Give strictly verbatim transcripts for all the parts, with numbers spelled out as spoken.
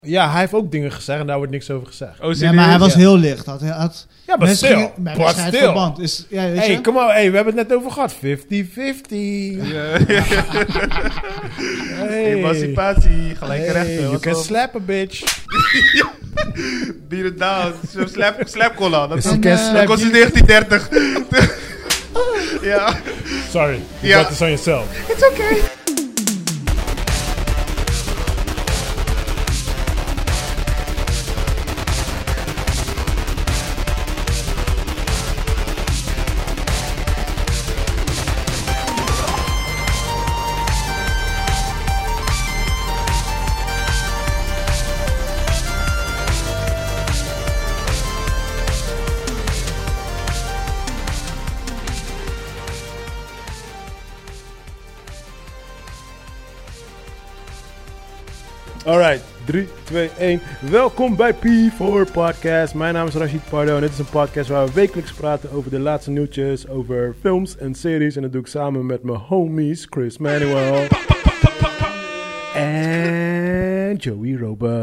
Ja, hij heeft ook dingen gezegd en daar wordt niks over gezegd. Oh, ja, maar hij was ja. heel licht. Had, had, ja, maar stil. Maar stil. Verband is, ja, weet hey, je? kom maar. Hey, we hebben het net over gehad. vijftig vijftig. Ja. Hey. Emancipatie, gelijke hey, rechten. You can slap a bitch. Beat it down. Slap, slap cola. Dat, en, dat, uh, dat kost in negentien dertig. Ja. Sorry. You ja. got this on yourself. It's okay. Alright, drie, twee, één. Welkom bij P vier Podcast. Mijn naam is Rashid Pardo en dit is een podcast waar we wekelijks praten over de laatste nieuwtjes, over films en series. En dat doe ik samen met mijn homies Chris Manuel en Joey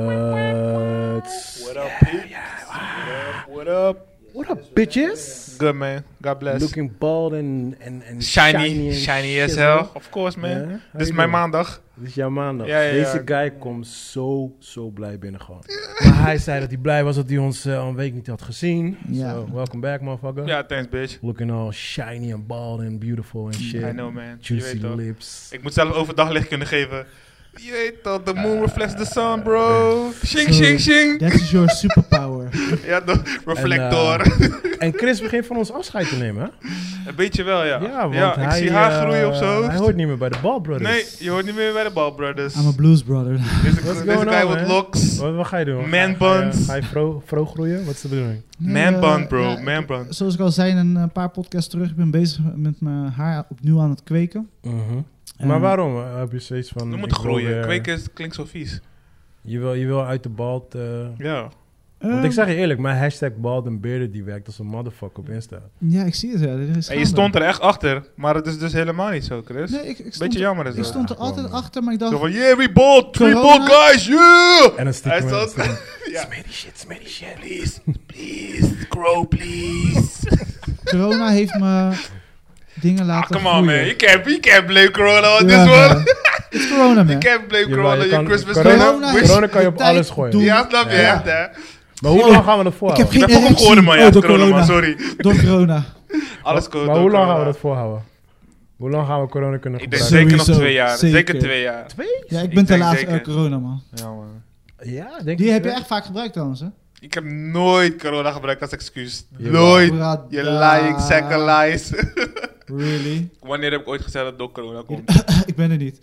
Roberts. What up, Pete? Yeah, yeah, wow. What up? What up, bitches? Good, man. God bless. Looking bald and, and, and shiny. Shiny, shiny as hell. Of course, man. Yeah, dit is mijn maandag. Dit is jouw maandag. Ja, ja, Deze ja. guy komt zo, zo blij binnen gewoon. Maar hij zei dat hij blij was dat hij ons uh, al een week niet had gezien. Ja. So, welcome back, motherfucker. Ja, thanks, bitch. Looking all shiny and bald and beautiful and shit. I know, man. Juicy lips. Ik moet zelf overdag licht kunnen geven. Je weet dat, the moon reflects the sun, bro. Shing, so, shing, shing. That is your superpower. Ja, de reflector. En, uh, en Chris begint van ons afscheid te nemen, hè? Een beetje wel, ja. Ja, want ja, hij, ik zie haar groeien uh, op zo. Hij hoort niet meer bij de Ball Brothers. Nee, je hoort niet meer bij de Ball Brothers. I'm a blues brother. Deze, deze guy on, with locks. Wat, wat ga je doen? Man ga, buns. Ga je, ga je fro, fro groeien? Wat is de bedoeling? Nee, man bun, bro. Ja, man bun. Zoals ik al zei in een paar podcasts terug, ik ben bezig met mijn haar opnieuw aan het kweken. Uh-huh. Maar uh, waarom uh, heb je zoiets van... Je moet groeien. Weer, kweken is, klinkt zo vies. Je wil, je wil uit de bald... Uh, ja. Want um, ik zeg je eerlijk, mijn hashtag bald en bearded die werkt als een motherfucker op Insta. Ja, ik zie het. Ja. Dit is en je stond er echt achter, maar het is dus helemaal niet zo, Chris. Nee, ik, ik stond Beetje jammer is Ik dat. stond er ja, altijd gewoon, achter, maar ik dacht... Zo van, yeah, we bald, three bald guys, yeah! En dan stond hij stond... ja. Smitty shit, smitty shit. Please, please, grow, please. Corona heeft me dingen laten ah, come on, man. You can't, you can't blame corona on ja, this one. It's corona, man. You can't blame corona on your Christmas corona. Corona, corona kan je op alles gooien. Ja, snap je, ja. echt, hè. Maar hoe lang gaan we dat volhouden? Ik heb geen ik ben geworden, man. Ja, oh, corona, corona, man. Sorry. Door corona. Alles komt. Maar hoe lang gaan we dat volhouden? Hoe lang gaan we corona kunnen ik gebruiken? Ik denk zeker nog twee jaar. Zeker, zeker twee jaar. Twee? Ja, ik ben te laat uh, corona, man. Ja, man. Ja, denk Die je heb je echt vaak gebruikt trouwens, hè? Ik heb nooit corona gebruikt als excuus. Ja, nooit. Je lying, second lies. Really? Wanneer heb ik ooit gezegd dat door corona komt? Ik ben er niet.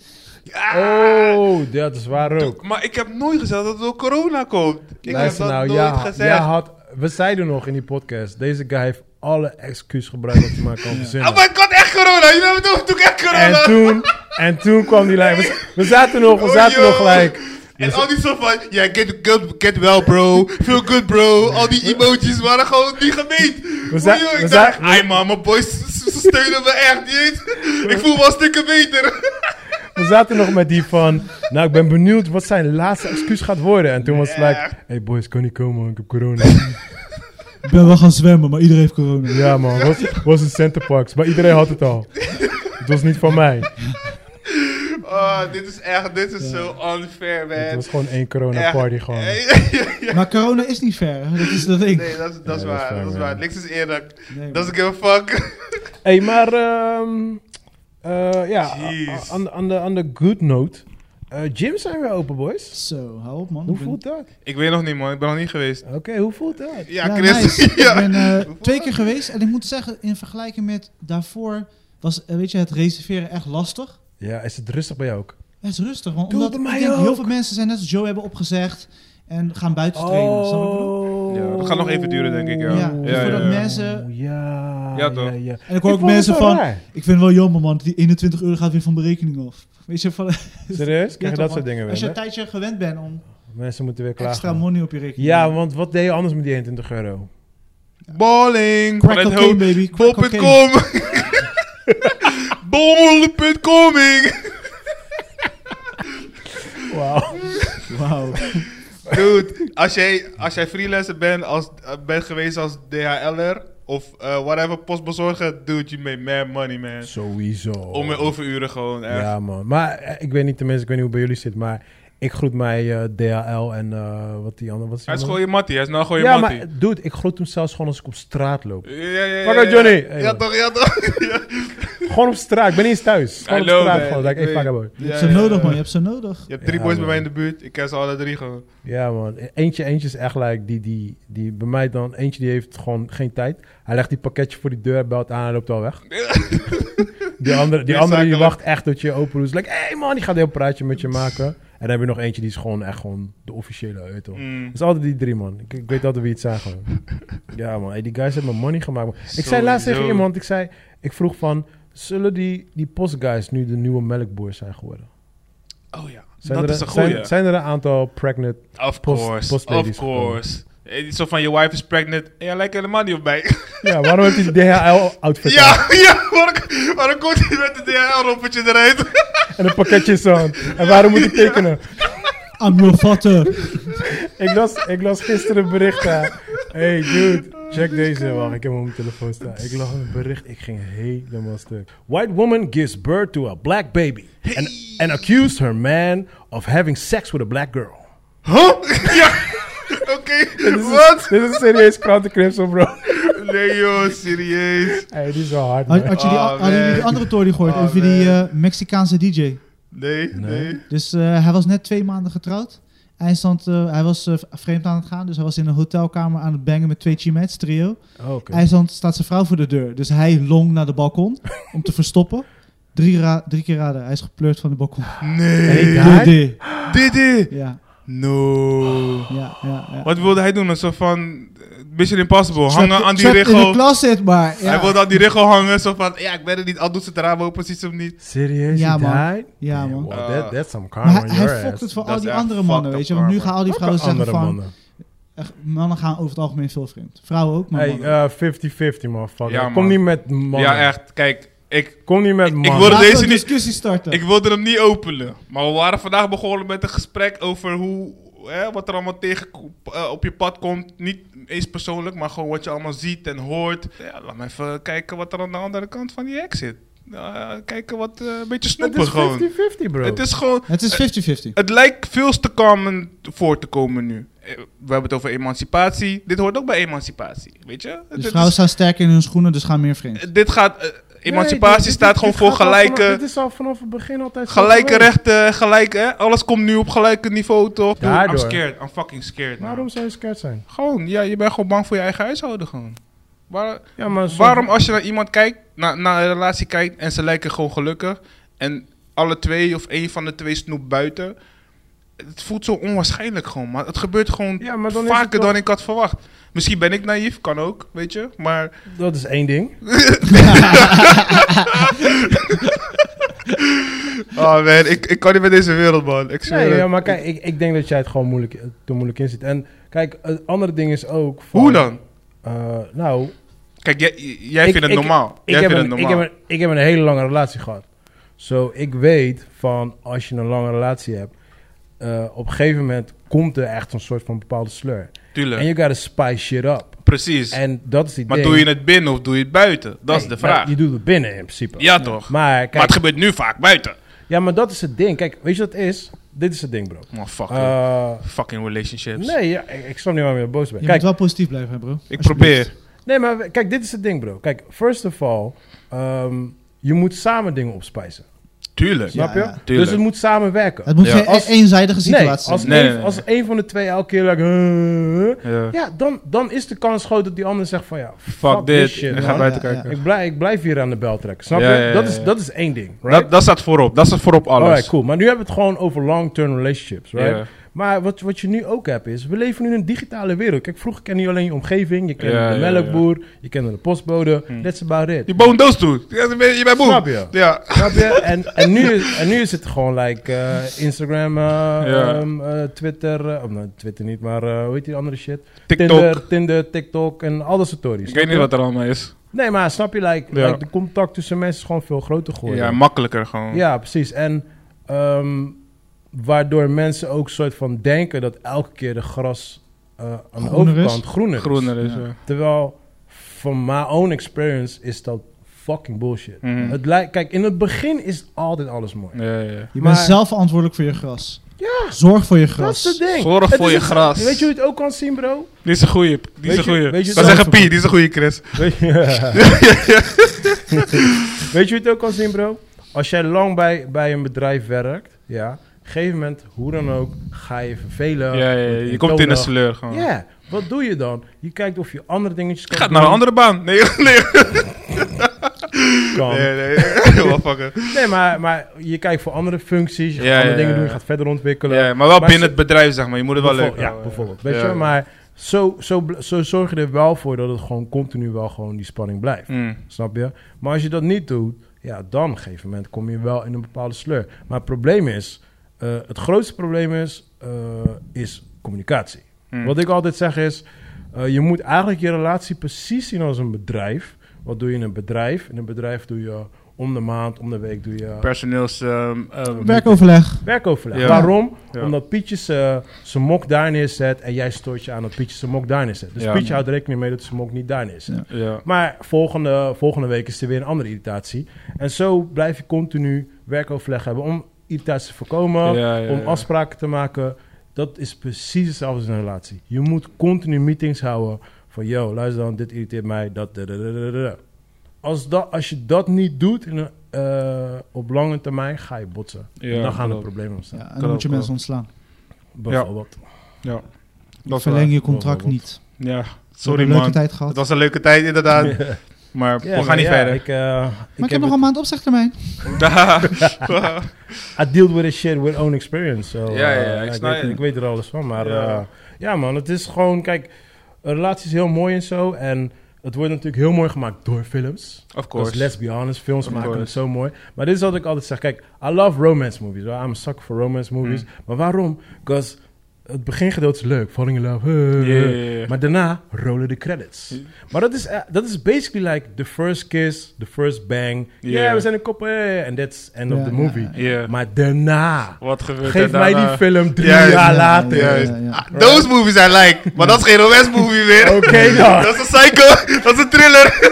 Ja. Oh, dat is waar ook. Maar ik heb nooit gezegd dat het door corona komt. Ik Luister heb dat nou, nooit ja, gezegd. Ja, had, we zeiden nog in die podcast, deze guy heeft alle excuus gebruikt wat hij maar kan verzinnen. Oh, maar ik had echt corona. Je weet het toen echt corona. En toen, en toen kwam die lijn. We, we zaten nog, we zaten oh, nog gelijk. En al die zo van, ja, yeah, get, get, get well bro, feel good bro. Al die emojis waren gewoon niet gemeen. We za- yo, ik we dacht, za- ai man, mijn boys steunen me echt niet. Ik voel me wel stukken beter. We zaten nog met die van, nou ik ben benieuwd wat zijn laatste excuus gaat worden. En toen was het like, hey boys, kan niet komen man, ik heb corona. Ik ben wel gaan zwemmen, maar iedereen heeft corona. Ja man, was, was een Centerparks, maar iedereen had het al. Het was niet van mij. Oh, dit is echt, dit is zo ja. unfair, man. Het was gewoon één corona party gewoon. Ja, ja, ja. Maar corona is niet fair, dat is dat ding. Nee, dat is, dat is ja, waar, dat is, dat is waar. Niks is eerlijk. Nee, Doesn't give a fuck. Hey, maar um, uh, ja, aan de, aan de good note. Uh, gyms zijn weer open, boys. Zo, hou op man. Hoe voelt dat? Ik weet nog niet man, ik ben nog niet geweest. Oké, okay, hoe voelt dat? Ja, ja Chris. Nice. Ja. Ik ben uh, twee keer geweest en ik moet zeggen, in vergelijking met daarvoor was, uh, weet je, het reserveren echt lastig. Ja, is het rustig bij jou ook? Het is rustig, want Doe omdat ik denk, heel veel mensen zijn net als Joe hebben opgezegd en gaan buiten trainen. Oh, ja, dat gaat nog even duren, denk ik. Ja, ja, ja, dus ja, voordat ja. mensen... Ja, ja, toch? ja, ja. En ik hoor ook mensen van, raar. ik vind het wel jammer man, die eenentwintig euro gaat weer van berekening af. Weet je, van... Serieus? Krijg je ja, dat soort dingen weer? Als je een hè? tijdje gewend bent om mensen moeten weer klagen. extra money op je rekening. Ja, want wat deed je anders met die eenentwintig euro? Balling. Crack cocaine, baby. Bol punt com. Bol punt com. Wauw. Wauw. Dude, als jij, als jij freelancer bent, als, uh, bent geweest als D H L'er of uh, whatever, postbezorger, dude, you make mad money, man. Sowieso. Om en overuren gewoon, echt. Ja, man. Maar eh, ik weet niet, tenminste, ik weet niet hoe bij jullie zit, maar ik groet mij uh, D H L en uh, wat die andere... Wat is die Hij is andere? gewoon je mattie, hij is nou gewoon je Ja, mattie. maar dude, ik groet hem zelfs gewoon als ik op straat loop. Ja, ja, ja. Fuck out, Johnny. Hey, Ja, man. toch, ja, toch. Ja. Gewoon op straat, ik ben niet eens thuis. Gewoon I op know, straat man. gewoon. Dat ik, hey, Ik fuck weet. boy. Je Ja, hebt ze ja, nodig, ja. man. Je hebt ze nodig. Je hebt drie Ja, boys bij man. mij in de buurt, ik ken ze alle drie gewoon. Ja, man. Eentje, eentje is echt like, die, die, die bij mij dan, eentje die heeft gewoon geen tijd. Hij legt die pakketje voor die deur, belt aan en loopt al weg. Die andere, die, Die andere die zakelijk. wacht echt tot je open doet. Like, hey man, die gaat een heel praatje met je maken. En dan heb je nog eentje die is gewoon echt gewoon de officiële uit. Mm. Het is altijd die drie, man. Ik, ik weet altijd wie het zijn gewoon. Ja, man. Hey, die guys hebben me money gemaakt, man. Ik zei laatst tegen Sowieso. iemand, ik zei, ik vroeg van, zullen die, die postguys nu de nieuwe melkboers zijn geworden? Oh ja, Zijn dat er, is een goeie. zijn, zijn er een aantal pregnant... Of post- course, postladies of course. Eh, Zo van, je wife is pregnant en jij lijkt helemaal niet op mij. Ja, waarom heeft hij de D H L-outfit aan? Ja, ja, waarom, waarom komt hij met de D H L-rompertje eruit? En een pakketje in zijn hand. En waarom moet hij tekenen? I'm your father. Ik las, ik las gisteren een bericht. Hè. Hey dude, check deze. Wacht, ik heb hem op mijn telefoon staan. Ik las een bericht, ik ging helemaal stuk. White woman gives birth to a black baby. And, and accused her man of having sex with a black girl. Huh? Ja, oké, Dit is, wat? dit is een serieus krantenknipsel, bro. Nee joh, serieus. Hey, die is wel hard, Had, man. had je die, Oh, hadden jullie die man. andere tory gehoord Oh, over die man. eh, Mexicaanse D J? Nee, Nee. nee. Dus eh, hij was net twee maanden getrouwd. Hij, stond, eh, hij was eh, vreemd aan het gaan, dus hij was in een hotelkamer aan het bangen met twee chimettes, trio. Oh, oké. Hij stond, staat zijn vrouw voor de deur, dus hij long naar de balkon om te verstoppen. Drie, ra- drie keer raden, hij is gepleurd van de balkon. Nee. Hey, Ja, daar? die. Dit, Ja, no. ja, ja. ja. Wat wilde hij doen? Een soort van eh, Mission Impossible. Trapped- Hangen aan die trapped in richel. de closet, maar ja. Hij wilde aan die richel hangen. Zo van, ja, ik ben er niet. Al doet ze het raam open, ziet ze hem niet. Serieus? Ja, he man. died? Ja, Damn, man. well, Uh, that, that's some karma Maar on hij, your hij fokt ass. het voor Dat al is die echt andere fucked mannen, up weet je. Want nu karma. gaan al die vrouwen Welke zeggen andere van... mannen? Echt, mannen gaan over het algemeen veel vreemd. Vrouwen ook, maar Hey, mannen. uh, fifty-fifty, motherfucker. Ja, Kom man. niet met mannen. Ja, echt. Kijk, ik, Kom niet met Ik- ik mannen. wilde Laten we deze een niet- discussie starten. ik wilde hem niet openen. Maar we waren vandaag begonnen met een gesprek over hoe... Hè, wat er allemaal tegen uh, op je pad komt. Niet eens persoonlijk, maar gewoon wat je allemaal ziet en hoort. Ja, laat me even kijken wat er aan de andere kant van die hek zit. Uh, kijken wat uh, een beetje Het snoepen is gewoon. fifty-fifty, bro. Het is gewoon... Het is fifty-fifty. Het lijkt veel te common voor te komen nu. Eh, We hebben het over emancipatie. Dit hoort ook bij emancipatie, weet je? Dus Dit vrouwen is- staan sterk in hun schoenen, dus gaan meer vreemd. Dit gaat... eh, emancipatie Nee, dit- staat dit- gewoon dit voor gaat al vanaf- gelijke... Dit is al vanaf het begin altijd zo Gelijke geweest. rechten, gelijk, hè? Alles komt nu op gelijke niveau, toch? Dude, I'm Daardoor. scared. I'm fucking scared. man. Waarom zou je scared zijn? Gewoon, ja, je bent gewoon bang voor je eigen huishouden, gewoon. Waar, Ja, maar zo- waarom als je naar iemand kijkt, naar, naar een relatie kijkt en ze lijken gewoon gelukkig en alle twee of één van de twee snoept buiten, het voelt zo onwaarschijnlijk gewoon, maar het gebeurt gewoon Ja, maar dan is het vaker wel- dan ik had verwacht. Misschien ben ik naïef, kan ook, weet je, maar... Dat is één ding. Oh man, ik, ik kan niet met deze wereld, man. Ik zweer Nee, het. ja, maar kijk, ik, ik denk dat jij het gewoon moeilijk, te moeilijk in zit. En kijk, het andere ding is ook... Van, Hoe dan? eh, nou, Kijk, jij, jij Ik- vindt het ik- normaal. ik jij heb, vindt een, het ik, normaal. heb een, ik heb een hele lange relatie gehad. Zo, ik weet van als je een lange relatie hebt, eh, op een gegeven moment komt er echt een soort van bepaalde sleur. Tuurlijk. En you gotta spice shit up. Precies. En dat is die maar ding. doe je het binnen of doe je het buiten? Dat is Nee, de vraag. maar Je doet het binnen in principe. Ja, toch? Maar kijk, Maar het gebeurt nu vaak buiten. ja, maar dat is het ding. Kijk, weet je wat het is? Dit is het ding, bro. Oh, fuck. Eh, Fucking relationships. nee, ja, ik, ik snap niet waarom je boos bent. Je Kijk, moet wel positief blijven, hè, bro. ik Alsjeblieft. probeer. nee, maar kijk, dit is het ding, bro. Kijk, first of all, ehm, je moet samen dingen opspijzen. Tuurlijk. Snap je? Ja, ja. Tuurlijk. Dus het moet samenwerken. Het moet Ja. geen Als- e- eenzijdige Nee, situatie als, zijn. Nee, een, nee, nee. als een van de twee elke keer like, uh, Ja. ja, dan, dan is de kans groot dat die ander zegt van ja, fuck, Fuck dit. shit, en ga man. buiten Ja, ja. kijken. Ik, blijf, ik blijf hier aan de bel trekken, snap Ja, je? ja, ja, dat, is, ja. dat is één ding, right? Dat, dat staat voorop. Dat staat voorop alles. Alright, cool. Maar nu hebben we het gewoon over long-term relationships, right? Ja. Maar wat, wat je nu ook hebt is, we leven nu in een digitale wereld. Kijk, vroeger ken je alleen je omgeving, je kende Ja, de ja, melkboer, je kende de postbode, Hm. that's about it. Je boont doos toe. Ja, Je bent je bent boem. Snap je? Ja. Snap je? En, en, nu is, en nu is het gewoon like eh, Instagram, eh, Ja. ehm, eh, Twitter, eh, of nou, Twitter niet, maar eh, hoe heet die andere shit? TikTok. Tinder, Tinder, TikTok en al dat soort stories. Ik weet niet wat er allemaal is. Nee, maar snap je, like, Ja. like, de contact tussen mensen is gewoon veel groter geworden. Ja, makkelijker gewoon. Ja, precies. En, ehm, waardoor mensen ook soort van denken dat elke keer de gras uh, aan de Groener overkant is. groener is. Groener is, Ja. ja. Terwijl, from my own experience, is dat fucking bullshit. Mhm. Het lijkt, kijk, in het begin is altijd alles mooi. Ja, ja. Je Maar- bent zelf verantwoordelijk voor je gras. Ja, Zorg voor je dat gras. is het ding. Zorg Het voor is je het- gras. Weet je hoe je het ook kan zien, bro? Die is een goeie. Die Weet is een je- goeie. weet je Dat zelf- zeggen Pie, die is een goeie, Chris. Weet je, Weet je hoe je het ook kan zien, bro? Als jij lang bij, bij een bedrijf werkt, ja, op een gegeven moment, hoe dan ook, ga je vervelen. Ja, ja, ja. wordt Je komt in een eentonig. sleur gewoon. Ja, wat doe je dan? Je kijkt of je andere dingetjes Je kan gaat doen. naar een andere baan. Nee, nee. Kan. Nee, nee. Wel fucken. Nee, maar, maar je kijkt voor andere functies, je gaat Ja, andere ja, dingen ja. doen, je gaat verder ontwikkelen. Ja, maar wel Maar binnen ze- het bedrijf, zeg maar. Je moet het wel leuk Bijvoorbeeld- houden. Ja, bijvoorbeeld. Weet Ja, je, ja. maar zo, zo, bl- zo zorg je er wel voor dat het gewoon continu wel gewoon die spanning blijft. Mm. Snap je? Maar als je dat niet doet, ja, dan op een gegeven moment kom je wel in een bepaalde sleur. Maar het probleem is, uh, het grootste probleem is, uh, is communicatie. Mm. Wat ik altijd zeg is, uh, je moet eigenlijk je relatie precies zien als een bedrijf. Wat doe je in een bedrijf? In een bedrijf doe je om de maand, om de week doe je Personeels... Um, um, Werkoverleg. werkoverleg. Ja. Waarom? Ja. Omdat Pietje zijn zijn mok daar neerzet en jij stoort je aan dat Pietje zijn mok daar neerzet. Dus Ja. Pietje houdt rekening mee dat zijn mok niet daar neerzet. Ja. Ja. Maar volgende, volgende week is er weer een andere irritatie. En zo blijf je continu werkoverleg hebben om irritatie te voorkomen, Ja, ja, om ja. afspraken te maken. Dat is precies hetzelfde als in een relatie. Je moet continu meetings houden van, yo, luister dan, dit irriteert mij, dat, da, da, da, da, da. Als, dat, als je dat niet doet in een, uh, op lange termijn, ga je botsen. Ja, en dan gaan er klopt. problemen ontstaan. Ja, en dan moet je Klopt, mensen ontslaan. Bijvoorbeeld. Ja. Dat is Verleng waar. je contract Bijvoorbeeld. niet. Ja, We sorry hebben een leuke man. tijd Het gehad. was een leuke tijd inderdaad. Ja. Maar Ja, we gaan maar niet ja, verder. Ik, uh, Maar ik, heb het- nog een maand opzegtermijn. I deal with this shit with own experience. So, Ja, ja, uh, ja, ik ik, snap weet, je. ik weet er alles van. Maar Ja. ja. ja, man, het is gewoon... Kijk, een relatie is heel mooi en zo. En het wordt natuurlijk heel mooi gemaakt door films. Of Dus course. let's be honest, films Of maken het course. zo mooi. Maar dit is wat ik altijd zeg. Kijk, I love romance movies. Right? I'm a sucker for romance movies. Mm. Maar waarom? Because het begingedeelte is leuk. Falling in love. uh, Ja, ja, ja. Maar daarna rollen de credits. Ja. Maar dat is, eh, dat is basically like the first kiss, the first bang. Ja, Ja. we zijn een koppel. eh, En that's end of Ja, the ja, movie. ja. Ja. Maar daarna... Wat gebeurt Geef er mij die daarna? film drie Juist. jaar Ja, later. ja, Juist. ja, ja. Ah, those movies I like. Maar dat is geen romance movie meer. Oké dan. Dat is een psycho. Dat is een thriller.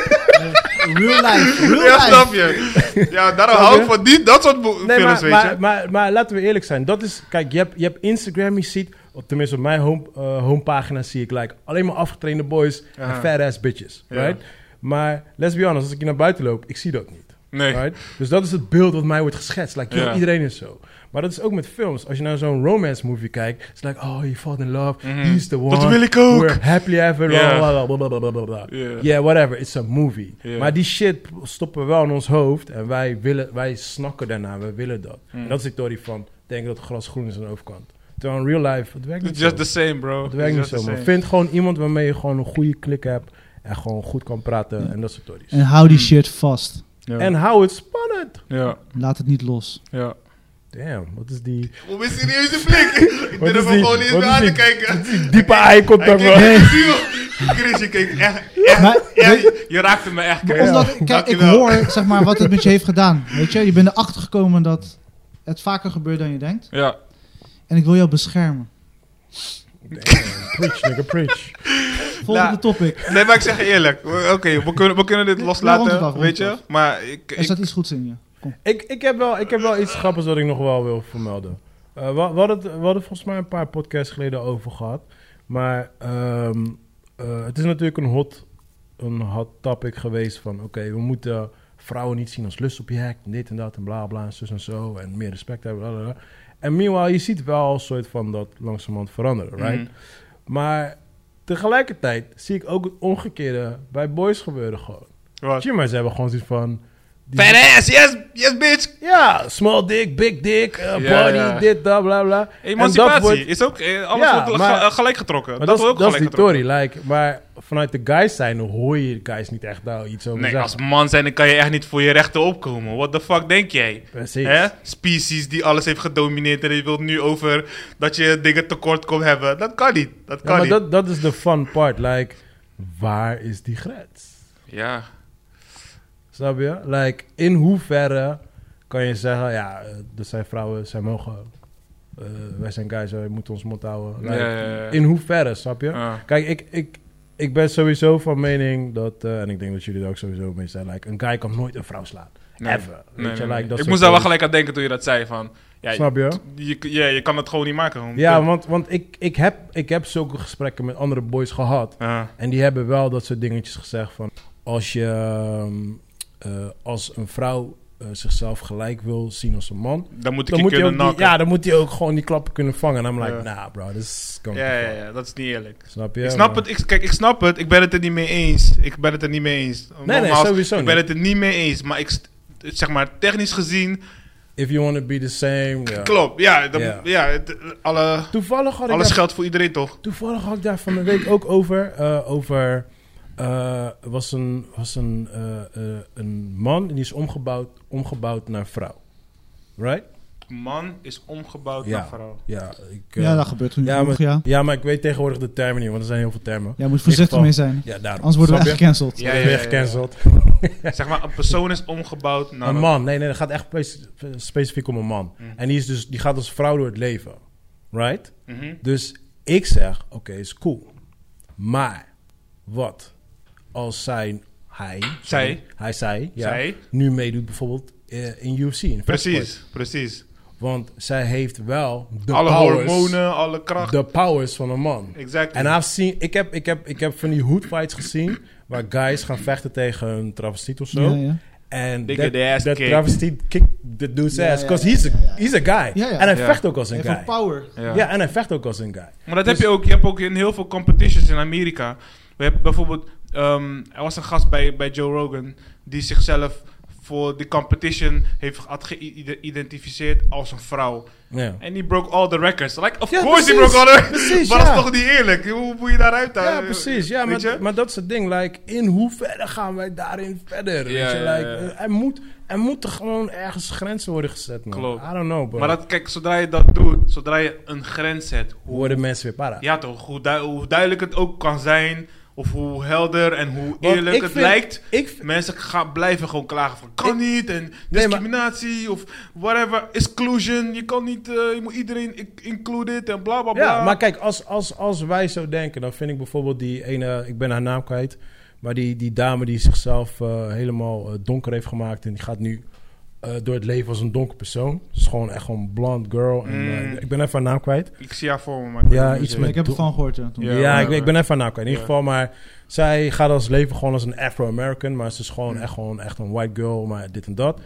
Real life. Real Ja, life. snap je. Ja, daarom Snap hou je? ik van die, dat soort mo- Nee, films, maar, weet maar, je. maar, maar laten we eerlijk zijn. Dat is, kijk, je hebt, je hebt Instagram, je ziet, op, tenminste op mijn home, uh, homepagina zie ik like, alleen maar afgetrainde boys en Aha. fat ass bitches, Ja. right? Maar let's be honest, als ik hier naar buiten loop, ik zie dat niet, Nee. right? Dus dat is het beeld wat mij wordt geschetst. Like, yo, Ja. iedereen is zo. Maar dat is ook met films. Als je naar zo'n romance movie kijkt, is like, oh, you fall in love, Mhm. he's the one. Dat wil ik ook. We're happily ever, Ja. blah, blah, blah, blah, blah, blah, blah. Ja. Yeah, whatever, it's a movie. Ja. Maar die shit stoppen we wel in ons hoofd en wij, willen, wij snakken daarna, wij willen dat. Mm. En dat is de theorie van, denk dat het gras groen is aan de overkant. Terwijl in real life, het werkt niet It's just zo. the same, bro. Het werkt It's niet just zo, the man. same. Vind gewoon iemand waarmee je gewoon een goede klik hebt en gewoon goed kan praten Ja. en dat soort theories. En hou die shit vast. Ja. En hou het spannend. Ja, Laat het niet los. ja. Damn, wat is die, Op een serieuze blik. Ik Wat durf is hem die- gewoon niet eens wat meer is aan te die- kijken. die diepe eye contact, Hij man? kijkt echt ziel. Chris, je kijkt echt, echt, Maar, echt- je raakte me echt. Maar Ja. omdat, kijk, ik Dankjewel. hoor zeg maar, wat het met je heeft gedaan. Weet je, je bent erachter gekomen dat het vaker gebeurt dan je denkt. Ja. En ik wil jou beschermen. Damn, preach, nigga, preach. Volgende Nou, topic. Nee, maar ik zeg je eerlijk. we- Oké, we, kunnen, we kunnen dit Ja, loslaten, rond het af, rond weet het je. af. Maar ik, Er ik, staat iets goeds in je. Kom. Ik, ik, heb wel, ik heb wel iets grappigs wat ik nog wel wil vermelden. Uh, we, we, hadden het, we hadden het volgens mij een paar podcasts geleden over gehad. Maar ehm, uh, het is natuurlijk een hot, een hot topic geweest van... Oké, we moeten vrouwen niet zien als lustobject. En dit en dat en bla bla en zus en zo. En meer respect hebben. Bla, bla, bla. En meanwhile, je ziet wel een soort van dat langzamerhand veranderen, right? Mhm. Maar tegelijkertijd zie ik ook het omgekeerde bij boys gebeuren gewoon. Wat? Zie maar, ze hebben gewoon zoiets van... die- Fat ass, yes, yes bitch. ja, small dick, big dick, uh, Ja, body, ja. dit, dat, bla, bla. En Emancipatie dat wordt- is ook, eh, alles Ja, wordt maar- ge- gelijk getrokken. Maar dat, dat, is, wordt ook dat is gelijk die getrokken. theorie, like, maar vanuit de guys zijn hoor je de guys niet echt daar iets over Nee, zeggen. als man zijn dan kan je echt niet voor je rechten opkomen. What the fuck denk jij? Precies. Hè? Species die alles heeft gedomineerd en je wilt nu over dat je dingen tekort komt hebben. Dat kan niet. Dat Ja, kan maar niet. dat, dat is de fun part, like, waar is die grens? Ja. Snap je? Like, in hoeverre kan je zeggen, ja, eh, er zijn vrouwen, zij mogen uh, wij zijn guys, wij moeten ons mond houden. Like, Ja, ja, ja. In hoeverre, snap je? Ah. Kijk, ik, ik, ik ben sowieso van mening dat, uh, en ik denk dat jullie er ook sowieso mee zijn, like, een guy kan nooit een vrouw slaan. Nee. Ever. Nee, Weet je, nee, nee. like, dat Ik soort moest daar wel dingen. gelijk aan denken toen je dat zei. Van, ja, Snap je? Je, je, je kan het gewoon niet maken. Gewoon. Ja, want, want ik, ik, heb, ik heb zulke gesprekken met andere boys gehad. Ah. En die hebben wel dat soort dingetjes gezegd van... Als je um, uh, als een vrouw uh, zichzelf gelijk wil zien als een man... Dan moet ik Dan je moet, hij kunnen ook die, knocken. ja, dan moet hij ook gewoon die klappen kunnen vangen. En I'm like, Ja. nah bro, this is going Ja, too ja, far. ja, dat is niet eerlijk. Snap je? Ik snap Maar- het, ik, kijk, ik snap het. Ik ben het er niet mee eens. Ik ben het er niet mee eens. nee, Nogmaals, sowieso Ik ben niet. het er niet mee eens. Maar ik, st- zeg maar, technisch gezien... If you want to be the same... ja. Klopt, ja. Dan, Ja. ja het- alle, Toevallig had ik alles daar, geldt voor iedereen, toch? toevallig had ik daar van de week ook over... Uh, over... Uh, was een, was een, uh, uh, een man en die is omgebouwd, omgebouwd naar vrouw. Right? Man is omgebouwd Ja. naar vrouw. Ja, ik, uh, Ja, dat gebeurt nu ja, genoeg, maar, ja. ja, maar ik weet tegenwoordig de termen niet, want er zijn heel veel termen. Jij moet voorzichtig In mee ieder zijn. Ja, daarom. Anders worden we Snap echt je? gecanceld. Ja, Ja, ja, weer ja, ja. gecanceld. Zeg maar, een persoon is omgebouwd naar... Een man. Nee, nee, dat gaat echt spe- specifiek om een man. Mm. En die, is dus, die gaat als vrouw door het leven. Right? Mhm. Dus ik zeg, oké, okay, is cool. Maar, wat als zij, hij, Zij. hij, zij, ja, Zij. nu meedoet bijvoorbeeld uh, in U F C. In vechtsport. Precies, precies. Want zij heeft wel de Alle powers, hormonen, alle kracht. de powers van een man. Exactly. En I've seen, ik, heb, ik, heb, ik heb van die hoodfights gezien waar guys gaan vechten tegen een travestiet of zo. Ja, ja. En They that, get their ass that kicked. travestiet kicked the dude's Ja, ass. ja, Because ja, he's, a- ja, ja. he's a guy. Ja, ja. En hij Ja. vecht ook als een Even guy. power. Ja. Ja, en hij vecht ook als een guy. Maar dat Dus- heb je ook. Je hebt ook in heel veel competitions in Amerika. We hebben bijvoorbeeld... ehm, er was een gast bij, bij Joe Rogan... die zichzelf voor die competition heeft had geïdentificeerd als een vrouw. Ja. En die broke all the records. Like, of Ja, course he precies. broke all the records. Precies, maar ja. dat is toch niet eerlijk? Hoe moet je daaruit halen? Ja, precies. Ja, Weet je? maar, maar dat is het ding. Like, in hoeverre gaan wij daarin verder? Ja, weet je? ja, Like, ja. eh, er, moet, er moeten gewoon ergens grenzen worden gezet, man. Klopt. I don't know, bro. Maar dat, kijk, zodra je dat doet, zodra je een grens zet... Hoe worden mensen weer para? Ja toch, hoe, du- hoe duidelijk het ook kan zijn... of hoe helder en hoe Want eerlijk ik het vind- lijkt... Ik, v- Mensen gaan blijven gewoon klagen van kan Ik- niet en Nee, maar- discriminatie of whatever, exclusion. Je kan niet, eh, je moet iedereen in- included en bla bla bla. ja, maar kijk, als, als, als wij zo denken, dan vind ik bijvoorbeeld die ene, ik ben haar naam kwijt, maar die, die dame die zichzelf uh, helemaal uh, donker heeft gemaakt en die gaat nu uh, door het leven als een donker persoon. Ze is gewoon echt gewoon een blonde girl. En, uh, Mm. ik ben even haar naam kwijt. Ik zie haar voor me, maar ik Ja, weet niet iets zeker. met- Ik heb ervan gehoord. Ja, toen. Ja, Ja, maar- ik, ik ben even haar naam kwijt. In ieder Ja. geval, maar zij gaat als leven gewoon als een Afro-American, maar ze is gewoon echt gewoon echt een white girl, maar dit en dat.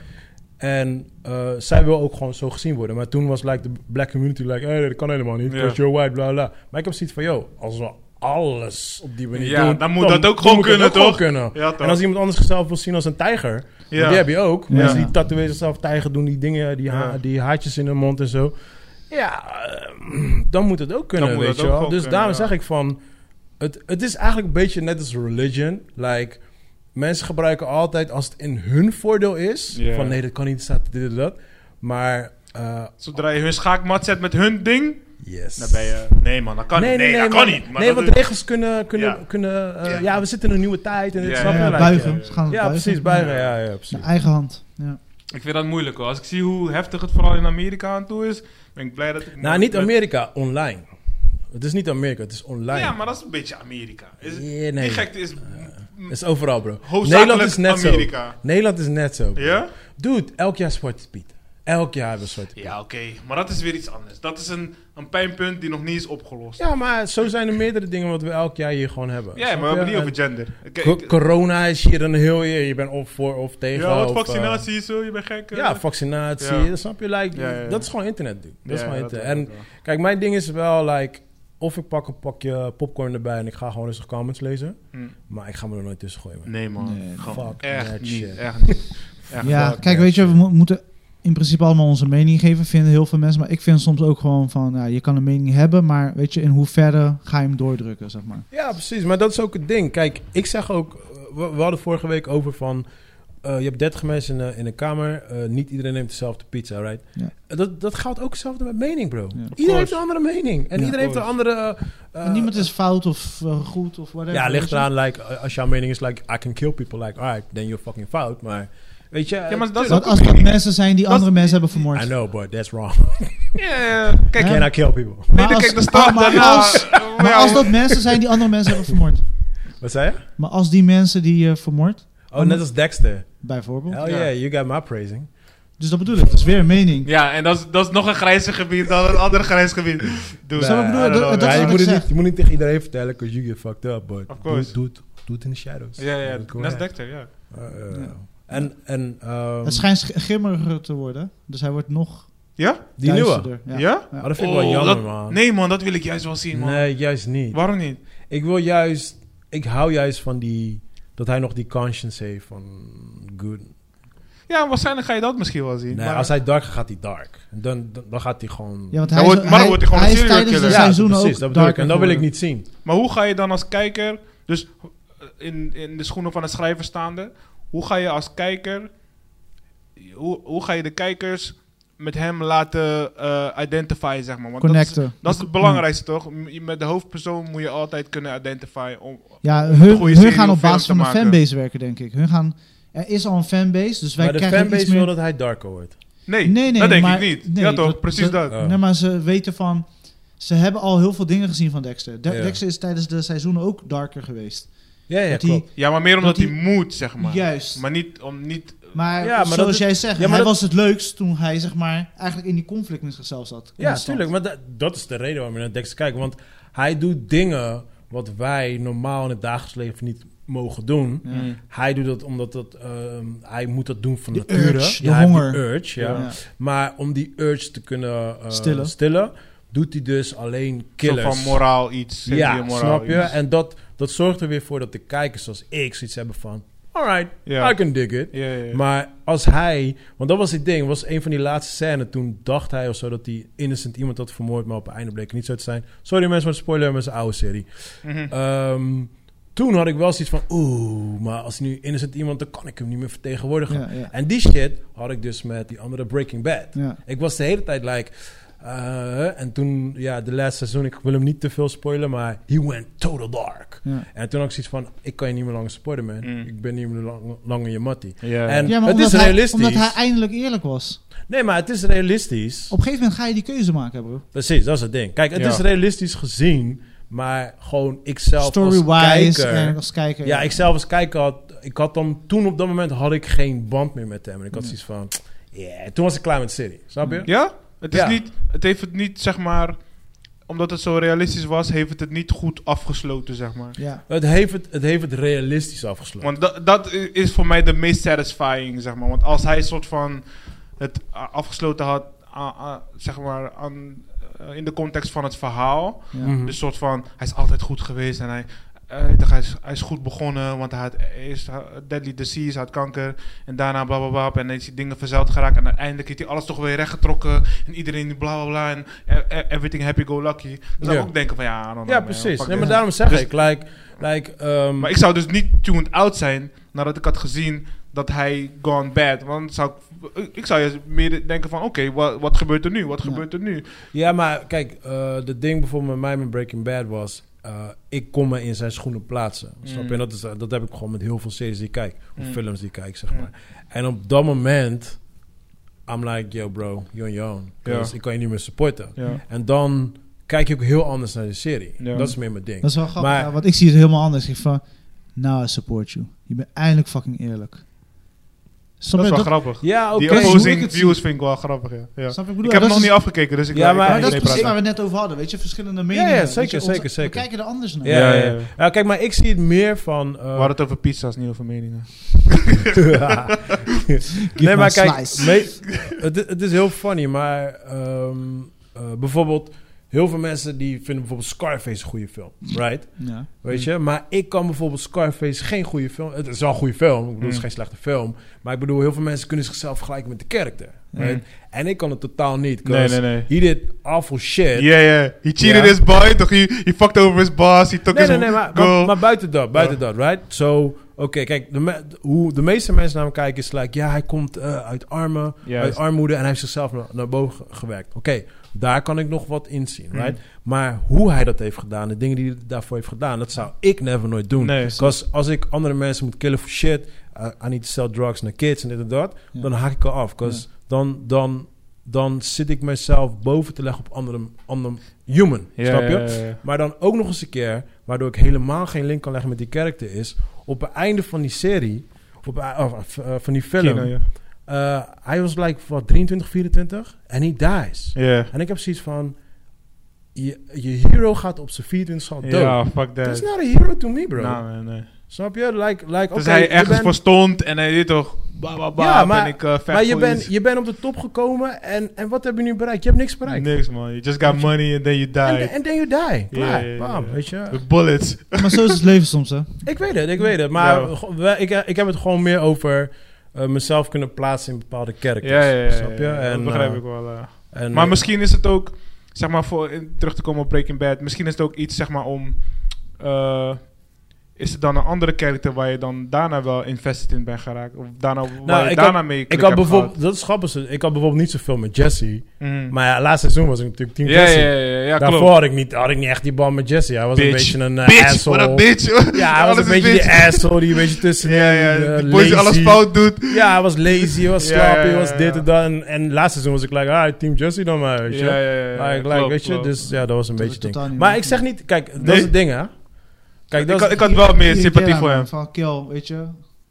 En uh, zij wil ook gewoon zo gezien worden. Maar toen was like de black community like, hey, dat kan helemaal niet, Ja. because you're white, bla bla. Maar ik heb zoiets van, yo, als we alles op die manier Ja, doen, dan moet dat ook gewoon moet het kunnen, ook gewoon toch? kunnen. Ja, toch? En als iemand anders zichzelf wil zien als een tijger, Ja. want die heb je ook. Ja. Mensen die tatoeëren zichzelf tijger doen, die dingen, die, Ja. ha- die haartjes in hun mond en zo. Ja, uh, dan moet het ook kunnen, Dan moet weet het je ook wel. gewoon Dus kunnen, daarom ja. zeg ik van, het, het is eigenlijk een beetje net als religion. Like, mensen gebruiken altijd als het in hun voordeel is, Ja. van nee, dat kan niet, staat dit en dat. Maar, uh, Zodra je hun schaakmat zet met hun ding, yes. dan ben je... Nee man, dat kan nee, niet. Nee, nee, dat maar- kan niet. Maar nee, dat want is- regels kunnen, kunnen, Ja. kunnen uh, ja. Ja. we zitten in een nieuwe tijd en dit, Ja, snap je? Ja, Like, buigen. uh, Ze gaan het ja, buigen. precies, buigen, ja, ja, precies. De eigen hand. Ja. Ik vind dat moeilijk hoor. Als ik zie hoe heftig het vooral in Amerika aan toe is, ben ik blij dat ik... Nou, niet met- Amerika, online. Het is niet Amerika, het is online. Ja, maar dat is een beetje Amerika. Is, Yeah, nee. Die gekte is... Het is overal, bro. Hoofdzakelijk Nederland is net Amerika. zo. Nederland is net zo. bro. Ja? Dude, elk jaar Zwarte Piet. Elk jaar hebben we Zwarte Piet. Ja, oké. Maar dat is weer iets anders. Dat is een, een pijnpunt die nog niet is opgelost. Ja, maar zo zijn er meerdere dingen wat we elk jaar hier gewoon hebben. Ja, Snap maar we hebben je? niet over gender. Oké, Co- ik- corona is hier een heel jaar. Je bent of voor of tegen. ja, wat of, vaccinatie is zo, je bent gek. eh, eh. ja, vaccinatie. Ja. Dat snap je. Like, Ja, ja, ja. Dat is gewoon internet, dude. Dat is Ja, gewoon dat internet. wel, En dat wel. kijk, mijn ding is wel, like... Of ik pak een pakje popcorn erbij en ik ga gewoon rustig comments lezen. Hm. Maar ik ga me er nooit tussen gooien, man. Nee man, Nee, Gewoon fuck echt that niet. shit. Echt niet. Echt Ja, fuck kijk, that weet je, we shit. mo- moeten in principe allemaal onze mening geven, vinden heel veel mensen. Maar ik vind soms ook gewoon van, ja, je kan een mening hebben, maar weet je, in hoeverre ga je hem doordrukken, zeg maar. Ja, precies. Maar dat is ook het ding. Kijk, ik zeg ook... uh, We, we hadden vorige week over van... uh, je hebt dertig mensen in, een- in een kamer. uh, niet iedereen neemt dezelfde pizza, right? Ja. Uh, Dat, dat geldt ook hetzelfde met mening, bro. Ja. Iedereen heeft een andere mening. En Ja, iedereen heeft een of andere... uh, en niemand is fout of uh, goed of whatever. Ja, ligt weet je. eraan. Like, uh, als jouw mening is like... I can kill people. Like, alright, then you're fucking fout. Maar Weet je? Ja, maar dat is Want ook als een dat mening. mensen zijn die Dat- andere mensen hebben vermoord. I know, but that's wrong. Ja, ja. Kijk, Hè? Can I kill people? nee, Maar dan als- kijk de stad ah, maar daarna. als- Maar als dat mensen zijn die andere mensen hebben vermoord. Wat zei je? Maar als die mensen die je vermoord, Oh, net als Dexter. bijvoorbeeld. Hell Ja. yeah, you got my praising. Dus dat bedoel ik. Dat is weer een mening. Ja, en dat is, dat is nog een grijze gebied dan een ander grijs gebied. Doe Zo, ik bedoel, I don't dat- know, dat man. is Ja, je, wat moet ik het zeg. niet, je moet niet tegen iedereen vertellen, because you get fucked up. But Of course. doe, doe, doe het in de shadows. Ja, ja, Go net als ahead. Dexter, ja. Uh, uh, Ja. En, en um, Het schijnt sch- grimmeriger te worden. Dus hij wordt nog Ja? die nieuwe. duisterder. Ja? Ja. Oh, dat vind ik wel jammer, dat- man. Nee, man, dat wil ik juist wel zien, man. Nee, juist niet. Waarom niet? Ik wil juist... Ik hou juist van die... Dat hij nog die conscience heeft van... Good. Ja, waarschijnlijk ga je dat misschien wel zien. Nee, maar als hij dark gaat, gaat hij dark. Dan, dan, dan gaat hij gewoon... Ja, want Dan hij, wordt- is, maar dan hij, wordt hij gewoon hij een is serial tijdens de killer. Ja, seizoenen precies, ook dat bedoel ik. darker En dat wil ik geworden. niet zien. Maar hoe ga je dan als kijker, dus in, in de schoenen van de schrijver staande, hoe ga je als kijker, hoe, hoe ga je de kijkers met hem laten uh, identifyen, zeg maar? Want Connecten. Dat is, dat is het belangrijkste, toch? M- Met de hoofdpersoon moet je altijd kunnen identifyen. Om, Ja, om een hun, goede hun serie gaan of op film basis te van de maken. fanbase werken, denk ik. Hun gaan, er is al een fanbase, dus wij Maar de krijgen iets fanbase meer... wil dat hij darker wordt. Nee, Nee, nee, dat denk maar- ik niet. nee, ja toch, dat- precies ze- dat. Oh. Nee, maar ze weten van... Ze hebben al heel veel dingen gezien van Dexter. De- Ja. Dexter is tijdens de seizoenen ook darker geweest. Ja, ja, Dat hij- klopt. Ja, maar meer omdat dat hij die- moet, zeg maar. Juist. Maar niet om niet... Maar, Ja, maar zoals dat is- jij zegt, ja, maar hij dat- was het leukst toen hij zeg maar, eigenlijk in die conflict met zichzelf zat. Ja, Constant. tuurlijk. Maar dat, dat is de reden waarom we naar Dexter kijken. Want hij doet dingen wat wij normaal in het dagelijks leven niet mogen doen. Ja. Mm. Hij doet dat omdat dat, ehm, hij moet dat doen van De nature. urge, de ja, hij heeft honger. die urge, ja. Ja. Maar om die urge te kunnen uh, Stillen. stillen, doet hij dus alleen Zo killers. van moraal iets. Ja, moraal snap je? iets. En dat, dat zorgt er weer voor dat de kijkers zoals ik zoiets hebben van... Alright, Ja. I can dig it. Ja, ja, ja. Maar als hij... Want dat was het ding. was een van die laatste scènes. Toen dacht hij of zo dat hij innocent iemand had vermoord. Maar op het einde bleek het niet zo te zijn. Sorry mensen voor de spoiler. Maar het is een oude serie. Mhm. Ehm, toen had ik wel zoiets van... Oeh, maar als hij nu innocent iemand... Dan kan ik hem niet meer vertegenwoordigen. Ja, ja. En die shit had ik dus met die andere Breaking Bad. Ja. Ik was de hele tijd like... uh, en toen, ja, de laatste seizoen... Ik wil hem niet te veel spoilen. Maar he went total dark. Ja. En toen had ik zoiets van... Ik kan je niet meer langer spoilen, man. Mm. Ik ben niet meer lang, langer je mattie. Ja. En Ja, maar het omdat is hij, realistisch. omdat hij eindelijk eerlijk was. Nee, maar het is realistisch. Op een gegeven moment ga je die keuze maken, bro. Precies, dat is het ding. Kijk, het Ja. is realistisch gezien, maar gewoon ikzelf als Story-wise kijker... en als kijker. ja, ikzelf als kijker had... Ik had dan... Toen op dat moment had ik geen band meer met hem. En ik had Ja. zoiets van... Yeah, toen was ik klaar met de serie. Snap je? Ja? Het, is Ja. niet, het heeft het niet, zeg maar... Omdat het zo realistisch was, heeft het het niet goed afgesloten, zeg maar. Ja. Het, heeft het, het heeft het realistisch afgesloten. Want dat, dat is voor mij de meest satisfying, zeg maar. Want als hij een soort van het a- afgesloten had, a- a- zeg maar, aan, eh, in de context van het verhaal. Ja. Mhm. Dus soort van, hij is altijd goed geweest en hij, eh, ik dacht, hij, is, hij is goed begonnen, want hij had eerst eh, deadly disease, hij had kanker en daarna bla bla bla en dan is hij dingen verzeild geraakt en uiteindelijk heeft hij alles toch weer rechtgetrokken en iedereen bla bla bla en eh, eh, everything happy go lucky. Dus dan Ja. zou ik ook denken van ja, I don't know, Ja, man, precies. fuck Nee, this. maar daarom zeg Dus- ik, like... like ehm, Maar ik zou dus niet tuned out zijn nadat ik had gezien dat hij gone bad. Want zou ik, ik zou je meer denken van oké, wat, wat gebeurt er nu? Wat Ja. gebeurt er nu? Ja, maar kijk, uh, de ding bijvoorbeeld met mij met Breaking Bad was... Uh, ik kon me in zijn schoenen plaatsen. Snap je? Mm. En dat, is, uh, dat heb ik gewoon met heel veel series die ik kijk. Of Mm. films die ik kijk, zeg Mm. maar. En op dat moment... I'm like, yo bro, you're on your own. 'Cause Ja. ik kan je niet meer supporten. Ja. En dan kijk je ook heel anders naar de serie. Ja. Dat is meer mijn ding. Dat is wel grappig. Maar- ja, want ik zie het helemaal anders. Ik van, nou, I support you. Je bent eindelijk fucking eerlijk. Snap Dat is je? wel Dat- grappig. Ja, oké. Die hoe ik opposing het views vind ik wel grappig, ja. ja. Snap je? Ik bedoel, heb dat hem nog is- niet afgekeken, dus ik Ja, ik maar kan Maar dat niet is precies praten. waar we het net over hadden, weet je, verschillende ja, meningen. Weet zeker, je, onze- zeker, zeker. We kijken er anders naar. Ja, ja, Ja, ja. ja. Ja, kijk, maar ik zie het meer van... uh, We hadden het over pizza's, niet over meningen. Give nee, my maar kijk, slice. me- het, i- het is heel funny, maar ehm, uh, bijvoorbeeld... Heel veel mensen die vinden bijvoorbeeld Scarface een goede film, right? Ja. Weet je? Maar ik kan bijvoorbeeld Scarface geen goede film... Het is wel een goede film, ik bedoel, het is Mm. geen slechte film. Maar ik bedoel, heel veel mensen kunnen zichzelf vergelijken met de karakter. Right? Mm. En ik kan het totaal niet. Nee, nee, nee. He did awful shit. Yeah, yeah. He cheated Ja. his boy, toch? He, he fucked over his boss, he took Nee, his nee, nee, maar, girl. maar, maar buiten dat, buiten Ja. dat, right? Zo, oké, okay, kijk, de, me- hoe de meeste mensen naar hem kijken is like, ja, hij komt uh, uit armen, Juist. uit armoede en hij heeft zichzelf naar, naar boven ge- gewerkt. Oké, okay, Daar kan ik nog wat in zien, Mm. right? Maar hoe hij dat heeft gedaan, de dingen die hij daarvoor heeft gedaan, dat zou ik never nooit doen. Nee. Because als ik andere mensen moet killen voor shit, uh, I need to sell drugs naar kids en dit en dat, Ja. dan haak ik er af. Because dan, dan, dan zit ik mezelf boven te leggen op andere, andere human, Ja, snap je? ja, ja, ja. Maar dan ook nog eens een keer, waardoor ik helemaal geen link kan leggen met die karakter is, op het einde van die serie, op, uh, of, uh, van die film, Kino, ja. uh, hij was like, wat, drieëntwintig, vierentwintig? En he dies. Ja. En ik heb zoiets van, je, je hero gaat op zijn vierentwintig al dood. Ja, fuck that. That's not a hero to me, bro. Nou, nee, nee. Snap je? Like, like, Dus oké, hij je ergens bent- voor stond en hij deed toch... Ba, ba, ba, Ja, maar- ben ik, uh, vecht Maar je voor bent, iets. je bent op de top gekomen en, en wat heb je nu bereikt? Je hebt niks bereikt. Niks, man. You just got money and then you die. En en then you die. Klaar. Ja, ja, ja, Bam, ja. weet je? With bullets. Maar zo is het leven soms, hè. Ik weet het, ik weet het. Maar Ja. go- we- ik, ik heb het gewoon meer over uh, mezelf kunnen plaatsen in bepaalde characters. Ja, ja, ja. Snap je? ja, En, dat begrijp uh, ik wel. uh. en, Maar uh, misschien is het ook, zeg maar, voor in- terug te komen op Breaking Bad, misschien is het ook iets, zeg maar, om... uh, is het dan een andere character waar je dan daarna wel invested in bent geraakt? Of daarna, waar Nou, je ik daarna had- mee ik klik had hebt bijvoorbeeld, dat is grappig, ik had bijvoorbeeld niet zoveel met Jesse. gehad? Mhm. Maar ja, laatste seizoen was ik natuurlijk team ja, Jesse. ja, ja, ja, ja, Daarvoor klopt. had ik, niet, had ik niet echt die band met Jesse. Hij was Bitch. een beetje een uh, Bitch, asshole. what a bitch. Ja, hij was Alles een is beetje bitch. die asshole die een beetje tussen Ja, ja, uh, die boy die alles fout doet. Ja, hij was lazy, hij was Ja, slappy, ja, hij ja, was ja. dit en dat. En, en laatste seizoen was ik like, ah, team Jesse dan maar, weet je. Ja, ja, ja, ja, Like, like, klopt, weet je, klopt. dus ja, dat was een Dat beetje is ding. totaal niet Maar waar. ik zeg niet, kijk, dat Nee. is het ding, hè. Kijk, Ik dat had, is... ik had wel meer Die sympathie idee voor aan hem. me, Van, kill, weet je.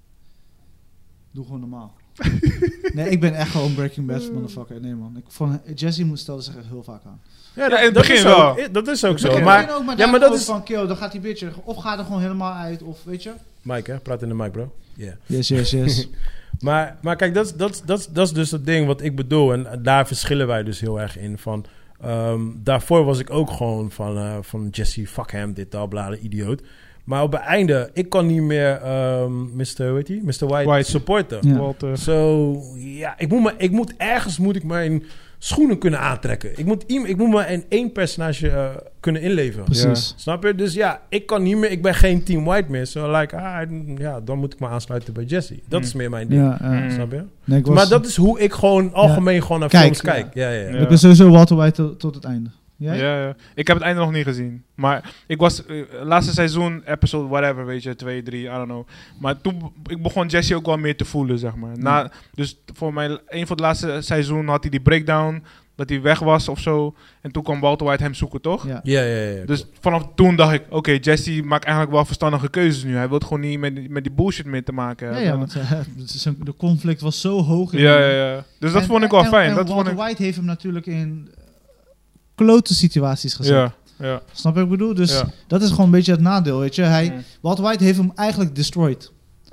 Doe gewoon normaal. Nee, ik ben echt gewoon Breaking Bad motherfucker. Nee, man. Ik vond, Jesse moet stelde zich echt heel vaak aan. Ja, Ja, in het dat begin is ook, wel. Dat is ook zo. Begin- Maar, begin ook, maar ja, maar daarna dat ook is... van, kill, dan gaat die bitch er, of gaat er gewoon helemaal uit, of weet je. Mike, hè, praat in de mic, bro. Yeah. Yes, yes, yes. Maar, maar kijk, dat is, dat, is, dat, is, dat is dus het ding wat ik bedoel. En daar verschillen wij dus heel erg in. Van, ehm, daarvoor was ik ook gewoon van, uh, van Jesse, fuck hem, dit, dat, bla, de idioot. Maar op het einde, ik kan niet meer um, mister weet je, mister White, White. supporten. Ja. Walter. Zo, ja, ik moet, me, ik moet ergens moet ik mijn schoenen kunnen aantrekken. Ik moet, iem- ik moet me in één personage uh, kunnen inleven. Precies. Snap je? Dus ja, ik kan niet meer, ik ben geen Team White meer. Zo like, ah, ja, dan moet ik me aansluiten bij Jesse. Dat Mm. is meer mijn ding. Ja, ja. Mm. Snap je? Nee, ik was, Maar dat is hoe ik gewoon algemeen gewoon naar Kijk, films ja. kijk. Ja, ja, ja. Ja. ik ben sowieso Walter White tot, tot het einde. Jij? Ja, ja. Ik heb het einde nog niet gezien. Maar ik was... Uh, laatste seizoen, episode whatever, weet je. Twee, drie, I don't know. Maar toen... Ik begon Jesse ook wel meer te voelen, zeg maar. Na, dus voor mij... Een van de laatste seizoen had hij die breakdown. Dat hij weg was of zo. En toen kwam Walter White hem zoeken, toch? Ja. Ja, ja, ja. Dus vanaf toen dacht ik... Oké, okay, Jesse maakt eigenlijk wel verstandige keuzes nu. Hij wil gewoon niet met, die- met die bullshit meer te maken Ja, hebben. ja, want uh, het is een- de conflict was zo hoog. in- ja, ja, ja. Dus dat En- vond ik wel en- fijn. En dat Walter vond ik... White heeft hem natuurlijk in uh, klote situaties gezet. Ja, ja. Snap je wat ik bedoel? Dus ja. dat is gewoon een beetje het nadeel, weet je. Hij, Mm. Walter White heeft hem eigenlijk destroyed.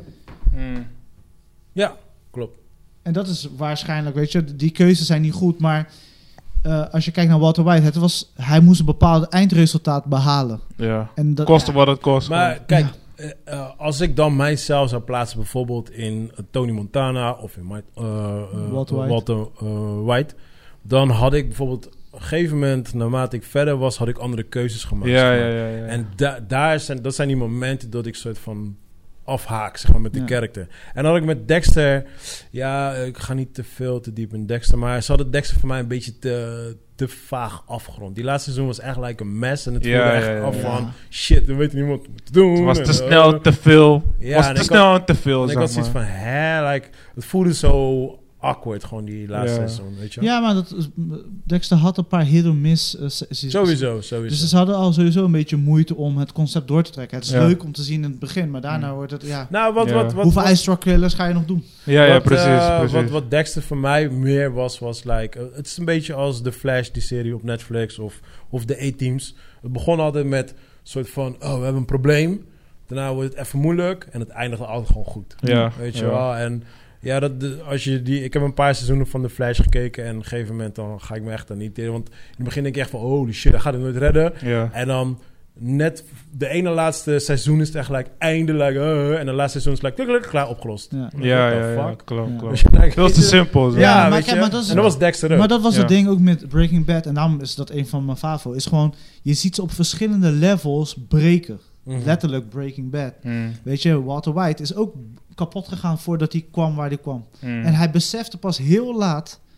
Mm. Ja, klopt. En dat is waarschijnlijk, weet je, die keuzes zijn niet goed, maar uh, als je kijkt naar Walter White, het was, hij moest een bepaald eindresultaat behalen. Ja. En dat, Koste wat het kost. Maar gewoon. kijk, Ja. eh, uh, als ik dan mijzelf zou plaatsen bijvoorbeeld in uh, Tony Montana of in Mike, uh, uh, Walter White. Walter, uh, White, dan had ik bijvoorbeeld op een gegeven moment, naarmate ik verder was, had ik andere keuzes gemaakt. Ja, zeg ja, maar. ja, ja. En da- daar zijn, dat zijn die momenten dat ik soort van afhaak, zeg maar, met de Ja. karakter. En dan had ik met Dexter, ja, ik ga niet te veel te diep in Dexter, maar ze hadden Dexter voor mij een beetje te, te vaag afgerond. Die laatste seizoen was echt like een mess en het Ja, voelde echt ja, ja, af ja. van, shit, we weten niet wat te doen. Het was En, te uh, snel, te veel. ja, was en te ik snel en te veel, En ik zeg had zoiets maar. van, hè, like, het voelde zo awkward, gewoon die laatste Ja. seizoen, weet je? Ja, maar dat, is- Dexter had een paar hit or miss. uh, se- se- Sowieso, sowieso. Dus ze hadden al sowieso een beetje moeite om het concept door te trekken. Het is Ja. leuk om te zien in het begin, maar daarna Mm. wordt het, ja... nou, wat, Ja. wat, wat, Hoeveel wat, Ice Truck Killers ga je nog doen? Ja, ja, wat, precies, eh, precies. Wat, wat Dexter voor mij meer was, was like... uh, het is een beetje als The Flash, die serie op Netflix, of, of de A-Teams. Het begon altijd met een soort van, oh, we hebben een probleem. Daarna wordt het even moeilijk en het eindigde altijd gewoon goed. Ja, Weet je ja. wel? En ja, dat, de- als je die, ik heb een paar seizoenen van The Flash gekeken en op een gegeven moment dan ga ik me echt aan irriteren. Want in het begin denk ik echt van, holy shit, dat gaat het nooit redden. Ja. En dan net de ene laatste seizoen is het echt like eindelijk, uh, en de laatste seizoen is like, klik, klik, klaar, opgelost. Ja. Ja, What the ja, ja, fuck? klopt, Ja. klopt. Dus je denkt, Veel te simpel. zo. Ja, Ja, maar weet kijk, je? maar dat is- en dat was Dexter ook. Maar dat was Ja. het ding ook met Breaking Bad. En daarom is dat een van mijn favo. Is gewoon, je ziet ze op verschillende levels breken. Mhm. Letterlijk Breaking Bad. Mm, Weet je, Walter White is ook kapot gegaan voordat hij kwam waar hij kwam. mm. En hij besefte pas heel laat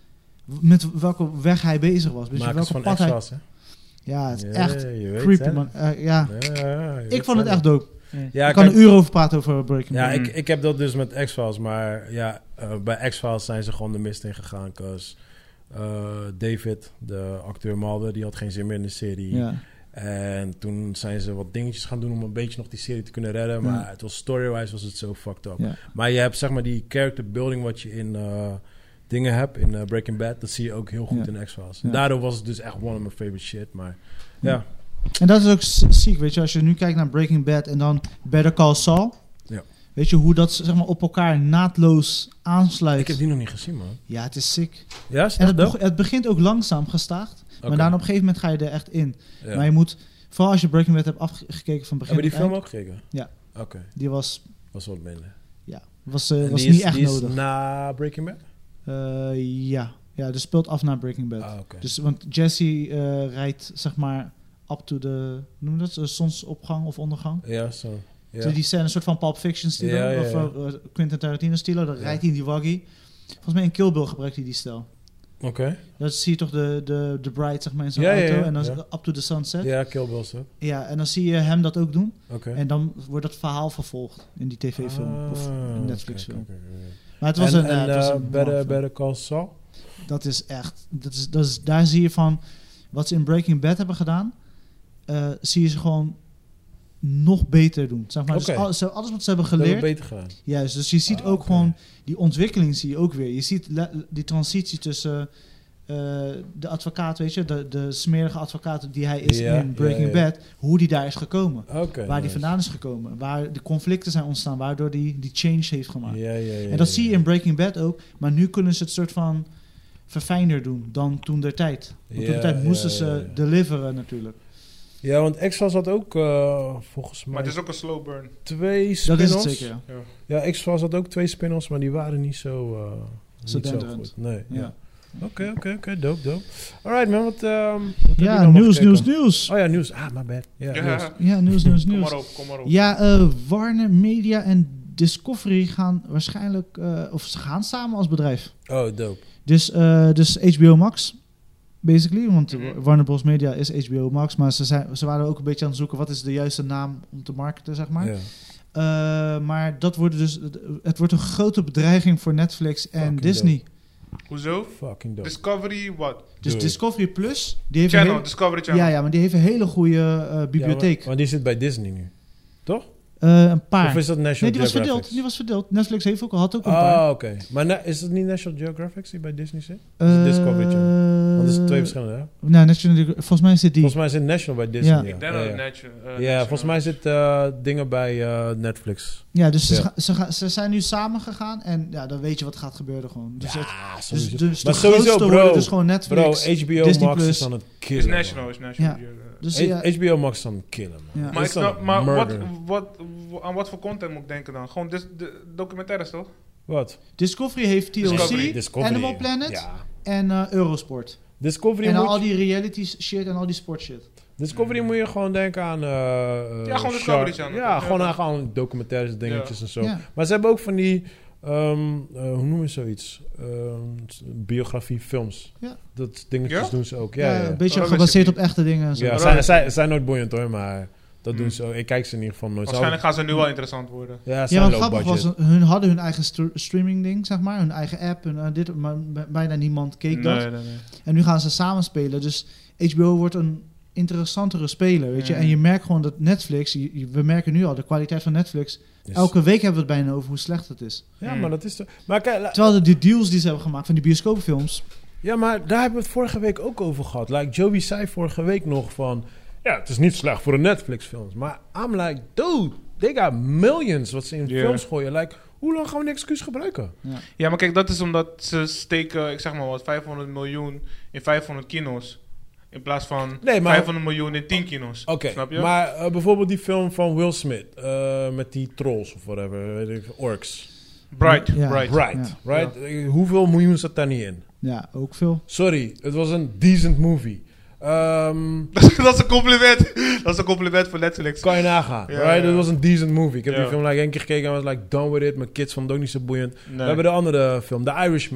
met welke weg hij bezig was. Weet je, Makers welke van pad hij... Extras, hè? Ja, het is Ja, echt je weet creepy, het, man. Uh, ja. Ja, ja, je Ik weet vond het echt dope. Ja, ik kan kijk- een uur over praten over Breaking Ja, Bad. Mm. ik, ik heb dat dus met X-Files, maar ja, uh, bij X-Files zijn ze gewoon de mist in gegaan. Cause uh, David, de acteur Mulder, die had geen zin meer in de serie. Ja. En toen zijn ze wat dingetjes gaan doen om een beetje nog die serie te kunnen redden. Ja. Maar het was story-wise was het zo fucked up. Ja. Maar je hebt zeg maar die character building wat je in uh, dingen hebt, in uh, Breaking Bad. Dat zie je ook heel goed Ja. in X-Files. Ja. En daardoor was het dus echt one of my favorite shit. Maar ja, Ja. En dat is ook z- ziek, weet je. Als je nu kijkt naar Breaking Bad en dan Better Call Saul. Ja. Weet je, hoe dat zeg maar, op elkaar naadloos aansluit. ik heb die nog niet gezien, man. Ja, het is sick. Ja, is En dat het, dope? beg- het begint ook langzaam gestaag. Oké. Maar dan op een gegeven moment ga je er echt in. Ja. Maar je moet, vooral als je Breaking Bad hebt afgekeken van begin Hebben die tot film eind, ook gekeken? Ja. Oké, die was, was wat minder. ja, was, eh, En was die niet is, echt die nodig. is na Breaking Bad? Eh, ja. ja, dus speelt af na Breaking Bad. Ah, oké. Dus, want Jesse eh, rijdt zeg maar up to de, hoe noem je dat, Eh, zonsopgang of ondergang. Ja, zo. Ja. Dus die scène, een soort van Pulp Fiction stilo, Ja, ja, of ja. uh, Quentin Tarantino stilo, dan Ja. rijdt hij in die waggie. Volgens mij in Kill Bill gebruikt hij die stijl. Oké. Dan zie je toch de, de, de bride zeg maar in zijn Ja, ja, auto ja, en dan is ja. het up to the sunset. Ja. Ja, Kill Bill zo. en dan zie je hem dat ook doen. Oké. En dan wordt dat verhaal vervolgd in die tv-film of Ah, een Netflix-film. oké, oké, oké. Maar het was en, een, en, ja, het was uh, een Better, film. Better Call Saul? Dat is echt, dat is, dat is, daar zie je van, wat ze in Breaking Bad hebben gedaan, uh, zie je ze gewoon nog beter doen. Zeg maar, Oké. dus al, zo, alles wat ze hebben Dat hebben geleerd. we beter gedaan. Juist, dus je ziet Ah, ook oké. gewoon die ontwikkeling zie je ook weer. Je ziet le- die transitie tussen uh, de advocaat, weet je, de, de smerige advocaat die hij is Ja, in Breaking ja, ja. Bad, hoe die daar is gekomen. Oké. waar die nice. vandaan is gekomen. Waar de conflicten zijn ontstaan, waardoor die die change heeft gemaakt. Ja, ja, ja. en dat ja, zie je ja. in Breaking Bad ook, maar nu kunnen ze het soort van verfijnder doen dan toen der tijd. Want toen Ja, der tijd moesten ja, ze ja, ja. deliveren natuurlijk. Ja, want X-Files had ook uh, volgens mij Maar het is ook een slow burn. twee Dat spin-offs. is het zeker, ja. Ja. Ja, X-Files had ook twee spin-offs, maar die waren niet zo, uh, Zo niet zo denderend. goed. Nee. Ja, Oké, oké, oké. Dope, dope. Alright, man. Wat, um, wat heb je ja nou nog nieuws, gekeken? nieuws, nieuws. Oh ja, nieuws. Ah, my bad. Ja, Ja, nieuws. Ja, nieuws, nieuws, kom nieuws. maar op, kom maar op. Ja, uh, Warner Media en Discovery gaan waarschijnlijk, uh, of ze gaan samen als bedrijf. Oh, dope. Dus, uh, dus H B O Max, basically. Want Mhm. Warner Bros. Media is H B O Max. Maar ze, zijn, ze waren ook een beetje aan het zoeken, wat is de juiste naam om te marketen, zeg maar. Ja. Uh, maar dat wordt dus, het wordt een grote bedreiging voor Netflix en Fucking Disney. Hoezo? Fucking dope. Discovery, wat? Dus Doe. Discovery Plus, die heeft een Channel, hele, Discovery Channel. ja, ja, maar die heeft een hele goede uh, bibliotheek. Ja, maar, maar die zit bij Disney nu. Toch? Uh, een paar. Of is dat National Nee, die was Geographic? verdeeld. Die was verdeeld. Netflix heeft ook, had ook een paar. Oh, oké. Maar na- is het niet National Geographic die bij Disney zit? Is het Discovery Channel? Want het zijn twee verschillende, hè? Nou, National, Geographic- volgens mij zit die. Volgens mij zit National bij Disney. Ja. Ja, Ik denk ja, dat ja. het natu- uh, Ja, national volgens mij is. zit uh, dingen bij uh, Netflix. Ja, dus Ja. Ze, ga- ze, gaan- ze zijn nu samen gegaan en ja, dan weet je wat gaat gebeuren gewoon. Dus, het, Ja, dus, sowieso. dus de maar sowieso, grootste bro. worden dus gewoon Bro, Netflix. H B O Disney Max Plus. is aan het killen. Is man. national, is national. Ja. Ja. Dus H- ja, H B O Max is aan het killen, man. Ja. Maar, ik It's aan snap, het maar wat, murder. wat, wat, aan wat voor content moet ik denken dan? Gewoon dis, de, documentaires toch? Wat? Discovery heeft T L C, Discovery. Discovery. Animal Planet Ja. en uh, Eurosport. Discovery, En moet, al die reality shit en al die sport shit. Discovery moet je gewoon denken aan... uh, uh, Ja, gewoon Shark- Discovery Channel. Ja, Ja. gewoon aan gewoon documentaires, dingetjes en zo. Ja. Maar ze hebben ook van die... Um, uh, hoe noem je zoiets? Um, biografie films. Ja. Dat dingetjes Ja? doen ze ook. Ja, Ja, ja. een beetje Oh, dat gebaseerd wist op echte dingen en zo. Ja, dat zijn, is- zijn, zijn nooit boeiend hoor, maar dat Hmm. doen ze ook. Ik kijk ze in ieder geval nooit. Waarschijnlijk gaan ze nu wel interessant worden. Ja, ze Ja, zijn wat low grappig budget. was, hun hadden hun eigen st- streaming ding, zeg maar. Hun eigen app, hun, uh, dit, maar b- bijna niemand keek dat. Nee, nee, nee. En nu gaan ze samen spelen. Dus H B O wordt een interessantere speler, weet je. Mm. En je merkt gewoon dat Netflix, je- je- we merken nu al de kwaliteit van Netflix. Dus- Elke week hebben we het bijna over hoe slecht het is. Ja, Hmm. maar dat is... De, maar kijk, la- Terwijl de, die deals die ze hebben gemaakt van die bioscoopfilms. ja, maar daar hebben we het vorige week ook over gehad. Like, Joey zei vorige week nog van... Ja, het is niet slecht voor de Netflix-films. Maar I'm like, dude, they got millions wat ze in Ja. films gooien. Like, hoe lang gaan we een excuus gebruiken? Ja. Ja, maar kijk, dat is omdat ze steken, ik zeg maar wat, vijfhonderd miljoen in vijfhonderd kino's. In plaats van Nee, maar- vijfhonderd miljoen in tien kino's. Oké, Snap je? maar uh, bijvoorbeeld die film van Will Smith... Uh, met die trolls of whatever, weet ik, orks. Bright, Ja. bright. Right, right. Uh, hoeveel miljoen zat daar niet in? Ja, ook veel. Sorry, het was een decent movie. Ehm, Dat is een compliment. Dat is een compliment voor Netflix. kan je nagaan, Ja, right? ja. Het was een decent movie. Ik heb Ja. die film like één keer gekeken en was like done with it. Mijn kids vonden het ook niet zo boeiend. Nee. We hebben de andere film, The Irishman.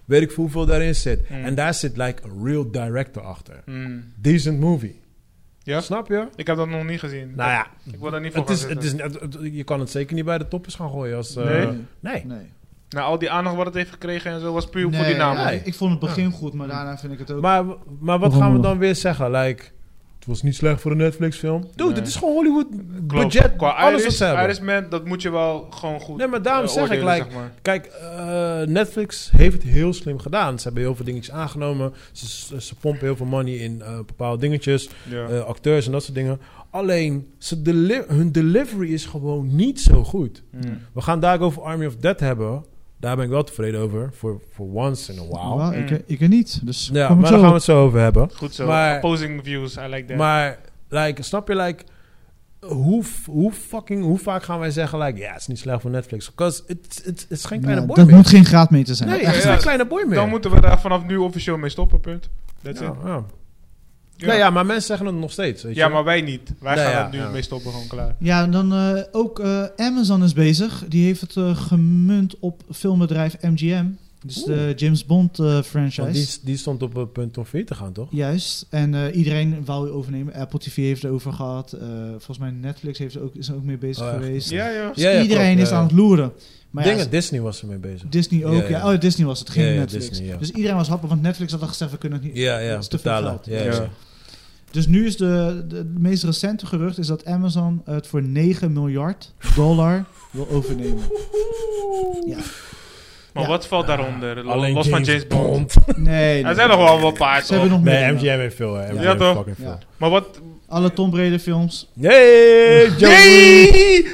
weet ik veel hoeveel daarin zit. Mm. En daar zit like een real director achter. Mm. Decent movie. Ja? Snap je? Ik heb dat nog niet gezien. Nou ja, Ik wil daar niet voor het is, gaan het is, het- het- je kan het zeker niet bij de toppers gaan gooien. Als, uh, Nee? nee. Nee. Nou, al die aandacht wat het heeft gekregen en zo was puur Nee, voor die naam. ja, Nee. ik, ik vond het begin goed, maar daarna vind ik het ook... Maar, maar wat gaan we dan weer zeggen? Like, het was niet slecht voor een Netflix film. Dude, Nee. het is gewoon Hollywood Klopt. budget. Qua alles wat Iris, ze hebben. Irishman, dat moet je wel gewoon goed Nee, maar daarom eh, zeg ik, oordelen, like, zeg maar. Kijk, uh, Netflix heeft het heel slim gedaan. Ze hebben heel veel dingetjes aangenomen. Ze, ze, ze pompen heel veel money in uh, bepaalde dingetjes. Ja. Uh, acteurs en dat soort dingen. Alleen, ze deli- hun delivery is gewoon niet zo goed. Mm. We gaan daar ook over Army of Dead hebben. Daar ben ik wel tevreden over. For, for once in a while. Wel, ik, ik er niet, dus Ja, kom maar ik daar zo gaan we op. het zo over hebben. Goed zo. Maar- Opposing views, I like that. Maar, like, snap je, like... Hoe, hoe fucking... Hoe vaak gaan wij zeggen, like... Ja, het is niet slecht voor Netflix. Because het het is geen kleine Ja, boy dat meer. moet geen graadmeter zijn. Nee, Echt het is ja, geen ja. kleine boy meer. Dan moeten we daar vanaf nu officieel mee stoppen, punt. That's ja, it. ja. Ja. Nee, ja, maar mensen zeggen het nog steeds. Weet Ja, je? maar wij niet. Wij Nee, gaan ja, er nu ja. mee stoppen, gewoon klaar. Ja, en dan eh, ook eh, Amazon is bezig. Die heeft het eh, gemunt op filmbedrijf M G M. Dus de James Bond eh, franchise. Want die, die stond op het punt om failliet te gaan, toch? Juist. En eh, iedereen wou overnemen. Apple T V heeft het over gehad. Eh, volgens mij Netflix heeft er ook, is er ook mee bezig Oh, echt? geweest. Ja, ja. Dus Ja, ja, iedereen klopt, is ja. aan het loeren. Maar ja, Dingen, Disney was ermee bezig. Disney ook. Ja, Ja, ja. Oh, Disney was het. Geen Ja, ja, Netflix. Disney, ja. Dus iedereen was happig. Want Netflix had al gezegd, we kunnen het niet. Ja, ja, dat is te veel betalen. geld. Ja, Ja. ja. Dus nu is de, de, de meest recente gerucht is dat Amazon het voor negen miljard dollar wil overnemen. Ja. Maar Ja. wat valt daaronder? Lo- Alleen Los van James Bond. Nee, nee. Er zijn nog wel wat paar, Ze hebben toch? nog meer. Nee, dingen. M G M heeft veel, hè. M G M Ja, heeft toch? fucking veel. Ja. Maar wat... Alle Tom Raider films. Hey, Joey! Yay!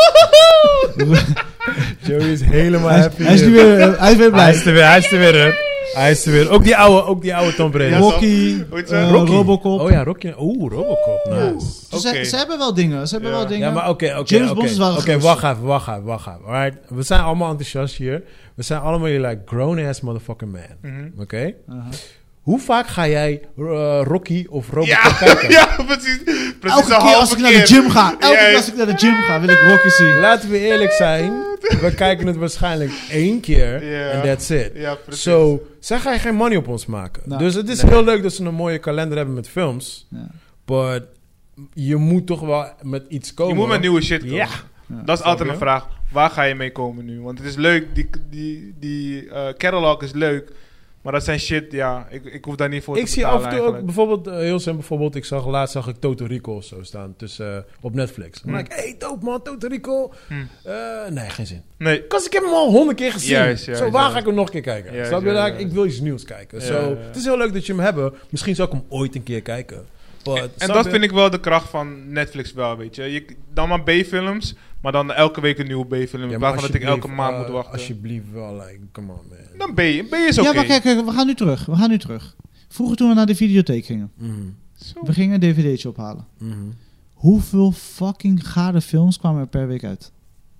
Joey is helemaal Hij is, happy. hij is nu weer, eh, hij is weer Hij blij. is er weer, hij is er weer, hè. Hij is er weer. Ook die oude, ook die oude Tom Brady. Ja, Rocky, Hoe heet eh, ze? Rocky. Robocop. Oh ja, Rocky. Oeh, Robocop. Ja. Nice. Dus Oké. ze, ze hebben wel dingen. Ze hebben Ja. wel dingen. Ja, maar oké, oké. James oké. Bond is wel Oké, groot. wacht even, wacht even, wacht even. Alright, we zijn allemaal enthousiast hier. We zijn allemaal hier like grown-ass motherfucking man. Mhm. Oké? Aha. Hoe vaak ga jij uh, Rocky of Robocop Ja, kijken? ja, precies. Precies Elke een keer als halve ik naar de keer. gym ga, elke Ja, keer als ik naar de gym ga, wil ik Rocky zien. Laten we eerlijk zijn. We kijken het waarschijnlijk één keer. Ja. En that's it. Ja, precies. Zo, zij gaan geen money op ons maken. Nou, dus het is nee. heel leuk dat ze een mooie kalender hebben met films. Ja. But je moet toch wel met iets komen. Je moet met nieuwe shit komen. Ja. Ja. Dat is altijd je? een vraag. Waar ga je mee komen nu? Want het is leuk, die, die, die eh, catalog is leuk. Maar dat zijn shit, ja, ik, ik hoef daar niet voor Ik te zie betalen af en toe ook eigenlijk. bijvoorbeeld, uh, heel simpel bijvoorbeeld, ik zag laatst zag ik Toto Rico of zo staan tussen, uh, op Netflix. Dan Hmm. denk ik, hey dope man, Toto Rico. Hmm. Uh, nee, geen zin. Nee, Because ik heb hem al honderd keer gezien. Juist, juist, zo, waar juist. ga ik hem nog een keer kijken? Juist, Snap je? juist, Like, juist. ik wil iets nieuws kijken. Ja, Zo, ja, ja. Het is heel leuk dat je hem hebt. Misschien zou ik hem ooit een keer kijken. But, en snap dat je? vind ik wel de kracht van Netflix wel, weet je. je dan maar B-films, maar dan elke week een nieuwe B-film. Ja, in maar plaats van dat ik elke alsjeblieft, maand uh, moet wachten. Alsjeblieft wel, like, come on man. Dan B, B is oké. Ja, maar kijk, kijk, we gaan nu terug. We gaan nu terug. Vroeger toen we naar de videotheek gingen. Mhm, Zo. We gingen een dvd'tje ophalen. mhm. Hoeveel fucking gade films kwamen er per week uit?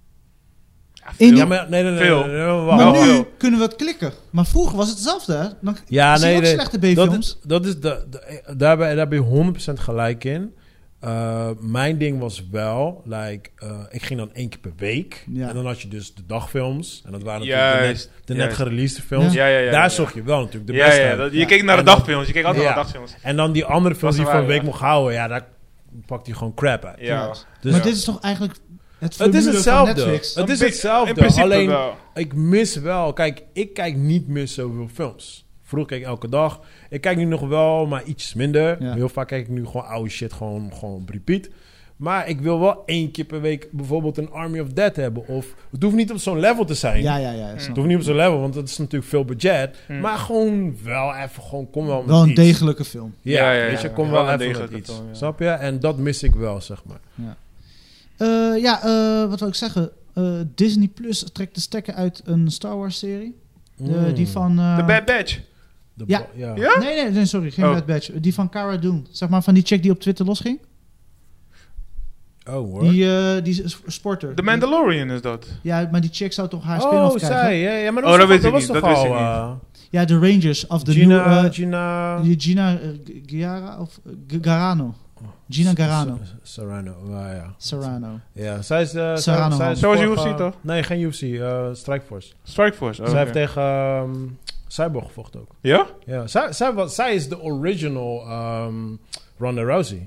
Ja, In veel. die- Ja, maar nee, nee, nee. Veel. nee, nee, nee, wacht, Maar wacht. nu kunnen we het klikken. Maar vroeger was het hetzelfde, hè? Dan Ja, zie je nee, ook nee. slechte Dat B-films. is, dat is de, de, daarbij, daar ben je honderd procent gelijk in. Uh, mijn ding was wel, like, uh, ik ging dan één keer per week. Ja. En dan had je dus de dagfilms. En dat waren natuurlijk de net, Juist, de net juist. gereleasede films. Ja, ja, ja, Daar ja. zocht je wel natuurlijk de Ja, beste ja, uit. dat, je Ja. keek naar de En dan- dagfilms. Je keek altijd Ja. naar de dagfilms. En dan die andere films die Was je voor een waar, week ja. mocht houden. Ja, daar pakt hij gewoon crap uit. Ja. Ja. Dus maar Ja. dit is toch eigenlijk het het is formule van hetzelfde. Netflix? Het is Een be- hetzelfde. In principe Alleen, wel. ik mis wel... Kijk, ik kijk niet meer zoveel films. Vroeger keek ik elke dag. Ik kijk nu nog wel, maar iets minder. Ja. Heel vaak kijk ik nu gewoon oude shit, gewoon, gewoon op repeat. Maar ik wil wel één keer per week bijvoorbeeld een Army of Dead hebben. Of het hoeft niet op zo'n level te zijn. Ja, ja, ja. snap Het ik. hoeft niet op zo'n level, want dat is natuurlijk veel budget. Hmm. Maar gewoon wel even, gewoon kom wel met Wel een iets. degelijke film. Ja, Ja, ja, weet je, ja. kom Wel wel, een even met degelijke iets. film, ja. Snap je? En dat mis ik wel, zeg maar. Eh, ja, eh, wat wil ik zeggen? Eh, Disney Plus trekt de stekker uit een Star Wars serie. De, Mm. Die van... eh, The Bad Batch. De Ja. ba- ja. Ja? Nee, nee, nee, sorry. Geen Oh. Bad Batch. Die van Cara Dune. Zeg maar van die chick die op Twitter losging. Oh, hoor. Die, eh, die s- sporter. The Mandalorian is dat. Ja, maar die chick zou toch haar spin-off Oh, krijgen? zij. Ja, ja, maar Oh, dat, dat was weet toch, ik dat niet, was dat toch wist al... ik niet. uh, Ja, de Rangers of de Gina, nieuwe... eh, Gina... die Gina uh, Giara of uh, G- Garano. Gina Garano. S- S- Serrano, ja, ja. Serrano. Ja, zij is... uh, Serrano. zij is Zoals vorige- U F C toch? Nee, geen U F C. uh, Strikeforce. Strikeforce. Oh, Zij oké. heeft tegen... Um, Cyborg gevochten ook. Ja? Ja, zij, zij, was, zij is de original um, Ronda Rousey.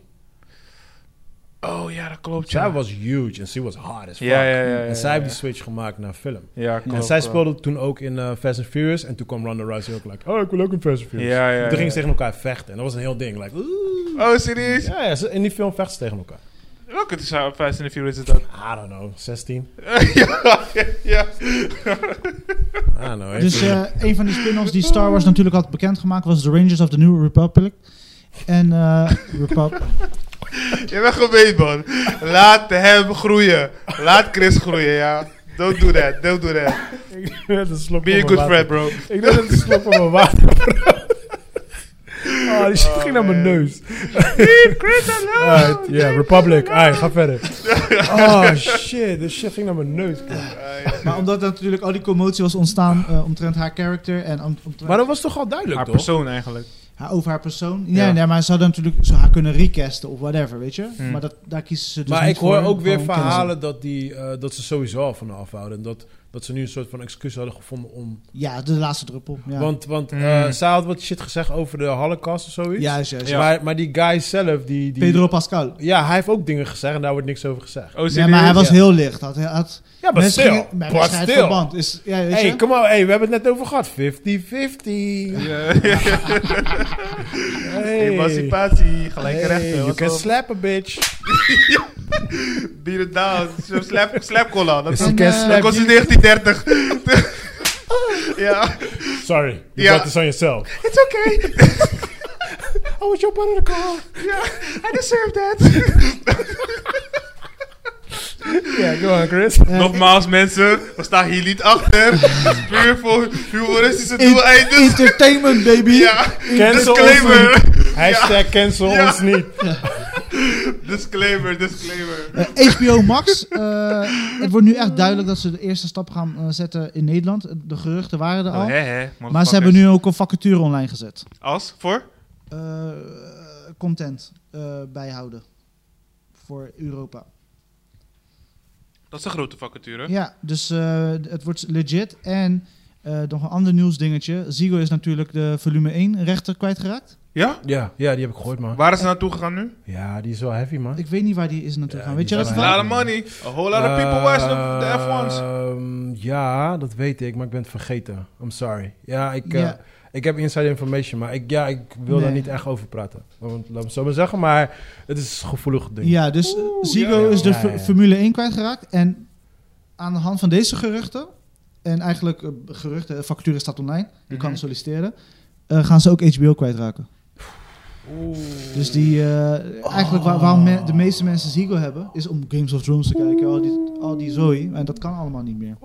Oh ja, dat klopt. Zij Ja, was huge en she was hard as fuck. ja, ja. ja, ja, en zij ja, heeft die ja. switch gemaakt naar film. Ja, klopt. en zij klopt. speelde toen ook in uh, Fast and Furious. En toen kwam Ronda Rousey ook like, oh, ik wil ook in Fast and Furious. Ja, ja, toen ja, gingen ja. ze tegen elkaar vechten. En dat was een heel ding. Like, oeh. Oh, serieus? Ja, ja, ze- in die film vechten ze tegen elkaar. Welke Fast and the Furious is dat? I don't know, zestien. ja, ja. I don't know. Dus uh, een van die spin-offs die Star Wars natuurlijk had bekendgemaakt was The Rangers of the New Republic. En uh, Repub- Je bent gemeen, man. Laat hem groeien. Laat Chris groeien, ja. Don't do that. Don't do that. Ik neem net een slok Be van a mijn good water. friend, bro. Ik neem net een slok van mijn water. Oh, die shit Oh, ging naar mijn man. neus. Chris, hallo. Alright, ja, Republic. Alright, ga verder. Oh, shit. Dit shit ging naar mijn neus. maar omdat er natuurlijk al die commotie was ontstaan uh, omtrent haar karakter en om, omtrent Maar dat was toch al duidelijk, Haar toch? persoon eigenlijk. haar, over haar persoon. Ja. Ja, nee, maar ze hadden natuurlijk zo haar kunnen recasten of whatever, weet je. Hmm. Maar dat, daar kiezen ze dus Maar niet ik hoor voor, ook weer gewoon verhalen dat, die, uh, dat ze sowieso al van haar afhouden. En dat, dat ze nu een soort van excuus hadden gevonden om... cancelen. Ja, de laatste druppel. Ja, Want, want uh, Mm. zij had wat shit gezegd over de Holocaust of zoiets. juist, juist. Ja. Maar, maar die guy zelf, die... die Pedro Pascal. Ja, hij heeft ook dingen gezegd en daar wordt niks over gezegd. Oh, serieus? Ja, maar hij was Ja. heel licht. Had, had, Ja, maar mensen stil. gingen- bij But wedstrijd stil. verband is, ja, weet Hey, je? kom op. Hey, we hebben het net over gehad. vijftig vijftig. Ja. Hey. Emancipatie, gelijke Hey, rechten. you Wat can dan? slap a bitch. Beat it down. Zo slap, slap cola. Dat, Yes, is- you can En, uh, dat slap kost in you. negentien dertig. ja. Sorry, you Ja. got this on yourself. It's okay. I was your butt in the car. Ja, I deserve that. Ja, go on, Chris. Eh, Nogmaals, mensen. We staan hier niet achter. Puur voor humoristische in- doeleinden. Entertainment, baby. Ja, Cancel disclaimer. Hashtag cancel Ja. ons niet. Disclaimer, disclaimer. Uh, H B O Max. uh, het wordt nu echt duidelijk dat ze de eerste stap gaan uh, zetten in Nederland. De geruchten waren er al. Oh, hè, hè, maar ze hebben nu ook een vacature online gezet. Als? Voor? Uh, content uh, bijhouden. Voor Europa. Dat is een grote vacature. Ja, dus uh, het wordt legit. En uh, nog een ander nieuwsdingetje. Ziggo is natuurlijk de Volume één rechter kwijtgeraakt. Ja? Ja, ja, die heb ik gehoord, man. Waar is ze naartoe gegaan nu? Ja, die is wel heavy, man. Ik weet niet waar die is naartoe Ja, gaan. die Weet je is dat? wel A Van? lot of money. A whole lot of people watch the, the F one's. Ehm, ja, dat weet ik, maar ik ben het vergeten. I'm sorry. Ja, ik, uh, Ja. ik heb inside information, maar ik, ja, ik wil Nee. daar niet echt over praten. Want, laat me het zo maar zeggen, maar het is een gevoelig ding. Ja, dus uh, Ziggo ja, ja. is de Ja, F- ja, ja. Formule één kwijtgeraakt. En aan de hand van deze geruchten, en eigenlijk uh, geruchten, de vacature staat online, je Mhm. kan solliciteren, uh, gaan ze ook H B O kwijtraken. Oeh. Dus die, uh, eigenlijk waar, waarom me- de meeste mensen Ziggo hebben, is om Games of Thrones te kijken, al die, al die zooi. En dat kan allemaal niet meer.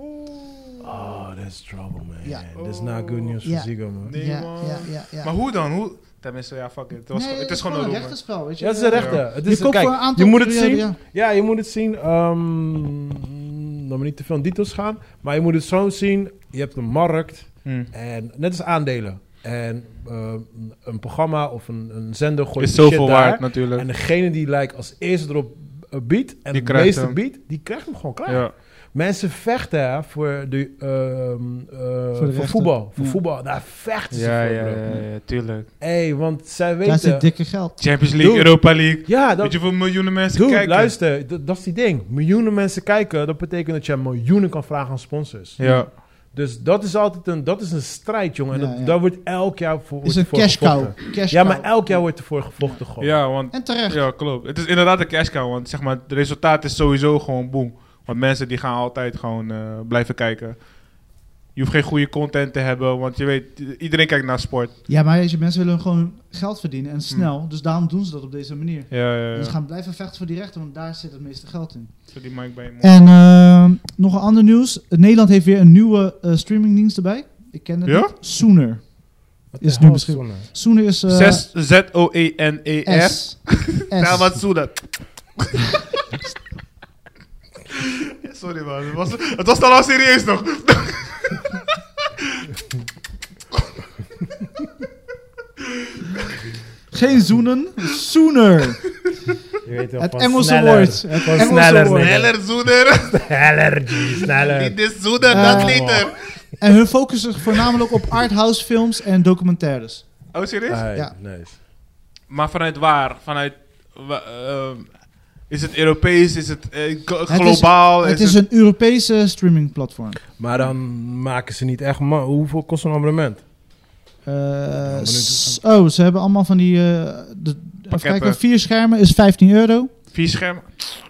Oh, that's trouble, man. Ja. That's not good news Ja. for Ziggo, man. Nee, ja, man. ja, ja, ja. Maar hoe dan? Hoe? Tenminste, ja, fuck it. Het, was, Nee, het is gewoon een een rumor. rechterspel, weet je. Ja, het is een rechter. Ja. Het Je is, koopt kijk, voor een aantal je moet het perioden, zien. ja. Ja, je moet het zien. Um, dan maar niet te veel in details gaan. Maar je moet het zo zien. Je hebt een markt. Hmm. En net als aandelen. En uh, een programma of een, een zender gooit Is die shit zoveel daar. waard natuurlijk. En degene die like, als eerste erop uh, biedt en Die het krijgt meeste hem. biedt, die krijgt hem gewoon klaar. Ja. Mensen vechten hè, voor, de, um, uh, voor, rechten. voetbal. Voor Ja. voetbal, daar vechten ze Ja, voor, ja, bro. ja, ja, tuurlijk. Hey, want zij Daar weten... zit dikke geld. Champions League, Dude. Europa League. Ja, dat, Weet je hoeveel miljoenen mensen Dude, kijken? luister, d- dat is die ding. Miljoenen mensen kijken, dat betekent dat je miljoenen kan vragen aan sponsors. Ja. Dus dat is altijd een, dat is een strijd, jongen. En Ja, dat, ja. daar wordt elk jaar voor, Is wordt een voor cash cow. gevochten. Cash Ja, cow. maar elk jaar wordt ervoor gevochten gewoon. Ja, want... En terecht. Ja, klopt. Het is inderdaad een cash cow, want zeg maar, het resultaat is sowieso gewoon boom. Want mensen die gaan altijd gewoon uh, blijven kijken. Je hoeft geen goede content te hebben, want je weet, iedereen kijkt naar sport. Ja, maar weet je, mensen willen gewoon geld verdienen en snel. Dus daarom doen ze dat op deze manier. Ja, ja, En ja. ze gaan blijven vechten voor die rechten, want daar zit het meeste geld in. Zo die mic bij je mond. En uh, nog een ander nieuws. Nederland heeft weer een nieuwe uh, streamingdienst erbij. Ik ken het Ja? niet. Sooner. Wat Is de nu hell beschikbaar. zonne? Sooner is... uh, Zes Z O E N E R. S. Ja, S. wat Soena. Ja, sorry man, het was, het was dan al serieus nog. Geen zoenen, Sooner. Je weet wel, Het van Engelse sneller. woord. Het Van Engelse sneller, woord. nigga. Sneller, zoener. Sneller, G, sneller. Niet is zoener, Eh, dat liter. En hun focussen zich voornamelijk op arthouse films en documentaires. Oh, serieus? Ah, Ja. Nice. Maar vanuit waar? Vanuit... wa- uh, is het Europees? Is het uh, g- Het globaal? is, het is een Europese streamingplatform. Maar dan maken ze niet echt... Ma- hoeveel kost een abonnement? Uh, benieuwd. s- oh, ze hebben allemaal van die... Uh, de, even Pakketten. kijken, vier schermen is vijftien euro. Vier schermen?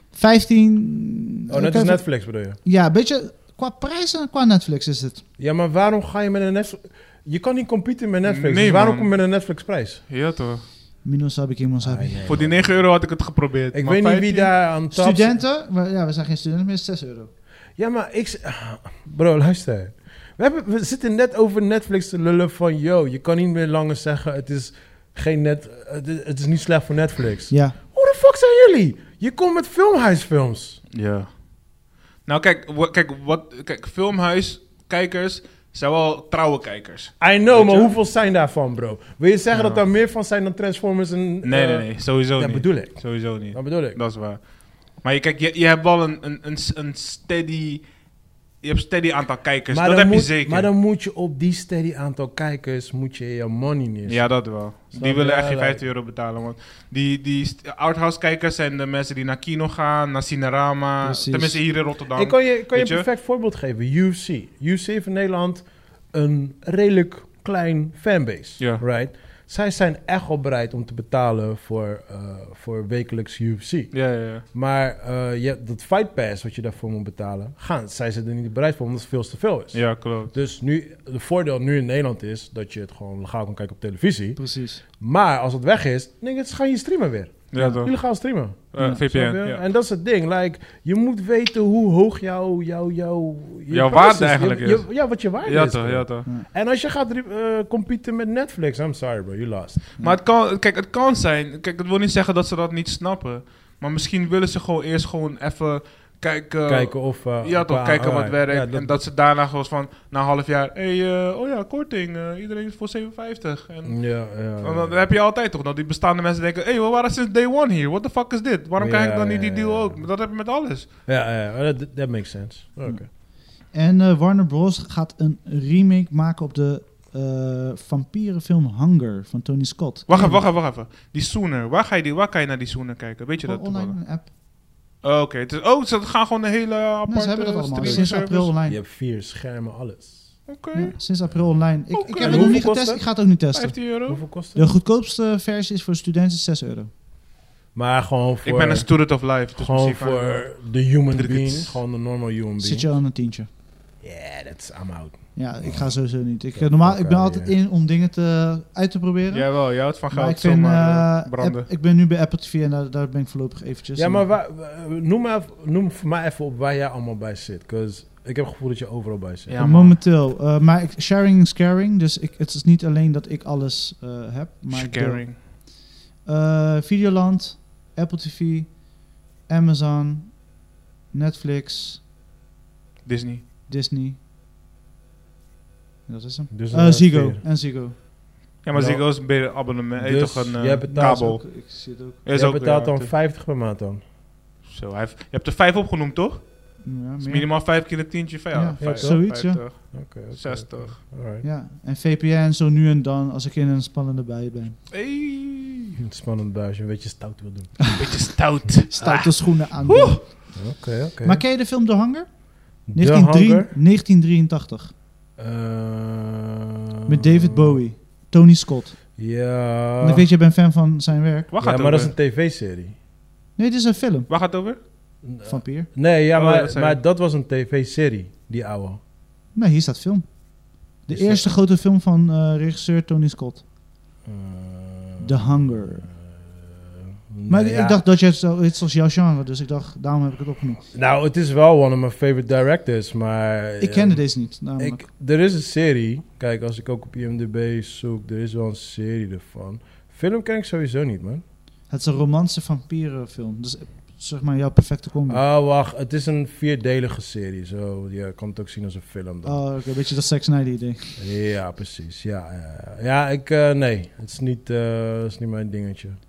vijftien... Oh, net als Netflix bedoel je? Ja, een beetje... Qua prijs en qua Netflix is het. Ja, maar waarom ga je met een Netflix... Je kan niet competen met Netflix. Nee, dus waarom man. kom je met een Netflix prijs? Ja, toch. Minosabi, Kimosabi. Ah, nee, Voor die man. negen euro had ik het geprobeerd. Ik maar weet niet wie vijftien? daar aan tafel... Studenten? Maar ja, we zijn geen studenten, maar het is zes euro. Ja, maar ik... z- Bro, luister. We, hebben, we zitten net over Netflix te lullen van... Yo, je kan niet meer langer zeggen... Het is, geen net, het is, het is niet slecht voor Netflix. Ja. Hoe de fuck zijn jullie? Je komt met filmhuisfilms. Ja. Nou, kijk, wa- kijk, wat, kijk, filmhuiskijkers zijn wel trouwe kijkers. I know, Weet maar je? hoeveel zijn daarvan, bro? Wil je zeggen Ja. dat er meer van zijn dan Transformers en... Nee, eh, nee, nee, sowieso Dat niet. bedoel ik. Sowieso niet. Dat bedoel ik. Dat is waar. Maar je, kijk, je, je hebt wel een, een, een, een steady... Je hebt steady aantal kijkers, dat dan heb moet, je zeker. Maar dan moet je op die steady aantal kijkers... moet je je money neerzetten. Ja, dat wel. Snap Die je? willen echt Ja, geen like- vijftien euro betalen. Want die, die st- arthouse-kijkers zijn de mensen die naar kino gaan, naar Cinerama. Precies. Tenminste hier in Rotterdam. Ik kan je, ik kan je Weet een je? perfect voorbeeld geven. U F C. U F C heeft in Nederland een redelijk klein fanbase. Ja. Right? Zij zijn echt wel bereid om te betalen voor, eh, voor wekelijks U F C. Ja, ja, ja. Maar eh, je, dat Fight Pass wat je daarvoor moet betalen... Gaan, zij zijn er niet bereid voor, omdat het veel te veel is. Ja, klopt. Dus nu, de voordeel nu in Nederland is... dat je het gewoon legaal kan kijken op televisie. Precies. Maar als het weg is, denk ik, dan ga je streamen weer. Ja, toch. Illegaal streamen. Eh, Ja, V P N, Snap je? ja. En dat is het ding. Like, je moet weten hoe hoog jouw... jouw, jouw je Jouw prijs waarde is. eigenlijk Je- is. je- ja, wat je waarde Ja, is. toch, bro. ja, toch. En als je gaat uh, competen met Netflix... I'm sorry, bro. You lost. Maar het kan, kijk, het kan zijn. Kijk, het wil niet zeggen dat ze dat niet snappen. Maar misschien willen ze gewoon eerst gewoon even kijken. Kijken of... uh, Ja, toch, qua- kijken wat alright. werkt. Ja, dat- en dat ze daarna gewoon van, na een half jaar... Hé, hey, uh, oh ja, korting. Uh, iedereen is voor zevenenvijftig. En Ja, ja, dan, ja. dan heb je altijd toch dat die bestaande mensen denken... Hé, hey, we waren sinds day one hier. What the fuck is dit? Waarom krijg ik Ja, dan niet ja, die deal ja. ook? Dat heb je met alles. Ja, ja, dat that makes sense. Oké. En uh, Warner Bros. gaat een remake maken op de uh, vampierenfilm Hunger van Tony Scott. Wacht even, wacht even, wacht even. Die Sooner. Waar, ga je die, waar kan je naar die Sooner kijken? Weet je dat Gewoon online toevallig? een app. Oh, oké. Het is- Oh, ze gaan gewoon een hele aparte Nee, ze hebben dat allemaal. streaming Sinds service. april Je online. hebt vier schermen, alles. Oké. Ja, sinds april online. Ik, Oké. ik En heb het nog niet hoeveel kost getest. het? Ik ga het ook niet testen. vijftien euro? Hoeveel kost het? De goedkoopste versie is voor studenten is zes euro. Maar gewoon voor... Ik ben een student of life. Dus Gewoon misschien kan voor de human Drie being. kids. Gewoon de normal human being. Zit je aan een tientje. Yeah, that's... I'm out. Ja, ik ga sowieso niet. Ik, Ja, eh, normaal, fuck ik ben out, altijd ja. in om dingen te, uit te proberen. Jawel, jij houdt van maar geld ik, vind, zomaar eh, eh, branden. app- ik ben nu bij Apple T V en daar, daar ben ik voorlopig eventjes. Ja, maar waar, wa- noem, maar, even- noem voor mij even op waar jij allemaal bij zit. Cause ik heb het gevoel dat je overal bij zit. Ja, Uh, man. momenteel. Uh, maar ik, sharing is caring. Dus ik, het is niet alleen dat ik alles uh, heb. Maar ik deel. Sharing. Uh, Videoland, Apple T V, Amazon, Netflix, Disney. Disney. Dat is hem. Dus Uh, dan Ziggo vier. en Ziggo. Ja, maar Ja. Ziggo is een beetje abonnement. Hij Dus heeft toch een eh, jij betaalt kabel. Ook, ik zie het ook. Ja, is Jij ook, betaalt ja, dan het- vijftig per maand dan. Zo, hij heeft, je hebt er vijf opgenoemd, toch? Ja, Dus meer. minimaal vijf keer een tientje. Ja, Ja, vijf, zoiets, ja. vijftig, Oké. oké, zestig. oké. Alright. Ja, en V P N zo nu en dan als ik in een spannende bui ben. Hey. Een spannend buisje, een beetje stout wil doen. Beetje stout. Stoute schoenen aan. Oké, oké. Maar ken je de film The Hunger? The Hunger? negentien drieëntachtig. Eh, Met David Bowie. Tony Scott. Ja. En ik weet, je bent fan van zijn werk. Waar Ja, gaat maar het dat is over? een tv-serie. Nee, dit is een film. Waar gaat het over? Vampier. Nee, ja, Oh, maar, dat zei maar je. dat was een tv-serie, die oude. Nee, hier staat film. De Is dat- eerste grote film van eh, regisseur Tony Scott. Eh, The Hunger. eh, Maar nee, ja. ik dacht dat je het zo, het was jouw genre, dus ik dacht, daarom heb ik het opgenomen. Nou, het is wel one of my favorite directors, maar... Ik kende deze niet, namelijk. Ik, er is een serie. Kijk, als ik ook op I M D B zoek, er is wel een serie ervan. Film ken ik sowieso niet, man. Het is een romantische vampierenfilm. Dus zeg maar jouw perfecte combo. Oh, wacht. Het is een vierdelige serie. Zo, je kan het ook zien als een film dan. Oh, oké, een beetje dat Zack Snyder idee. Ja, precies. Ja, ja, ja. ja ik... eh, nee, het is niet, eh, het is niet mijn dingetje.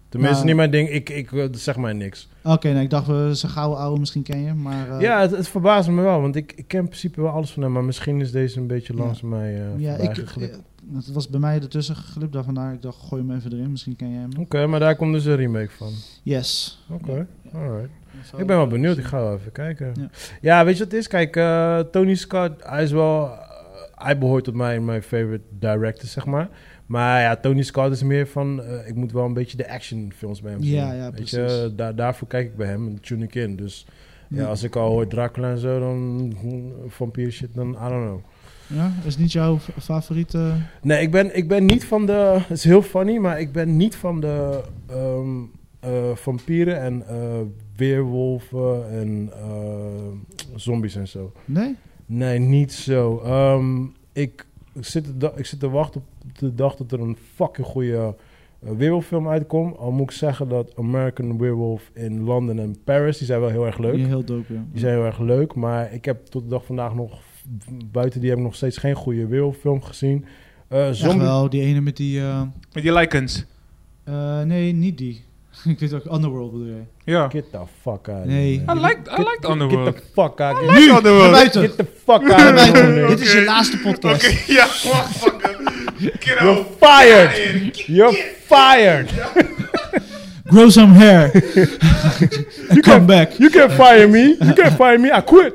Tenminste, Nou, niet mijn ding. Ik, ik uh, zeg maar niks. Oké, okay, nou, ik dacht, we zijn gouden ouwe, misschien ken je, maar... Uh, Ja, het, het verbaast me wel, want ik, ik ken in principe wel alles van hem, maar misschien is deze een beetje Ja. langs mij uh, ja, voorbij ik, geglipt. eh, het was bij mij ertussen geglipt, daar vandaar. Ik dacht, gooi hem even erin, misschien ken jij hem. Oké, okay, maar daar komt dus een remake van. Yes. Oké, okay. Ja. Alright. Zo, Ik ben wel benieuwd, ik ga wel even kijken. Ja, ja weet je wat het is? Kijk, uh, Tony Scott, hij is wel... Uh, hij behoort tot mijn, mijn favorite director, zeg maar. Maar ja, Tony Scott is meer van... Uh, ik moet wel een beetje de actionfilms bij hem zien. Ja, ja, weet precies. je, daar, daarvoor kijk ik bij hem en tune ik in. Dus ja, Ja. als ik al hoor Dracula en zo, dan... Vampier shit, dan I don't know. Ja, is niet jouw f- favoriete... Nee, ik ben, ik ben niet van de... Het is heel funny, maar ik ben niet van de um, uh, vampieren en uh, weerwolven en uh, zombies en zo. Nee? Nee, niet zo. Um, ik, zit te da- ik zit te wachten op de dag dat er een fucking goede uh, weerwolffilm uitkomt. Al moet ik zeggen dat American Werewolf in Londen en Paris, die zijn wel heel erg leuk. Ja, heel dope, ja. Die zijn heel erg leuk, maar ik heb tot de dag vandaag nog... Buiten die heb ik nog steeds geen goede weerwolffilm gezien. Uh, Echt zombie... wel, die ene met die... Uh, Met die Lycans. uh, nee, niet die. Ik weet ook, Underworld bedoel je. Ja. Get the fuck out. Nee. Man. I like, I like the Underworld. Get the fuck out. I like the Underworld. Buiten. Get the fuck out. Naar buiten. man. Dit is je Oké. laatste podcast. Oké, ja, motherfucker. Get You're out. fired. You're fired. Grow some hair. And come back. You can't fire me. You can't fire me. I quit.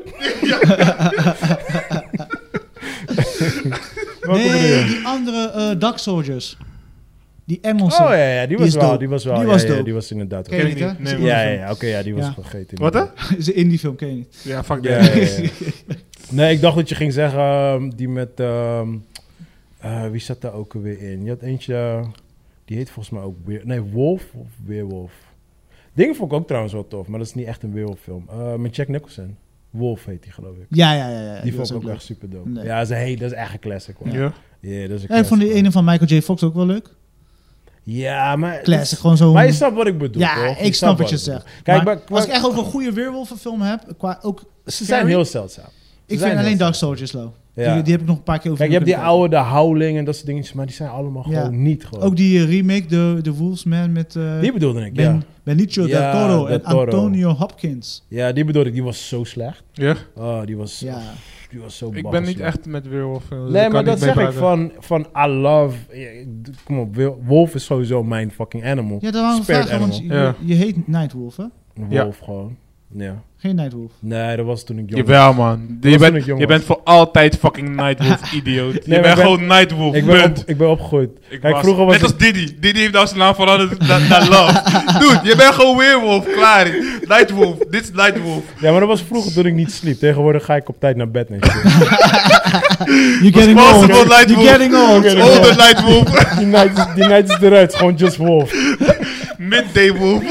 Welke bedoel Nee, je? die andere uh, Dark Soldiers. Die Engelse. Oh ja, ja, die was is wel, dope. die was wel, Die ja, was ja, dope. die was inderdaad. Ken je Ken niet, ik hè? niet. Is Nee, een Ja, ja, indiefilm. ja, oké, ja, die was Ja. vergeten. Wat hè? Is een indie film, ken je niet. Ja, fuck Ja, that. ja, ja. Nee, ik dacht dat je ging zeggen um, die met um, uh, wie zat daar ook alweer in? Je had eentje, uh, die heet volgens mij ook weer, nee, Wolf of Weerwolf. Dingen vond ik ook trouwens wel tof, maar dat is niet echt een weerwolffilm. Uh, met Jack Nicholson. Wolf heet die, geloof ik. Ja, ja, ja. ja. Die, vond was ik ook leuk. echt super dope. Nee. Ja, dat is, een, hey, dat is echt een classic. Hoor. Ja. Ja, dat is een Ja, ik vond die classic, ene van Michael J. Fox ook wel leuk. Ja, maar... Classic, gewoon zo. Maar je snapt wat ik bedoel, Ja, toch? ik snap wat je ik zegt. bedoel. Kijk, Maar maar, als ik echt over een goede weerwolvenfilm heb, qua ook... ze scary, zijn heel zeldzaam. Ze Ik zijn vind alleen heel Dark zeldzaam. Soldiers low. Ja. Die, die heb ik nog een paar keer over. Kijk, je hebt die kunnen oude, de Howling en dat soort dingetjes, maar die zijn allemaal Ja. gewoon niet gewoon. kijken. Ook die uh, remake, de, de Wolfsman met uh, Die bedoelde ik, ben, ja. Benicio Ja, del Toro del en Toro. Antonio Hopkins. Ja, die bedoelde ik, die was zo slecht. Ja. Oh, die was, Ja. die was zo Ik ben bagger niet slecht. echt met Werewolf. Dus Nee, ik maar kan dat niet zeg ik meepraten. van, van I love... ja, ik- Kom op, Wil- Wolf is sowieso mijn fucking animal. Ja, dat waren we Spirit vragen, want animal. je, Ja. je heet Nightwolf, hè? Wolf gewoon. Ja. Geen Nightwolf. Nee, dat was toen ik jong Jawel, man. was Je toen ik bent, jong je was. bent voor altijd fucking Nightwolf, idioot. Nee, je maar bent ik ben- gewoon Nightwolf, ik ben, punt. op, ik ben opgegroeid. Ik Kijk, was- vroeger was Net ik- als Diddy. Diddy heeft nou zijn naam veranderd naar, naar Love. Dude, je bent gewoon Weerwolf, klaar. Nightwolf, dit is Nightwolf. Ja, maar dat was vroeger toen ik niet sliep. Tegenwoordig ga ik op tijd naar bed. En shit. You're getting old. Responsible Nightwolf. You're getting old. Getting Older Nightwolf. die, night is, die night is eruit. Gewoon just Wolf. Midday Wolf.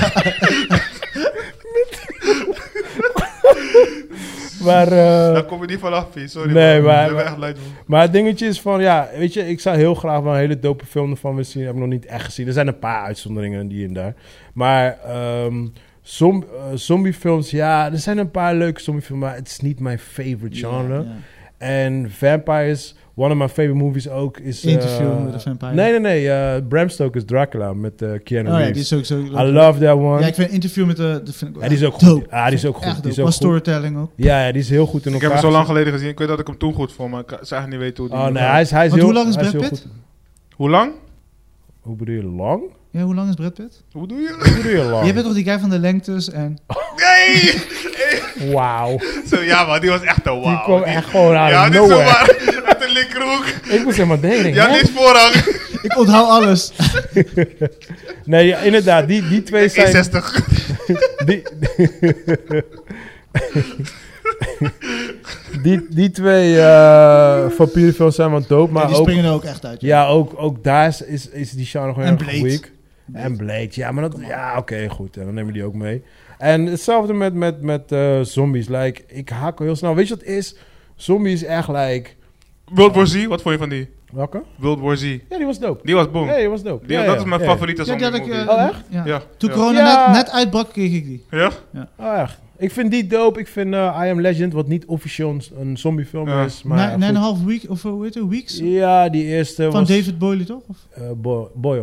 Maar, eh, Daar kom je niet vanaf, Vie. Sorry. Nee, man. maar- Je bent maar- echt Nightwolf. maar het dingetje is van, ja, weet je, ik zou heel graag wel een hele dope film ervan willen zien. Heb ik nog niet echt gezien. Er zijn een paar uitzonderingen die en daar. Maar ehm zom, uh, zombiefilms, ja, er zijn een paar leuke zombiefilms, maar het is niet mijn favorite genre. Ja, ja. En Vampires, one of my favorite movies ook is... eh, Interview with a Vampire. Nee, nee, nee. eh, Bram Stoker's Dracula met eh Keanu Oh ja, Reeves. die is ook zo. I love that one. Ja, ik vind een interview met de... de vind ik Ja, die is ook dope. goed. Ah, die is ook goed. Echt Die dope. is ook Was goed. storytelling ook. Ja, ja, die is heel goed in Ik elkaar. heb hem zo lang gezet. geleden gezien. Ik weet dat ik hem toen goed vond, maar ik zou eigenlijk niet weten hoe die Oh nu nee, gaat. hij is, hij is Want heel... hoe lang is hij Brad heel Pitt? goed. Hoe lang? Hoe bedoel je lang? Ja, hoe lang is Brad Pitt? Hoe bedoel je? Hoe bedoel je lang? Je bent toch die guy van de lengtes en... Nee! Wauw. Zo, ja man, die was echt een wow. Die kwam echt gewoon out Ja, of dit is nowhere. zomaar uit de linkerhoek. Ik moest helemaal denken. Ja, hè? dit is voorrang. Ik onthoud alles. Nee, ja, inderdaad. Die, die twee zijn... eenenzestig. Die, die, die twee uh, vampierenfilms zijn wel dope, Maar maar die ook... springen er ook echt uit. Ja, ook, ook daar is, is, is die genre gewoon En heel erg Blade. weak. En Blade, ja, maar dat... Ja, oké, goed. En dan nemen we die ook mee. En hetzelfde met, met, met uh, zombies. Like, ik haak al heel snel. Weet je wat het is? Zombies is echt like... World War Z, wat vond je van die? Welke? World War Z. Ja, die was dope. Die was boom. Nee, die was dope. Die, Ja, dat ja, is mijn ja. favoriete Ja, die had zombie ik... movie. eh, Oh, echt? Ja. Ja. Toen Ja. corona Ja. net, net uitbrak, kreeg ik die. Ja? Oh, echt. Ik vind die dope. Ik vind uh, I Am Legend, wat niet officieel een, een zombiefilm Ja. is. Maar Nine nine and goed. a half week, of hoe heet het, weeks? Ja, die eerste Van was... David Boyle, toch? Of? Uh, Bo- Boyle.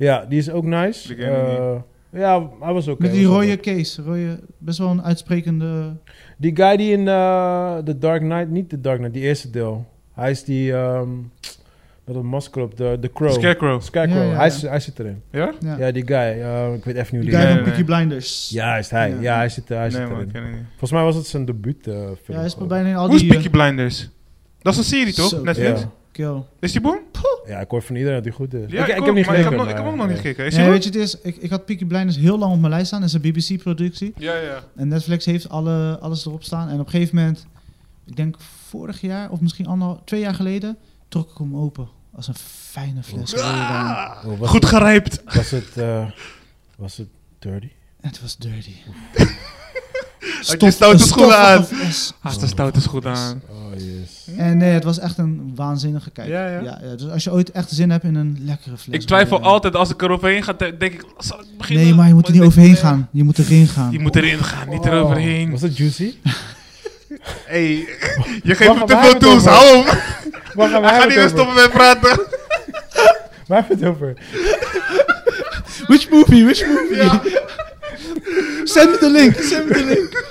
Ja, die is ook nice. Die ken ik Uh, ja, hij was ook Met die rode case. Rode, best wel een uitsprekende... Die guy die in uh, The Dark Knight, niet The Dark Knight, die eerste deel. Hij is die, um, met een masker op, de, de Crow. Scarecrow. Scarecrow, Ja, ja, ja. Hij, is, hij zit erin. Ja? Ja, Ja, die guy, uh, ik weet even niet die hoe guy die van nee, Peaky nee. Blinders. Ja, is hij. Ja, Ja. hij zit, hij Nee, zit man, erin. ken ik niet. Volgens mij was het zijn debuut uh, film. Ja, hij speelt gewoon. bijna in al Hoe is die... Peaky uh, Blinders? Dat is een serie, toch? Zo. Netflix? Ja. kill. Is die boom? Ja, ik hoor van iedereen dat hij goed is. Ja, ik, ik, ook, heb niet maar gekeken. ik heb, nog- ik heb maar- ook nog niet ja. gekeken. Is die Nee, goed? weet je, het is, ik, ik had Peaky Blinders heel lang op mijn lijst staan. Dat is een B B C-productie. Ja, ja. En Netflix heeft alle, alles erop staan. En op een gegeven moment, ik denk vorig jaar of misschien anderhalf, twee jaar geleden, trok ik hem open. Als een fijne fles. rode wijn. Ah, Oh, was goed het- gerijpt. Was het, uh, was het dirty? Het was dirty. Had je stoute een schoenen aan? stoffige fles. Had de stoute goed aan. Oh, yes. En nee, het was echt een waanzinnige kijk. Ja, ja. ja, dus als je ooit echt zin hebt in een lekkere fles. Ik twijfel rode wijn. altijd als ik eroverheen ga, denk ik, zal ik beginnen? Nee, maar je moet er niet ik overheen denk, gaan. Je moet erin gaan. Je moet erin gaan, niet Oh, eroverheen. Was het juicy? Hey, je geeft me Wacht, te waar veel hebben we tools, het hou op. Waar gaan we Hij gaat niet meer het over? stoppen met praten. Waar hebben we het over? Which movie? Which movie? Send me de link. Send me de link.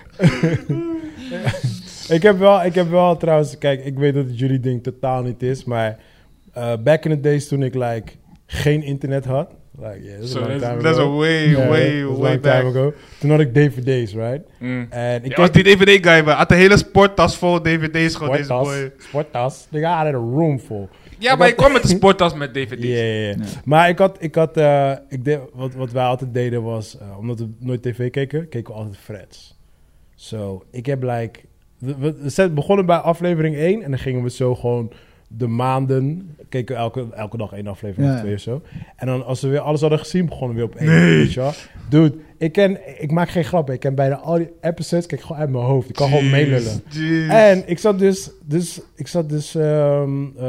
ik, heb wel, ik heb wel trouwens, kijk, ik weet dat het jullie ding totaal niet is, maar uh, back in the days toen ik like geen internet had, like, yeah, that's a Zo, long dat time is- dat is ago. a way, Yeah, way, that was a way long time back. ago. Toen had ik D V D's, right? Mm. En ik Ik was die D V D-guy, maar had een hele sporttas vol D V D's gewoon, deze sporttas, boy. sporttas. Ik had er een room vol. Ja, Ik maar had- ik kwam met de sporttas met D V D's. Ja, ja, ja. Ja. Maar ik had, ik had uh, ik deed, wat, wat wij altijd deden was, uh, omdat we nooit tv keken, keken we altijd Friends. So, ik heb like, we, we we begonnen bij aflevering één en dan gingen we zo gewoon de maanden, keken we elke, elke dag één aflevering Ja, of twee ja. of zo. En dan als we weer alles hadden gezien, begonnen we weer op één. Nee. Weet je wel? Dude, ik ken, ik maak geen grappen, ik ken bijna al die episodes, kijk gewoon uit mijn hoofd. Ik kan gewoon meelullen. Jeez. En ik zat dus, dus, ik zat dus ehm, uh,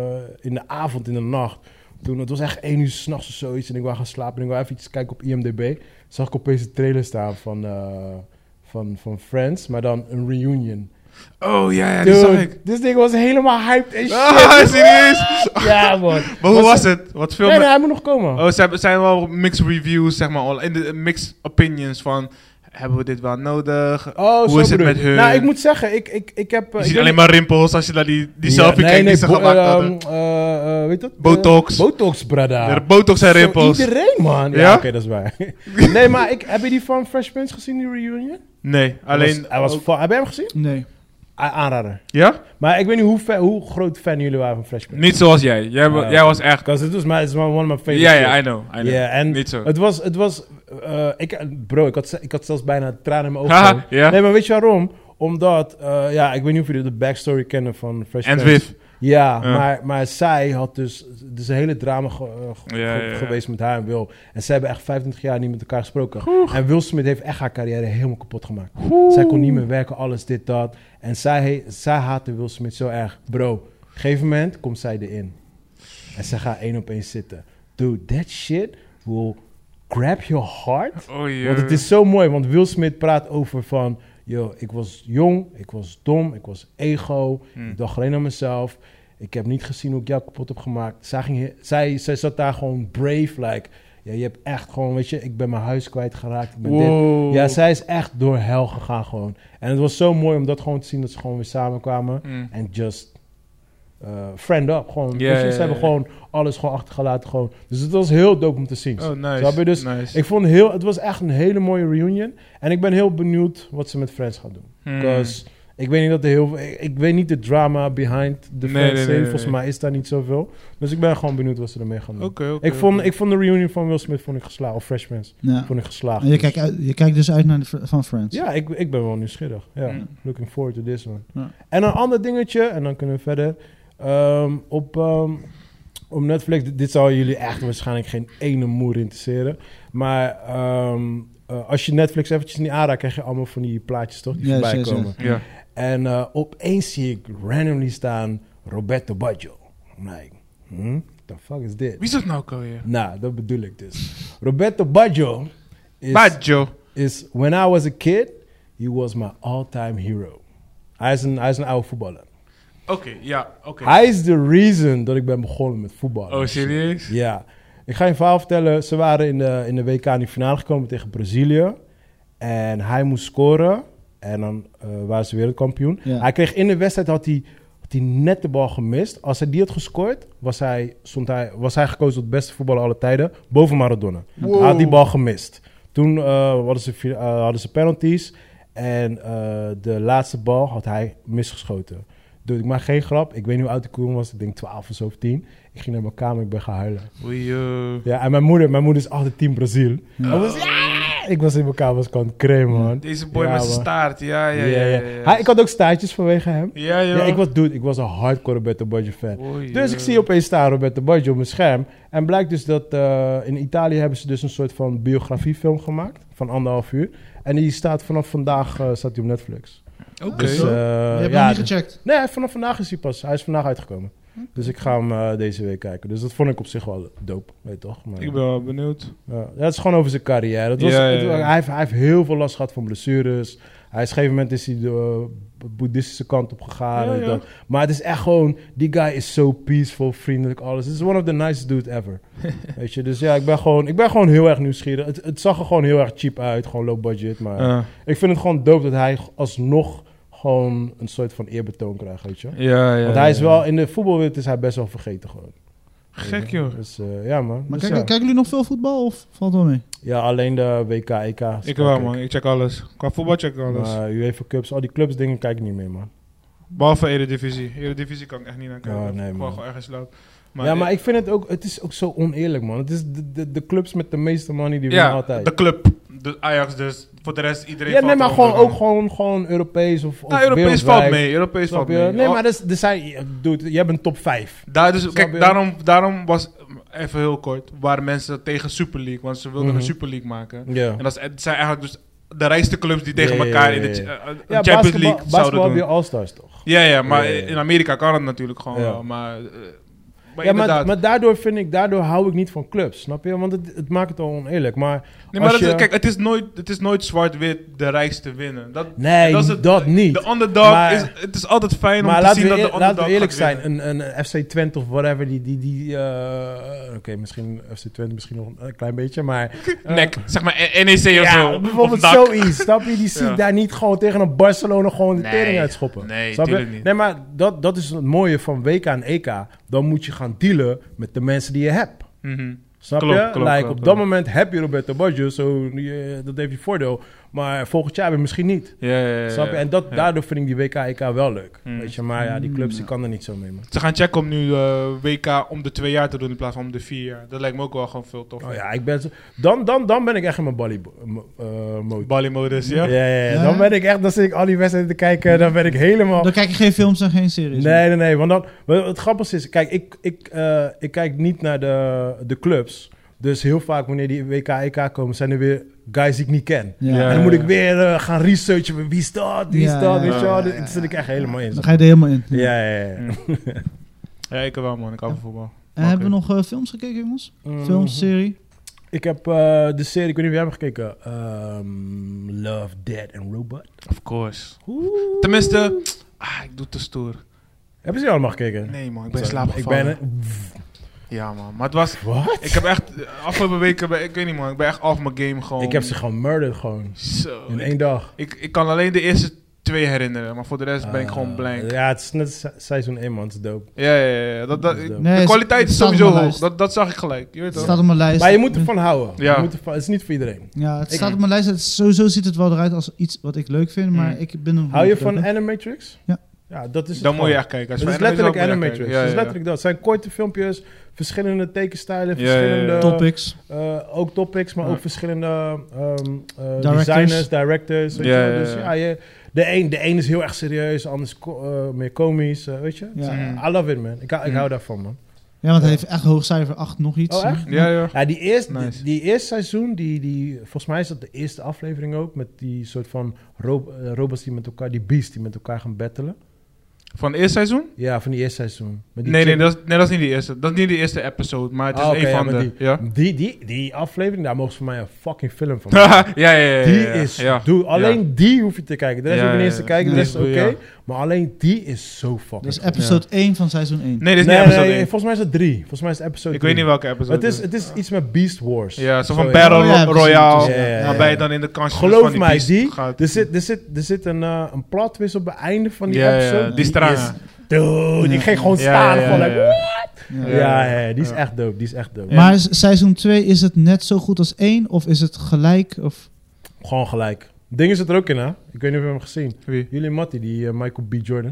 in de avond, in de nacht. Toen, het was echt één uur s'nachts of zoiets. En ik wou gaan slapen en ik wou even iets kijken op I M D B. Zag ik opeens de trailer staan van, uh, van, van Friends, maar dan een reunion. Oh ja, ja, die zag Dude, ik. dit ding was helemaal hyped en shit. Ah, serieus? Ja, man. Maar hoe was het? Wat veel Nee, nee, hij moet nog komen. Oh, ze hebben, zijn wel mixed reviews, zeg maar, al- in de mixed opinions van, hebben we dit wel nodig? Oh, Hoe zo is het bedoel met je. hun? Nou, ik moet zeggen, ik, ik, ik heb... uh, Je ik ziet weet alleen niet- maar rimpels als je naar die, die Ja, selfie nee, kijkt nee, die ze bo- gemaakt uh, hadden. uh, uh, weet dat? Botox. Uh, Botox, brada. Ja, botox en Zo, rimpels. Iedereen, man. Ja, Ja? oké, dat is waar. Nee, maar ik, heb je die van Fresh Prince gezien, die reunion? Nee, alleen... Hij was, hij was ook- fa- heb je hem gezien? Nee. A- aanrader. ja? Maar ik weet niet hoe, fa- hoe groot fan jullie waren van Fresh Prince. Niet zoals jij. Jij, wa- Ah, jij was echt... Because it was my, it's one of my favorite Ja, ja, I shit. know. I know. Ja, en Niet zo. het was, het was uh, ik, bro, ik had, ze- ik had zelfs bijna tranen in mijn ogen. Haha, ja. Nee, maar weet je waarom? Omdat, uh, ja, ik weet niet of jullie de backstory kennen van Fresh En Prince. Viv. Ja, Ja. Maar, maar zij had dus... Het is een hele drama ge- uh, ge- Ja, ja, ja. geweest met haar en Will. En zij hebben echt vijfentwintig jaar niet met elkaar gesproken. En Will Smith heeft echt haar carrière helemaal kapot gemaakt. Zij kon niet meer werken, alles, dit, dat. En zij, he- zij haatte Will Smith zo erg. Bro, op een gegeven moment komt zij erin. En zij gaat één op één zitten. Dude, that shit will grab your heart. Oh, ja. Want het is zo mooi, want Will Smith praat over van... Yo, ik was jong, ik was dom, ik was ego. Hmm. Ik dacht alleen aan mezelf. Ik heb niet gezien hoe ik jou kapot heb gemaakt. Zij, ging, he- zij, zij zat daar gewoon brave, like... Ja, je hebt echt gewoon, weet je, ik ben mijn huis kwijtgeraakt. Ik ben dit. Wow. Ja, zij is echt door hel gegaan gewoon. En het was zo mooi om dat gewoon te zien, dat ze gewoon weer samenkwamen. Mm. En just uh, friend up, gewoon. Ja, weet je, ja, ze hebben ja. gewoon alles gewoon achtergelaten, gewoon. Dus het was heel dope om te zien. Oh, nice. Snap je? Dus nice. ik vond heel, het was echt een hele mooie reunion. En ik ben heel benieuwd wat ze met Friends gaan doen. Hmm. Because ik weet niet dat er heel veel, ik, ik weet niet de drama behind the Nee, Friends nee, serie. nee, Volgens nee. mij is daar niet zoveel. Dus ik ben gewoon benieuwd wat ze ermee gaan doen. Oké, oké. ik, vond, oké. ik vond de reunion van Will Smith vond ik geslaagd. Of Fresh Prince Ja. vond ik geslaagd. En je, Dus- kijkt uit, je kijkt dus uit naar de fr- van Friends. ja, ik, ik ben wel nieuwsgierig. Ja, Mm. looking forward to this one. Ja. En een ander dingetje, en dan kunnen we verder. Ehm, op, ehm, op Netflix, dit, dit zal jullie echt waarschijnlijk geen ene moer interesseren. Maar ehm, uh, als je Netflix eventjes niet aanraakt, krijg je allemaal van die plaatjes toch, die Ja, voorbij zeker, komen. Ja. En uh, opeens zie ik randomly staan Roberto Baggio. I'm like, hmm, the fuck is dit? Wie is dat nou ook alweer? Nou, dat bedoel ik dus. Roberto Baggio is... Baggio. is when I was a kid, he was my all-time hero. Hij is een, hij is een oude voetballer. Oké, ja, oké. Hij is de reason dat ik ben begonnen met voetballen. Oh, serieus? Ja. Ik ga je een verhaal vertellen. Ze waren in de, in de W K in de finale gekomen tegen Brazilië. En hij moest scoren. En dan uh, waren ze wereldkampioen. Ja. Hij kreeg in de wedstrijd, had hij, had hij net de bal gemist. Als hij die had gescoord, was hij, stond hij, was hij gekozen tot beste voetballer aller tijden. Boven Maradona. Wow. Hij had die bal gemist. Toen uh, hadden, ze, uh, hadden ze penalties. En uh, de laatste bal had hij misgeschoten. Dus ik maak geen grap. Ik weet niet hoe oud ik toen was. Ik denk twaalf of zo of tien. Ik ging naar mijn kamer. Ik ben gaan huilen. Oei, uh. Ja, en mijn moeder, mijn moeder is altijd team Brazil. Ja. Ik was, ja! Ik was in mijn kamer, was gewoon crème, man. Deze boy Ja, met zijn man. staart. Ja, ja, Ja, ja. ja. ja, ja. Hij, ik had ook staartjes vanwege hem. Ja, joh. Ja, ik was, dude, ik was een hardcore Roberto Baggio fan. Oei, Dus uh. ik zie opeens staan Roberto Baggio op mijn scherm. En blijkt dus dat uh, in Italië hebben ze dus een soort van biografiefilm gemaakt. Van anderhalf uur. En die staat vanaf vandaag uh, staat die op Netflix. Oké. Dus, Zo. uh, Je hebt ja, hem niet gecheckt. Nee, vanaf vandaag is hij pas. Hij is vandaag uitgekomen. Dus ik ga hem uh, deze week kijken. Dus dat vond ik op zich wel dope, weet je toch? Maar, Ik ben wel benieuwd. ja, ja, het is gewoon over zijn carrière. Het was, Ja, ja, het- ja. hij, heeft, hij heeft heel veel last gehad van blessures. Hij is op een gegeven moment is hij de uh, boeddhistische kant op gegaan. Ja, en ja. dat. Maar het is echt gewoon... Die guy is zo peaceful, vriendelijk, alles. Het is one of the nicest dude ever. Weet je, dus ja, ik ben gewoon, ik ben gewoon heel erg nieuwsgierig. Het, het zag er gewoon heel erg cheap uit. Gewoon low budget. Maar Uh, ik vind het gewoon dope dat hij alsnog gewoon een soort van eerbetoon krijgt, weet je. ja, ja. Want hij is ja. wel... In de voetbalwereld is hij best wel vergeten gewoon. Gek, joh. Dus uh, ja, man. Maar Dus kijken, ja. kijken jullie nog veel voetbal of valt het wel mee? Ja, alleen de W K, E K. Ik wel, man. Ik check alles. Qua voetbal check ik alles. Maar UEFA Cups, al die clubs dingen kijk ik niet meer, man. Behalve Eredivisie. Eredivisie kan ik echt niet naar kijken. Ja, nee, Ik man. word gewoon ergens laat. ja, maar ik vind het ook... Het is ook zo oneerlijk, man. Het is de, de, de clubs met de meeste money, die Ja, winnen altijd. de club. De Ajax dus. Voor de rest iedereen Ja, valt nee, maar eronder gewoon dan. ook gewoon, gewoon Europees of, of Ja, Europees wereldwijd. valt mee. Europees Snap valt je? mee. Nee, Oh, maar er, is- er zijn... Dude, jij bent top vijf. Daar dus, Snap kijk, je? daarom, daarom was, even heel kort, waren mensen tegen Super League. Want ze wilden Mhm. een Super League maken. Ja. En dat is, het zijn eigenlijk dus de rijkste clubs die tegen Ja, ja, elkaar ja, in de ja. ch- uh, Ja, Champions basketbal, League basketbal zouden heb je doen. All-Stars, toch? Ja, ja, maar Ja, ja, ja. in Amerika kan het natuurlijk gewoon Ja. wel. Maar, uh, maar Ja, inderdaad. maar, maar daardoor vind ik... Daardoor hou ik niet van clubs, snap je? Want het, het maakt het al oneerlijk. Maar nee, maar als dat is- je- kijk, het is nooit, het is nooit zwart-wit de rijkste winnen. Dat, Nee, dat, is het- dat niet. De underdog Maar- is... Het is altijd fijn om Maar te laten zien we, dat de eer- underdog laten we eerlijk gaat zijn, winnen. een, een F C Twente of whatever, die... die, die uh, Oké, misschien F C Twente misschien nog een klein beetje, maar... uh, Nek, zeg maar N E C of ja, zo. bijvoorbeeld Of N A C. zoiets, snap je? Die zie ik Ja. daar niet gewoon tegen een Barcelona gewoon de Nee, tering uitschoppen. nee, Snap je? tuurlijk niet. Nee, maar dat, dat is het mooie van W K en E K. Dan moet je gaan dealen met de mensen die je hebt. Mhm. Snap Klopt, je? klopt, like, klopt, op klopt. dat moment heb je Roberto Baggio, zo, je- dat heeft je voordeel. Maar volgend jaar weer misschien niet. Ja, ja, ja, Snap je? ja. En dat, Ja. daardoor vind ik die W K E K wel leuk. Mm. Weet je, maar ja, die clubs die kan er niet zo mee, man. Ze gaan checken om nu eh, W K om de twee jaar te doen in plaats van om de vier jaar. Dat lijkt me ook wel gewoon veel tof. Oh ja, ik ben zo- dan, dan, dan ben ik echt in mijn Bali uh, mode. Bali-modus, ja? Ja, ja, ja. Ja? Dan ben ik echt, dan zit ik al die wedstrijden te kijken, dan ben ik helemaal... Dan kijk je geen films en geen series. Nee, nee, nee. Want dan, want het grappige is, kijk, ik, ik, uh, ik kijk niet naar de, de clubs. Dus heel vaak wanneer die W K, E K komen, zijn er weer guys die ik niet ken. Ja. Ja. En dan moet ik weer uh, gaan researchen. Wie is dat? Wie is Ja, dat? ja, Weet je wel? ja, Daar ja, zit ik echt helemaal in. Dan ga je er helemaal in. Ja, ja, ja. Mm. Ja, ik wel man. Ik hou van voetbal. En hebben we nog uh, films gekeken, jongens? Mhm. Films, serie? Ik heb uh, de serie, ik weet niet of jij hebt gekeken. Um, Love, Dead and Robot. Of course. Oeh. Tenminste, ah, ik doe te stoer. Hebben ze die allemaal gekeken? Nee man, ik ben in Sorry, slaap Ik gevallen. ben... Ja man, maar het was... Wat? Ik heb echt... Afgelopen weken, ben- ik weet niet man, ik ben echt af mijn game gewoon. Ik heb ze gewoon murdered gewoon. Zo. In ik, één dag. ik, ik kan alleen de eerste twee herinneren, maar voor de rest ben ik Ah, gewoon blank. Ja, het is net se- seizoen één, man. Het is dope. Ja, ja, ja. Dat, dat, Dat is dope. Nee, de het- kwaliteit het is staat op sowieso mijn hoog. lijst. Dat, dat zag ik gelijk. Je weet Het toch? staat op mijn lijst. Maar je moet ervan houden. Ja. Je moet ervan, het is niet voor iedereen. Ja, het Ik- staat op mijn lijst. Het is- sowieso ziet het wel eruit als iets wat ik leuk vind, maar Mm. ik ben een... Hou je van Animatrix? Ja. Ja, dat is het Dan moet je gewoon. echt kijken. Als Het je is van letterlijk anime zou, moet je Animatrix. echt kijken. Het is Ja, ja, letterlijk dat. Het zijn korte filmpjes, verschillende tekenstijlen, Ja, ja, ja. verschillende... Topics. eh, ook topics, maar Ja. ook verschillende ehm, eh, Directors. designers, directors. Weet Ja, je wel. ja, Dus ja. ja, je, de, een, de een is heel erg serieus, de ander is ko- eh, meer komisch, eh, weet je. Het is- Ja. I love it, man. Ik, hou- ik Mm. hou daarvan, man. Ja, want hij Ja. heeft echt hoog cijfer, acht nog iets. Oh, echt? Ja, ja. Ja, die eerste, Nice. die, die eerste seizoen, die, die, volgens mij is dat de eerste aflevering ook, met die soort van ro- eh, robots die met elkaar, die beasts die met elkaar gaan battelen. Van het eerste seizoen? Ja, van die eerste seizoen. Met die Nee, nee chick- dat, is, nee, dat is niet die eerste. Dat is niet de eerste episode, maar het is Ah, oké, een ja, van maar de... die, ja? die, die, die aflevering, daar mogen ze voor mij een fucking film van ja, maken. ja, ja, ja. Die ja. is... Ja. Dude, alleen Ja. die hoef je te kijken. De rest Ja, hoef je niet ja, eens te kijken, de ja. rest is oké. Ja. Maar alleen die is zo fucking Dat is goed. episode één van seizoen één. Nee, dit is Nee, niet nee, episode nee, één. volgens mij is het drie. Volgens mij is het episode Ik weet niet drie. welke episode Het is, het is iets met Beast Wars. Ja, zo van Zo, Battle Oh, ja, Ro- precies, Royale. precies, ja, ja, ja. Waarbij je dan in de kansjes Geloof van die mij, beest die, gaat. er zit, er zit, er zit een, uh, een plot twist op het einde van die Ja, ja, episode. die straan. is... Dude, die ging gewoon Ja, staan. ja, gewoon ja, like, ja. what? Ja. Ja, ja, ja, die is Ja. echt dope. Die is echt dope. Ja. Maar s- seizoen twee, is het net zo goed als één? Of is het gelijk? Of... Gewoon gelijk. Ding is het er ook in, hè? Ik weet niet of je hem gezien. Wie? Jullie Matty, die uh, Michael B. Jordan.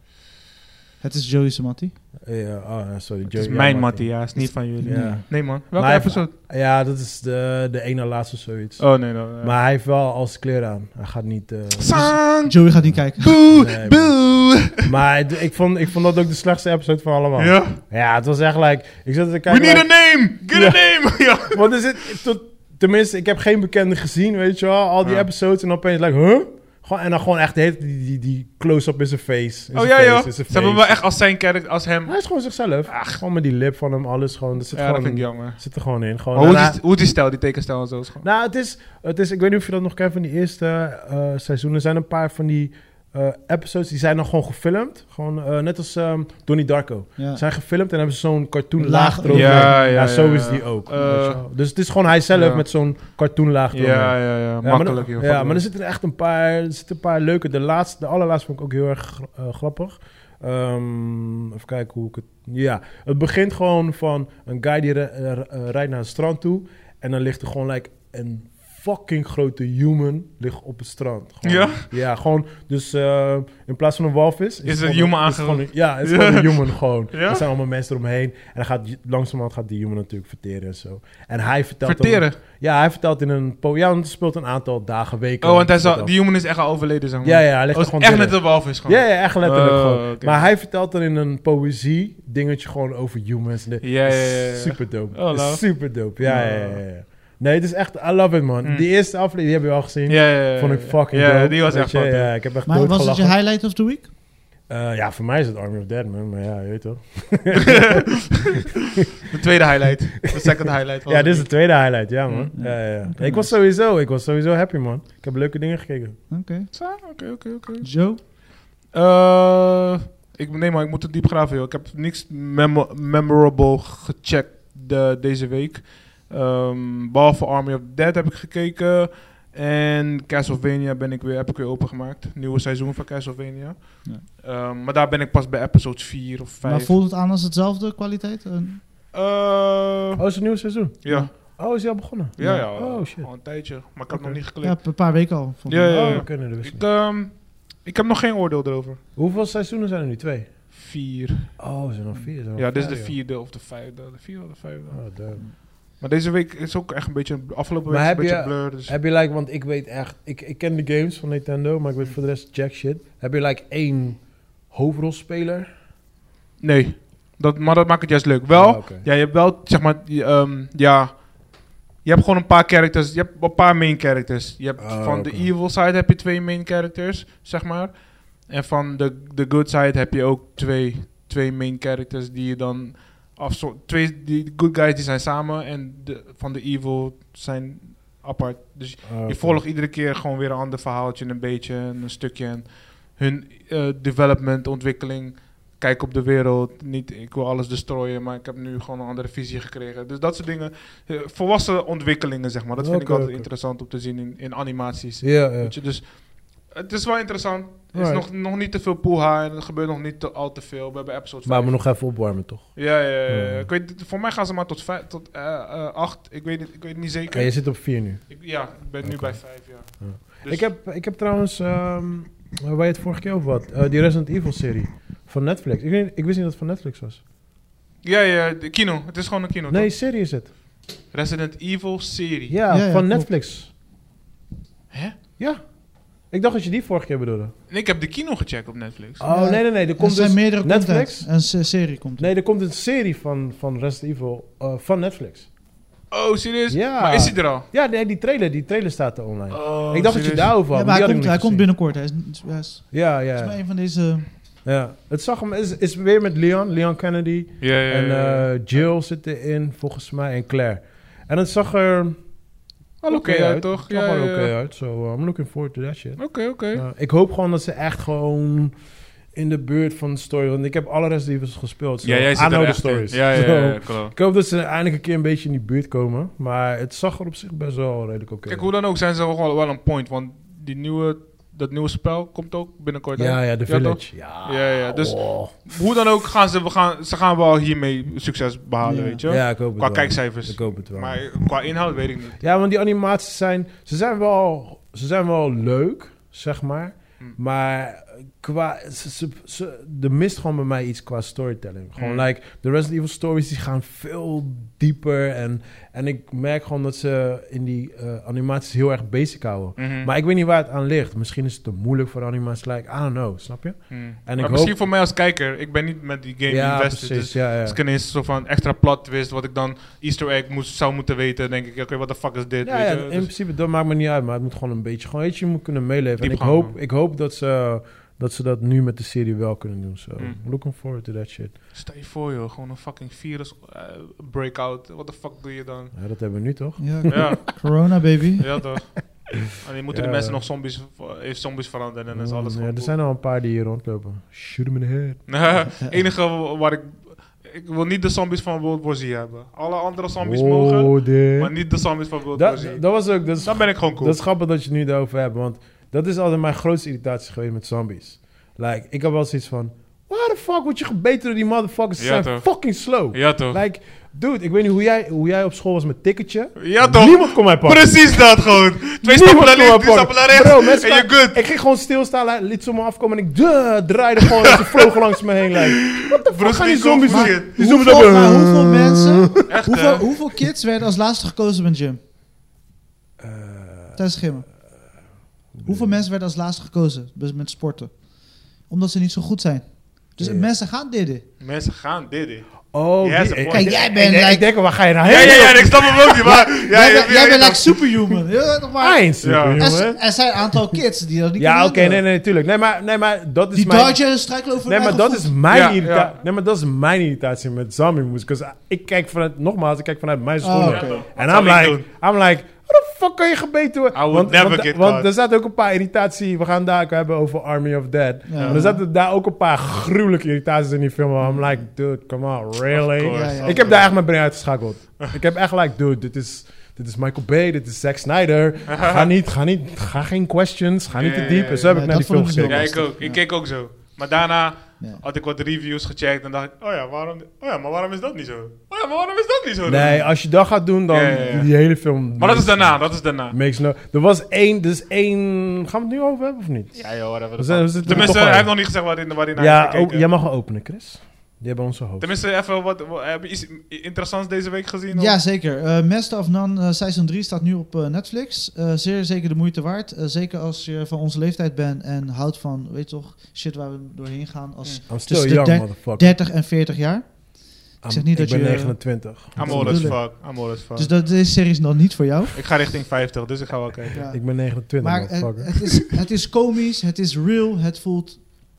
Het is Joey Samati. Ja, oh, sorry. Het is Joe- mijn ja, Mattie, ja. is niet van jullie. Ja. Nee, man. Welke Maar hij- episode? Ja, dat is de, de ene laatste of zoiets. Oh, nee, no. ja. Maar hij heeft wel al zijn kleren aan. Hij gaat niet... uh, Sang! Joey gaat niet kijken. Boe! Nee, Boe! maar het- ik vond, ik vond dat ook de slechtste episode van allemaal. Ja. Ja, het was echt like... Ik zat te We kijken... need a like, name! Get Ja. a name! Ja. want er zit... Tot, tenminste, ik heb geen bekende gezien, weet je wel. Al die Ja. episodes en opeens like... Huh? Gewoon, en dan gewoon echt de hele- die, die, die close-up in zijn face. In Oh zijn ja, face, joh. in Ze zijn hebben face. wel echt als zijn karakter, als hem... Hij is gewoon zichzelf. Ach. Gewoon met die lip van hem, alles gewoon. Dat zit, Ja, dat gewoon, vind ik jammer. zit er gewoon in. Gewoon, Maar hoe En is, hij- die, hoe is die stijl, die tekenstijl en zo? Is gewoon... Nou, het is, het is... Ik weet niet of je dat nog kent van die eerste eh seizoenen. Er zijn een paar van die eh, episodes, die zijn dan gewoon gefilmd. Gewoon eh, net als ehm, Donnie Darko. Ja. Ze zijn gefilmd en hebben ze zo'n cartoon Laag- laag erover. Ja, ja, zo ja, is ja. die ook. Eh, weet je wel. Dus het is gewoon hij zelf ja. met zo'n cartoon laag erover. Ja, ja, ja. Ja, Makkelijk, maar, joh. dan- ja, maar er zitten er echt een paar, er zitten een paar leuke. De laatste, de allerlaatste vond ik ook heel erg gra- eh, grappig. Ehm, even kijken hoe ik het... Ja, het begint gewoon van een guy die re- eh, eh, rijdt naar het strand toe. En dan ligt er gewoon like, een fucking grote human ligt op het strand. Gewoon, Ja? Ja, gewoon... Dus eh, in plaats van een walvis... het gewoon human een- is het gewoon een- aangeroepen? Ja, het is Ja. gewoon een human gewoon. Ja? Er zijn allemaal mensen eromheen. En dan gaat, langzamerhand gaat die human natuurlijk verteren en zo. En hij vertelt... dan- Verteren? ja, hij vertelt in een... Po- ja, want het speelt een aantal dagen, weken. Oh, want hij zou, Vertelt. die human is echt al overleden, zeg maar. Ja, ja, hij ligt Oh, er is gewoon echt binnen. net een walvis gewoon. Ja, ja, echt letterlijk Oh, gewoon. oké. Maar hij vertelt dan in een poëzie dingetje gewoon over humans. En Ja, ja, ja, ja. Super dope. Oh, love. Super dope. Ja, Oh. ja, ja, ja. Nee, het is echt... I love it, man. Mm. Die eerste aflevering, die heb je al gezien. Ja, ja, ja. Vond ik fucking Ja, dope. die was Weet echt je, fucking Ja, ik heb echt Maar was het doodgelachen. je highlight of the week? Eh, ja, voor mij is het Army of Dead, man. Maar ja, je weet toch. De tweede highlight. De second highlight. Ja, dit is de tweede highlight. Ja, man. Mm. Ja, ja, ja. Oké, Ik was nice. sowieso, ik was sowieso happy, man. Ik heb leuke dingen gekeken. Oké. Zo, Oké, oké, oké. Joe? Eh, ik, nee, maar ik moet het diep graven, joh. Ik heb niks memo- memorable gecheckt de, deze week. Ehm behalve Army of the Dead heb ik gekeken. En Castlevania ben ik weer, heb ik weer opengemaakt. Nieuwe seizoen van Castlevania. Ja. Ehm, maar daar ben ik pas bij episode vier of vijf. Maar voelt het aan als hetzelfde kwaliteit? Eh, Eh, Oh, is het een nieuw seizoen? ja. Oh, is die al begonnen? Ja, ja. Oh, shit. Al een tijdje. Maar ik heb Oké. nog niet ja, geklikt. een paar weken al. volgens Ja, mij. ja, Oh, ja. oké, nee, dat wist ik Ik, niet. ehm, ik heb nog geen oordeel erover. Hoeveel seizoenen zijn er nu? Twee? Vier. Oh, er zijn nog vier. er zijn nog Ja, dit is de vijf, vierde of de vijfde. De vierde of de vijfde. joh. Oh, damn. Maar deze week is ook echt een beetje... Afgelopen Maar week is een heb beetje je- blur. Dus. Heb je like, want ik weet echt, ik, ik ken de games van Nintendo, maar ik weet voor de rest jack shit. Heb je like één hoofdrolspeler? Nee. Dat, maar dat maakt het juist leuk. Wel, Oh, oké. ja, je hebt wel, zeg maar... je, ehm, ja... Je hebt gewoon een paar characters. Je hebt een paar main characters. Je hebt Oh, van oké. de evil side heb je twee main characters, zeg maar. En van de, de good side heb je ook twee, twee main characters die je dan... Afzo- twee, die good guys die zijn samen en de, van de evil zijn apart. Dus Oh, je oké. volgt iedere keer gewoon weer een ander verhaaltje, een beetje, een stukje. En hun eh, development, ontwikkeling, kijk op de wereld. Niet, ik wil alles destroyen, maar ik heb nu gewoon een andere visie gekregen. Dus dat soort dingen. eh, volwassen ontwikkelingen, zeg maar. Dat vind ik Oké, altijd oké. interessant om te zien in, in animaties. Ja, ja. Weet je, dus het is wel interessant. Er is Alright. nog, nog niet te veel poeha en er gebeurt nog niet te, al te veel. We hebben episode Maar vijf. we nog even opwarmen, toch? Ja, ja, ja, ja. Ja. Ik weet, voor mij gaan ze maar tot, vijf, tot eh, eh, acht. Ik weet, het, ik weet het niet zeker. Ja, je zit op vier nu. Ik, ja, ik ben nu Oké. bij vijf, ja. Ja. Dus- Ik, heb, ik heb trouwens, ehm, waar je het vorige keer over had, eh, die Resident Evil serie van Netflix. Ik, weet, ik wist niet dat het van Netflix was. Ja, ja, de kino. Het is gewoon een kino, Nee, toch? serie is het. Resident Evil serie. Ja, Ja, ja, van klopt. Netflix. Hè? Ja. Ik dacht dat je die vorige keer bedoelde. En ik heb de kino gecheckt op Netflix. Oh, Ja. nee, nee, nee. Er Er komt zijn dus meerdere Netflix. content. Een se- serie komt er. Nee, er komt een serie van, van Resident Evil eh, van Netflix. Oh, serieus? Ja. Maar is hij er al? Ja, nee, die trailer, die trailer staat er online. Oh, ik dacht dat je serieus? daarover had. Ja, maar maar die hij had ik komt, nog hij niet komt gezien. binnenkort. Hij is, hij is, Ja, hij is ja. maar een van deze Ja, het zag hem, is, is weer met Leon, Leon Kennedy. Ja, ja, En ja, ja. uh, Jill zit erin, volgens mij, en Claire. En het zag er wel oké Oké uit. uit, toch? Het zag Ja, wel ja, oké ja. uit. So uh, I'm looking forward to that shit. Oké, oké. Uh, ik hoop gewoon dat ze echt gewoon in de buurt van de story... Want ik heb alle rest die we gespeeld. So Ja, jij I zit know er the echt in. stories. Ja, ja, So, ja, ja, klopt. ik hoop dat ze eindelijk een keer een beetje in die buurt komen. Maar het zag er op zich best wel redelijk oké Kijk, uit. hoe dan ook zijn ze wel, wel een point. Want die nieuwe, dat nieuwe spel komt ook binnenkort uit. Ja, ja, The Ja, toch? Village. Ja, Ja, ja, dus- oh. Hoe dan ook, gaan ze, we gaan, ze gaan wel hiermee succes behalen, Ja. weet je? Ja, ik hoop het Qua wel. kijkcijfers. Ik hoop het wel. Maar qua inhoud weet ik niet. Ja, want die animaties zijn... Ze zijn wel, ze zijn wel leuk, zeg maar. Hm. Maar qua... Ze, ze, ze, er mist gewoon bij mij iets qua storytelling. Gewoon Hm. like... De Resident Evil stories die gaan veel dieper. En, en ik merk gewoon dat ze in die uh, animaties heel erg basic houden. Mhm. Maar ik weet niet waar het aan ligt. Misschien is het te moeilijk voor animaties. Like, I don't know, snap je? Hmm. En maar ik misschien hoop- voor mij als kijker, ik ben niet met die game Ja, invested. precies. Dus Ja, ja. als ik ineens zo van extra plot twist, wat ik dan Easter egg moest, zou moeten weten, denk ik, oké, wat de fuck is dit? Ja, weet ja, je? in Dus- principe, dat maakt me niet uit. Maar het moet gewoon een beetje... Gewoon, weet je, je moet kunnen meeleven. En ik Diepgang, hoop, man. ik hoop dat ze, dat ze dat nu met de serie wel kunnen doen. So, Hmm. looking forward to that shit. Stel je voor, joh, gewoon een fucking virus uh, breakout. Wat de fuck doe je dan? Ja, dat hebben we nu toch? Ja, Ja, corona, baby. ja toch. En die moeten Ja. de mensen nog zombies, heeft zombies veranderen en dan is alles ja, gewoon er zijn al een paar die hier rondlopen. Shoot hem in the head. cool. enige waar ik... Ik wil niet de zombies van World War Z hebben. Alle andere zombies mogen, Oh, damn. maar niet de zombies van World War Z. dat, dat was ook... Dat is, Dan ben ik gewoon cool. dat is grappig dat je het nu daarover hebt. Want dat is altijd mijn grootste irritatie geweest met zombies. Like, ik heb wel zoiets van... Why the fuck word je gebeten door die motherfuckers? Ze Ja, zijn toch. fucking slow. Ja toch. Like, dude, ik weet niet hoe jij, hoe jij op school was met ticketje. Ja toch. Niemand kon mij pakken. Precies dat gewoon. Twee stappen Niemand naar kon links, mij drie stappen naar rechts. Bro, mensen en je staan- good. Ik ging gewoon stilstaan, like, liet ze me afkomen en ik duh, draaide gewoon en ze vlogen langs me heen. Like, what the fuck Bruce gaan die Lee zombies Kung Fu doen? shit. Die zombies Hoeveel, ook, maar uh, hoeveel mensen, Echt hoeveel, hè? hoeveel kids werden als laatste gekozen met gym? Eh, Tijdens gymmen. Hoeveel mensen werden als laatste gekozen dus met sporten? Omdat ze niet zo goed zijn. Dus Ja. mensen gaan dit. Mensen gaan dit in. Oh, Ja, die- ze- ik- Kijk, ik- jij ik- bent ik- like- Ik denk, waar ga je nou Ja, heen? ja, ja, ik snap hem ook niet, maar... Ja, jij ja, bent, jij ja, bent ja, like superhuman. Ja, toch maar. I ain't super, Ja. Er, jongen. z- er zijn een aantal kids die dat niet Ja, kunnen oké, nee, handelen. nee, tuurlijk. Nee, maar, nee, maar dat is Die mijn... dodgen struikelen over Nee, hun maar eigen dat is voet. mijn Ja, irritatie. ja. Nee, maar dat is mijn irritatie met zombie movies. Because ik kijk vanuit, nogmaals, ik kijk vanuit mijn schoenen. Oh, oké. En Wat I'm zou ik like, doen? I'm like, what the fuck kan je gebeten worden? I would Want, never want, get want caught. er zaten ook een paar irritatie. We gaan daar ook hebben over Army of Dead. Ja. Maar er zaten daar ook een paar gruwelijke irritaties in die film. waar I'm like, dude, come on, really? Of course, Ja, ja. of Ik heb daar echt mijn brein uitgeschakeld. Ik heb echt like, dude, dit is, dit is Michael Bay, dit is Zack Snyder. Ga niet, ga niet, ga geen questions, ga niet Ja, te ja, diep. ja, En zo heb ja. ik Ja, naar die dat film vond ik gekeken. Ja, heel ik ook. Ik keek ook zo. Maar daarna Ja. had ik wat reviews gecheckt en dacht ik, oh ja, waarom, oh ja, maar waarom is dat niet zo? Oh ja, maar waarom is dat niet zo? dan? Nee, als je dat gaat doen, dan Ja, ja, ja. die hele film... Maar dat is daarna, dat is daarna. Makes no... Er was één, dus één... Gaan we het nu over hebben of niet? Ja joh, whatever. We zijn- we zitten Tenminste, toch hij aan. heeft nog niet gezegd waarin, waarin hij Ja, heeft gekeken. ook, jij mag wel openen, Chris. Die hebben onze hoofd. Tenminste, even wat, wat- heb je iets interessants deze week gezien? of? Ja, zeker. Uh, Master of None uh, seizoen drie staat nu op uh, Netflix. Uh, zeer zeker de moeite waard. Uh, zeker als je van onze leeftijd bent en houdt van, weet je toch, shit waar we doorheen gaan als I'm tussen still de young, der- motherfucker. dertig en veertig jaar. I'm- zeg niet ik dat ben je- negenentwintig. I'm Dat old as bedoel ik. fuck. I'm old as fuck. Dus dat, deze serie is nog niet voor jou. Ik ga richting vijftig, dus ik ga wel kijken. Ja. Ik ben negenentwintig, Maar het, motherfucker. het, is, het is komisch, het is real, het voelt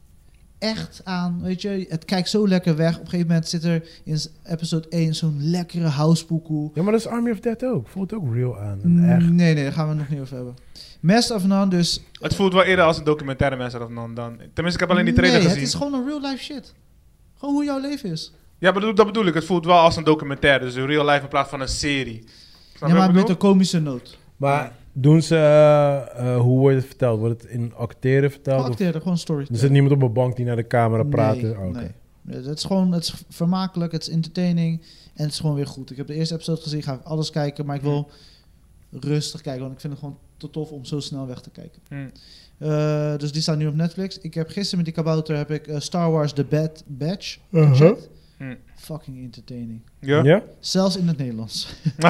echt aan, weet je. Het kijkt zo lekker weg. Op een gegeven moment zit er in episode één zo'n lekkere housepoekoe. Ja, maar dat is Army of Dead ook. Voelt ook real aan. En Mm, echt. Nee, nee, daar gaan we het nog niet over hebben. Master of None dus... Het voelt wel eerder als een documentaire mensen of dan, dan. Tenminste, ik heb alleen die trailer nee, gezien. het is gewoon een real life shit. Gewoon hoe jouw leven is. Ja, bedoel, dat bedoel ik. Het voelt wel als een documentaire. Dus een real life in plaats van een serie. Snap je Ja, wat maar ik met bedoel? een komische noot. Maar doen ze... eh, eh, hoe wordt het verteld? Wordt het in acteren verteld? Of, Acteren, gewoon story. er zit niemand op een bank die naar de camera praat? Nee, Oh, oké. nee. Nee, Het is gewoon het is vermakelijk, het is entertaining en het is gewoon weer goed. Ik heb de eerste episode gezien, ga ik alles kijken, maar ik wil rustig kijken, want ik vind het gewoon te tof om zo snel weg te kijken. Hmm. Uh, dus die staan nu op Netflix. Ik heb gisteren met die kabouter heb ik uh, Star Wars The Bad Batch Uh-huh. gecheckt. Hmm. Fucking entertaining. Ja? Ja? Zelfs in het Nederlands.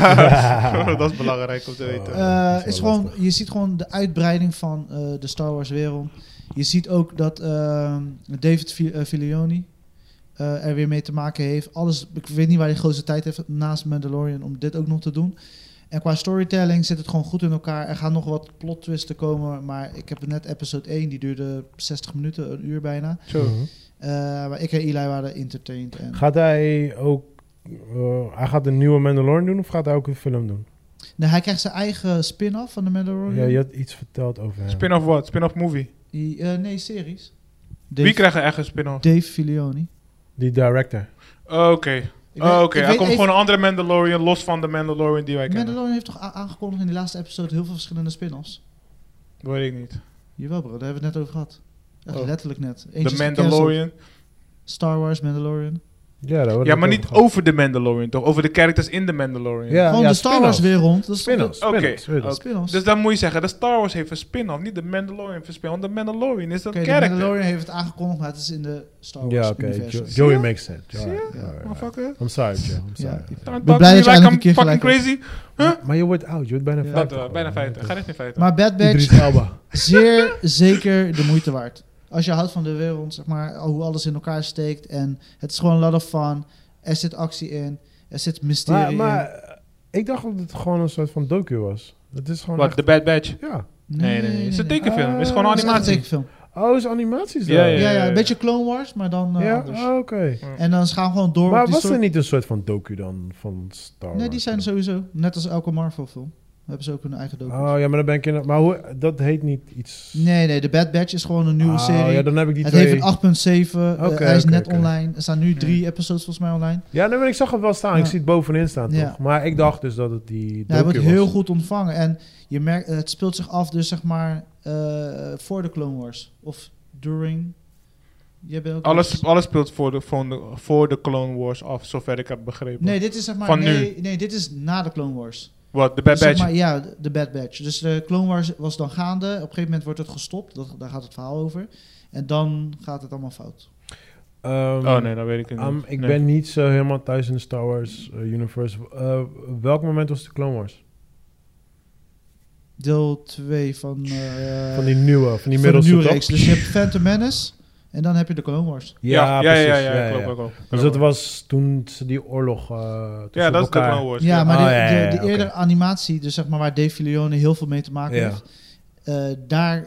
Dat is belangrijk om te weten. Oh. Uh, dat is is wel gewoon, lastig. je ziet gewoon de uitbreiding van uh, de Star Wars wereld. Je ziet ook dat uh, David Fi- uh, Filoni uh, er weer mee te maken heeft. Alles, ik weet niet waar hij grootste tijd heeft naast Mandalorian om dit ook nog te doen. En qua storytelling zit het gewoon goed in elkaar. Er gaan nog wat plot twists komen, maar ik heb net episode één, die duurde zestig minuten, een uur bijna. Zo. Uh, maar ik en Eli waren entertained. En Gaat hij ook... Uh, hij gaat een nieuwe Mandalorian doen of gaat hij ook een film doen? nee, hij krijgt zijn eigen spin-off van de Mandalorian. Ja, je had iets verteld over hem. Spin-off wat? Spin-off movie? Die, uh, nee, series. Dave, Wie krijgt er echt een spin-off? Dave Filoni. Die director. Oh, Oké. Ik Oh, weet- Oké, ik er weet komt even- gewoon een andere Mandalorian, los van de Mandalorian die wij kennen. Mandalorian heeft toch a- aangekondigd in die laatste episode heel veel verschillende spin-offs? Dat weet ik niet. Jawel bro, daar hebben we het net over gehad. Echt Oh. letterlijk net. De Eentje is gecanceld. Mandalorian. Star Wars, Mandalorian. Ja, daar Ja, maar niet over de Mandalorian, toch? Over de characters in de Mandalorian. Ja, Gewoon ja, de Star Wars spin-offs. wereld. Dat is toch Spin-offs. de- Oké, spin-offs, spin-offs. oké. Spin-offs. Dus dan moet je zeggen, de Star Wars heeft een spin-off, niet de Mandalorian heeft een spin-off. Want de Mandalorian is dat Oké, de character. Mandalorian heeft het aangekondigd, maar het is in de Star Wars Ja, oké. universum. Jo- Joey je? makes sense. Zie je? Alright, alright, Motherfucker. I'm sorry, Joe. I'm sorry. Ja. Don't ben talk blij to dat je me like eindelijk I'm een keer fucking gelijk crazy. Huh? Maar je wordt oud, je wordt bijna Ja. vijftig. Dat, uh, bijna feiten. Ga richting feiten. Maar Bad Idris Batch, Elba. zeer zeker de moeite waard. Als je houdt van de wereld, zeg maar, hoe alles in elkaar steekt. En het is gewoon a lot of fun. Er zit actie in. Er zit mysterie Maar, in. maar eh, ik dacht dat het gewoon een soort van docu was. Het is gewoon Wat, echt- The Bad Batch? Ja. Nee, nee, nee. Het is een nee. tekenfilm. Het is gewoon Ah, Het is echt een animatie. tekenfilm. Oh, is animaties Ja, daar? ja, Ja, ja, ja. een beetje Clone Wars, maar dan uh, Ja? anders. Oh, oké. En dan gaan we gewoon door Maar op die was er story. niet een soort van docu dan van Star Wars? Nee, die zijn sowieso. Net als elke Marvel film. Hebben ze ook hun eigen docu. Oh ja, maar dan ben ik in... Maar hoe, dat heet niet iets... Nee, nee, de Bad Batch is gewoon een nieuwe Oh, serie. ja, dan heb ik die Het twee... heeft een acht komma zeven. eh, Oké, hij is oké, net oké. online. Er staan nu drie episodes volgens mij online. Ja, nee, maar ik zag het wel staan. Ja. Ik zie het bovenin staan, Ja. toch? Maar ik dacht dus dat het die docu Ja, hij wordt was. heel goed ontvangen. En je merkt, het speelt zich af dus zeg maar eh, voor de Clone Wars. Of during. Jij bent ook Alles, alles speelt voor de, voor, de, voor de Clone Wars af, zover ik heb begrepen. Nee, dit is zeg maar... Van nee, nee, dit is na de Clone Wars. Wat, de Bad Dus zeg Batch? maar, ja, de- de Bad Batch. Dus de Clone Wars was dan gaande. Op een gegeven moment wordt het gestopt. Dat, daar gaat het verhaal over. En dan gaat het allemaal fout. Ehm, Oh nee, dat weet ik niet. um, ik Nee. ben niet zo helemaal thuis in de Star Wars uh, universe. Uh, welk moment was de Clone Wars? Deel twee van... eh, Van die nieuwe, van die van de middelste nieuwe toch? reeks. Dus je hebt Phantom Menace. En dan heb je de Clone Wars. Ja, ja, precies. ja, ja, ja, klopt, klopt, klopt. Dus dat was toen ze die oorlog uh, Ja, tussen dat is de elkaar... Clone Wars. Ja, maar Oh, de, ja, ja, ja, de, de oké. eerdere animatie, dus zeg maar waar Dave Filoni heel veel mee te maken Ja. heeft, eh, daar,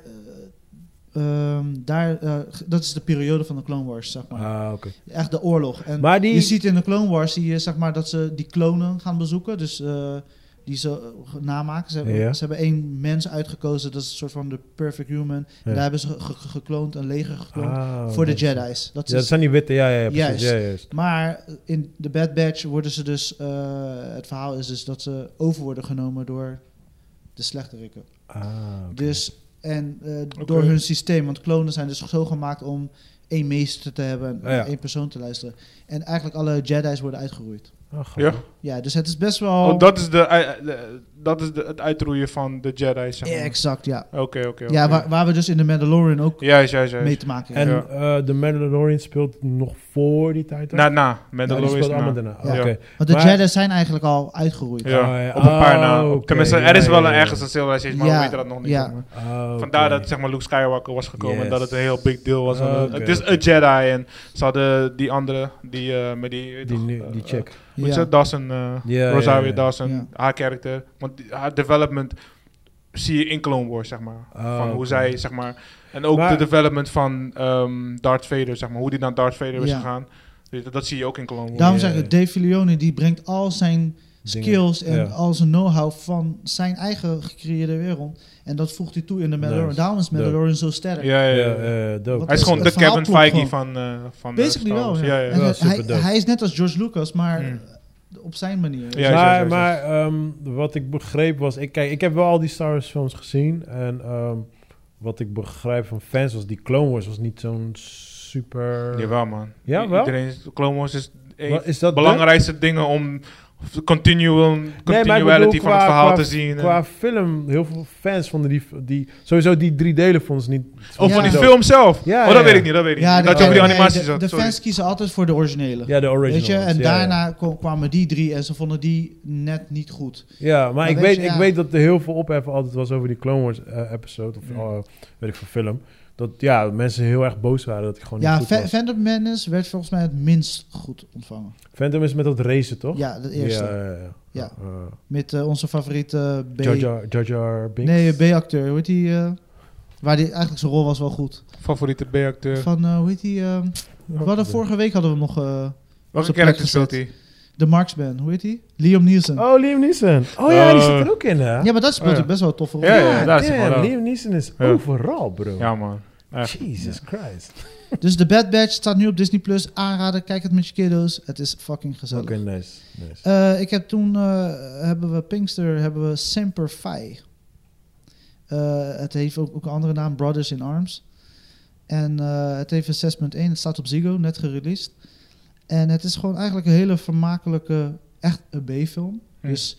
eh, ehm, daar eh, g- dat is de periode van de Clone Wars, zeg maar. Ah, oké. Echt de oorlog. En Maar die- je ziet in de Clone Wars zie je, zeg maar, dat ze die klonen gaan bezoeken, dus eh, die ze eh, namaken. Ze hebben, Ja. ze hebben één mens uitgekozen, dat is een soort van de perfect human. En Ja. daar hebben ze ge- ge- gekloond, een leger gekloond, Ah, voor de dat- Jedi's. Dat Ja, dat is zijn die witte, ja, ja, ja precies. Juist. Ja, juist. maar in de Bad Batch worden ze dus... eh, het verhaal is dus dat ze over worden genomen door de slechterikken. Ah, oké. Dus, en eh, door hun systeem. Want klonen zijn dus zo gemaakt om één meester te hebben en Ah, ja. één persoon te luisteren. En eigenlijk alle Jedi's worden uitgeroeid. Ah, Ja. grappig. Ja, dus het is best wel... Oh, dat is, de, eh, de- dat is de, het uitroeien van de Jedi, zeg Ja, maar. exact, ja. Oké, oké, oké. Ja, waar, waar we dus in de Mandalorian ook Juist, juist, juist. mee te maken En hebben. Ja. uh, de Mandalorian speelt nog voor die tijd? ook? Na, na. Ja, die Mandalorian speelt is allemaal na. daarna. Ja. Oké. Want de maar- Jedi's zijn eigenlijk al uitgeroeid. Ja, Oh, ja. op een paar na. Oh, Op- oké. Tenminste, Ja, er is wel ja, een ja. ergens een civilization, maar Ja, we weten dat nog niet. ja. zeg maar. Ah, oké. Vandaar dat zeg maar, Luke Skywalker was gekomen Yes. en dat het een heel big deal was. Ah, Want oké, het is oké. een Jedi en ze hadden die andere, die eh, met die... weet Die, toch, nu- eh, die eh, chick. Hoe is Ja. het? Dawson, eh, Ja, Rosario ja, ja. Dawson, Ja. haar karakter. Want die- haar development zie je in Clone Wars, zeg maar. Ah, van hoe oké. zij, zeg maar... En ook Maar- de development van ehm, Darth Vader, zeg maar. Hoe die naar Darth Vader is Ja. gegaan. Weet je, Dat zie je ook in Clone Wars. Daarom Ja, zeg ja. ik, Dave Filoni die brengt al zijn Dingen. skills en Ja. al zijn know-how van zijn eigen gecreëerde wereld. En dat voegt hij toe in de Mandalorian. Nice. Daarom is Mandalorian zo sterk. Ja, ja, ja. Ja, uh, dope. Wat- Hij is gewoon Het de verhaal Kevin klopt Feige gewoon. van, eh van eh, Basically Star wel, Wars. ja. Ja, ja. En Wel het- hij, superdope. hij is net als George Lucas, maar Hmm. op zijn manier. Ja, maar juist, juist, maar ehm, wat ik begreep was... Ik, kijk, ik heb wel al die Star Wars films gezien. En ehm, wat ik begrijp van fans was... Die Clone Wars was niet zo'n super... Jawel, man. Ja, I- wel? Iedereen, Clone Wars is een Wat, van is de dat belangrijkste dingen om continuum, Nee, maar ik continuality bedoel, van het qua- verhaal qua- te zien. Qua film, heel veel fans vonden die... die sowieso die drie delen vonden ze niet... Of Ja. van die dope. film zelf. Ja, oh, dat ja, weet ja. ik niet, dat weet ik Ja, niet. de, Dat je over die nee, animaties de, zat. de sorry. fans kiezen altijd voor de originele. Ja, de original. Weet je? En ja, daarna ja. ko- kwamen die drie en ze vonden die net niet goed. Ja, maar, Maar ik, weet weet, je, ik ja. weet dat er heel veel ophef altijd was over die Clone Wars eh, episode. Of Ja. eh, weet ik veel film. dat ja, mensen heel erg boos waren dat hij gewoon Ja, niet goed Fa- was. Phantom Menace werd volgens mij het minst goed ontvangen. Phantom is met dat racen, toch? Ja, de eerste. Ja, ja, ja. Ja. Uh, Met uh, onze favoriete B... Jar Jar, Jar Jar Binks. Nee, B-acteur. Hoe heet die? Uh, waar die eigenlijk zijn rol was wel goed. Favoriete B-acteur. Van, uh, hoe heet die? Uh, we hadden vorige week hadden we nog... Uh, Welke plek karakter gezet. speelt hij? de Marksman. Hoe heet die? Liam Neeson. Oh, Liam Neeson. Oh ja, die zit er ook in, hè? Ja, maar dat speelt Oh, ja. hij best wel een toffe rol. Ja, ja, daar is hij damn, gewoon wel. Liam Neeson is Ja. overal, bro. Ja, man. Echt. Jesus Christ. Dus The Bad Batch staat nu op Disney Plus. Aanraden, kijk het met je kiddo's. Het is fucking gezellig. Oké, nice. nice. Uh, ik heb toen, uh, hebben we Pinkster, hebben we Semper Fi. Uh, het heeft ook, ook een andere naam, Brothers in Arms. En uh, het heeft een zes punt één. Het staat op Ziggo, net gereleased. En het is gewoon eigenlijk een hele vermakelijke, echt een B-film. Hm. Dus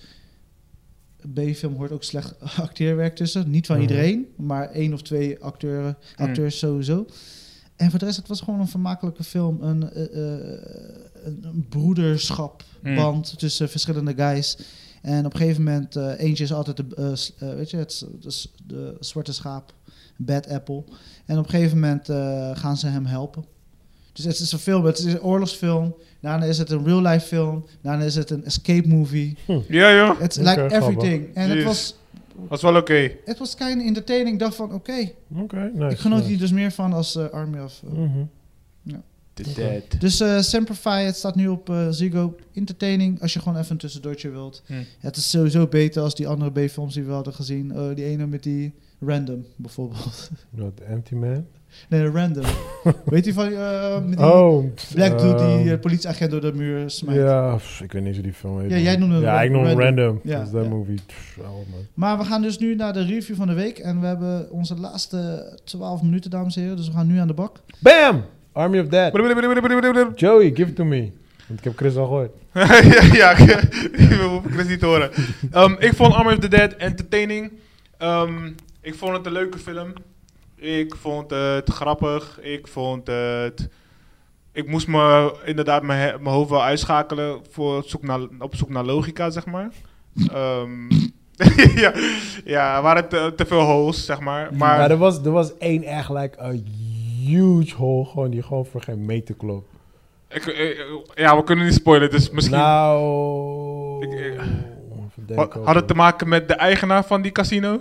een B-film hoort ook slecht acteerwerk tussen. Niet van Mhm. iedereen, maar één of twee acteuren, acteurs sowieso. En voor de rest, het was gewoon een vermakelijke film. Een, uh, uh, een, een broederschapband tussen verschillende guys. En op een gegeven moment, uh, eentje is altijd de, uh, s- uh, weet je, het, de, de zwarte schaap, Bad Apple. En op een gegeven moment uh, gaan ze hem helpen. Dus het is een film, het is een oorlogsfilm. Daarna is het een real-life film. Daarna is het een escape movie. Ja, joh. It's Oké, like grappig. everything. En het Jeez. was, Was wel oké. het was kind of entertaining. Ik dacht van, oké. Oké, nice. Ik genoot nice. hier dus meer van als uh, Army of... Uh, Mhm. The Oké. Dead. Dus uh, Semperfi, het staat nu op uh, Ziggo. Entertaining, als je gewoon even een tussendoortje wilt. Hm. Het is sowieso beter als die andere B-films die we hadden gezien. Uh, die ene met die Random, bijvoorbeeld. Wat, Empty Man? Nee, de Random. Weet je van uh, met die Oh. black dude die ehm, uh, politieagent door de muur smijt? Ja, pff, ik weet niet hoe die film heet. Ja, man. jij noemde hem Ja, ra- ik noem hem random. Random. Ja, Dat is dat ja. movie. Pff, oh, man. Maar we gaan dus nu naar de review van de week. En we hebben onze laatste twaalf minuten, dames en heren. Dus we gaan nu aan de bak. Bam! Army of Dead. Joey, give it to me. Want ik heb Chris al gehoord. ja, ja, ik wil Chris niet horen. Um, ik vond Army of the Dead entertaining. Um, ik vond het een leuke film. Ik vond het grappig. Ik vond het... Ik moest me inderdaad mijn, he- mijn hoofd wel uitschakelen voor zoek naar, op zoek naar logica, zeg maar. Um, ja, ja, er waren te, te veel holes, zeg maar. Maar Ja, er was, er was één echt like a huge hole. Gewoon die gewoon voor geen meter klopt. ik, ik- ja, we kunnen niet spoilen, dus misschien... Nou... Ik- ik- even Wa- denken had het ook. te maken met de eigenaar van die casino?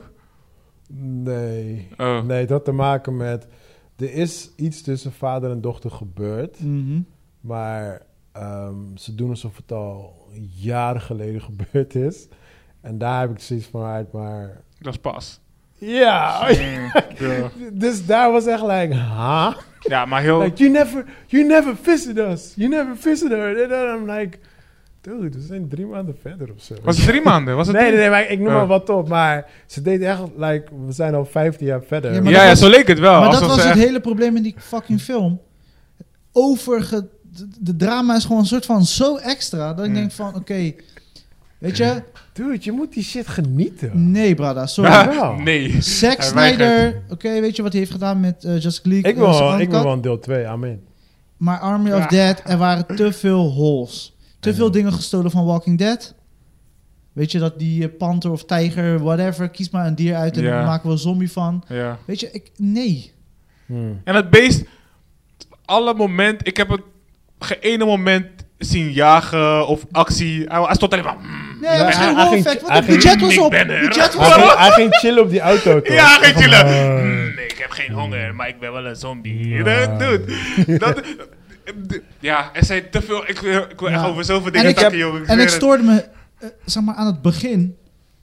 Nee. Oh. Nee, het had te maken met... Er is iets tussen vader en dochter gebeurd. Mhm. Maar ehm, ze doen alsof het al jaren geleden gebeurd is. En daar heb ik zoiets van uit, maar... Dat is pas. Ja, Mm, ja. dus daar was echt like, huh? Ja, maar heel... Like, you never, you never visited us. You never visited her. And then I'm like, dude, we zijn drie maanden verder of zo. Was het drie maanden? Was het Nee, drie- nee, nee, maar ik noem Ja. maar wat op. Maar ze deed echt, like, we zijn al vijftien jaar verder. Ja, maar Ja, dat ja, was- zo leek het wel. Maar dat Alsof was ze het echt- hele probleem in die fucking film. Overge... De, de drama is gewoon een soort van zo extra... dat ik Mm. denk van, oké... weet je? Dude, je moet die shit genieten. Nee, brada, sorry. Ja. Nee. Zack Hij weigert. Snyder... Oké, weet je wat hij heeft gedaan met uh, Justice League? Ik wil, uh, wel- zijn ik wil undercut? wel een deel twee, amen. Maar Army of Ja. Dead, er waren te veel holes. Te Ja. veel dingen gestolen van Walking Dead. Weet je, dat die uh, panter of tijger, whatever... kies maar een dier uit en Ja. daar maken we een zombie van. Ja. Weet je, ik... Nee. Hmm. En het beest... Alle moment... Ik heb het geen ene moment zien jagen of actie. Hij, hij stond alleen maar... mm. Nee, dat Ja, was hij- geen hij wow ging- effect. hij Want de ging- jet was Ik op. ben er. De jet Hij, was ging, op. hij ging chillen op die auto, toch? Ja, geen chillen. Ah. Mm, nee, ik heb geen honger, maar ik ben wel een zombie. Ja. Dude, dat... Ja, er zijn te veel... Ik wil, ik wil echt Ja. over zoveel En dingen ik takken, heb- joh. Ik En zweer het het. stoorde me, eh, zeg maar, aan het begin.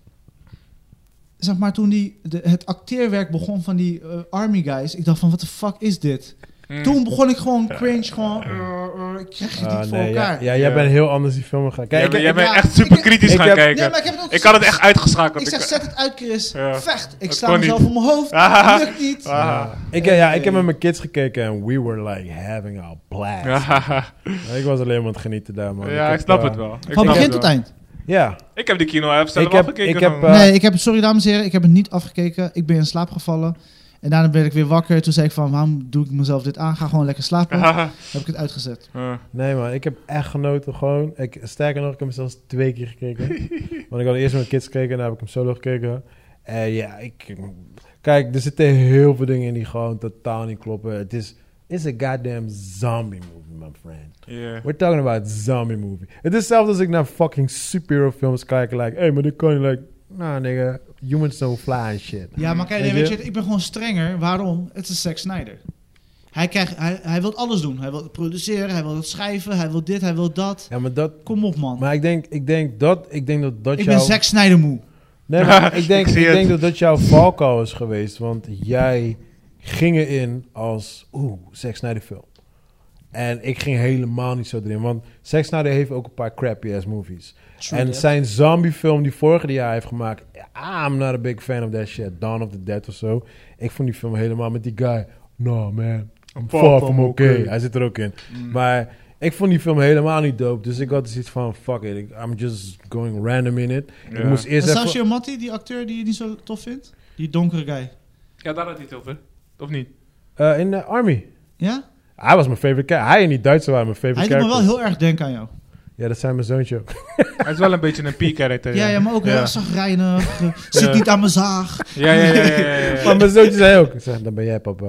Zeg maar, toen die, de, het acteerwerk begon van die eh, army guys. Ik dacht van, wat de fuck is dit? Mm. Toen begon ik gewoon cringe, gewoon... eh, eh, ik krijg het Ah, niet voor nee, ja, elkaar. ja, jij Ja. bent heel anders die film gaan Jij, kijken. bent- Kijk, jij ik- bent ja, echt super kritisch ik gaan heb- kijken. Nee, maar ik heb het ook ik had het echt uitgeschakeld. Ik zeg, zet het uit, Chris. Ja. Vecht. Ik Het sla kon mezelf niet. op mijn hoofd. Ah. Lukt niet. Ah. ik, ja, ik heb met mijn kids gekeken en we were like having a blast. Ja, Ik was alleen maar aan het genieten daar, man. ja, ik heb, snap eh, het wel. Ik Van snap begin het tot wel. eind. Ja, Ik heb die kino heb zelf Ik heb- afgekeken. ik heb, dan. eh, Nee, ik heb, sorry dames en heren, ik heb het niet afgekeken. Ik ben in slaap gevallen. En daarna werd ik weer wakker. Toen zei ik van, waarom doe ik mezelf dit aan? Ga gewoon lekker slapen. Ah. Heb ik het uitgezet. Ah. nee man, ik heb echt genoten gewoon. Ik, sterker nog, ik heb hem zelfs twee keer gekeken. Want ik had eerst met mijn kids gekeken en dan heb ik hem solo gekeken. En ja, ik... Kijk, er zitten heel veel dingen in die gewoon totaal niet kloppen. Het is it's a goddamn zombie movie, my friend. Yeah. We're talking about zombie movie. Het is hetzelfde als ik naar fucking superhero films kijk. Like, hey, maar dit kan je, like... Nah, nigga, humans don't fly and shit. Ja, maar kijk, Weet nee, weet je? je, ik ben gewoon strenger. Waarom? Het is Zack Snyder. Hij, krijgt, hij, hij wil alles doen. Hij wil het produceren, hij wil het schrijven, hij wil dit, hij wil dat. Ja, maar dat... Kom op, man. Maar ik denk, ik denk dat... Ik denk dat dat ik jou... ben Zack Snyder moe. Nee, maar ik denk, Ik zie ik het. denk dat dat jouw valkuil is geweest. Want jij ging erin als... Oeh, Zack Snyder film. En ik ging helemaal niet zo erin. Want Zack Snyder heeft ook een paar crappy-ass movies. True en that. zijn zombiefilm die vorig jaar heeft gemaakt... I'm not a big fan of that shit. Dawn of the Dead of zo. Ik vond die film helemaal met die guy... No, man. I'm far from okay. Hij zit er ook in. Mm. Maar ik vond die film helemaal niet dope. Dus ik had zoiets van... Fuck it. ik- I'm just going random in it. Ik Ja. moest eerst En even... Sasha Matti, die acteur die je niet zo tof vindt? Die donkere guy. Ja, daar had hij het over. Of niet? Uh, in de Army. Ja? Hij was mijn favorite character. Hij en die Duitser waren mijn favorite Hij doet me characters. wel heel erg denken aan jou. Ja, dat zijn mijn zoontje ook. Hij is wel een beetje een P-character. Ja, ja, maar ook heel Ja. erg zagrijnig. eh, Zit Ja. niet aan mijn zaag. Ja, ja, ja. ja, ja, ja. Maar mijn zoontje zei ook. Ik zeg, dan ben jij papa.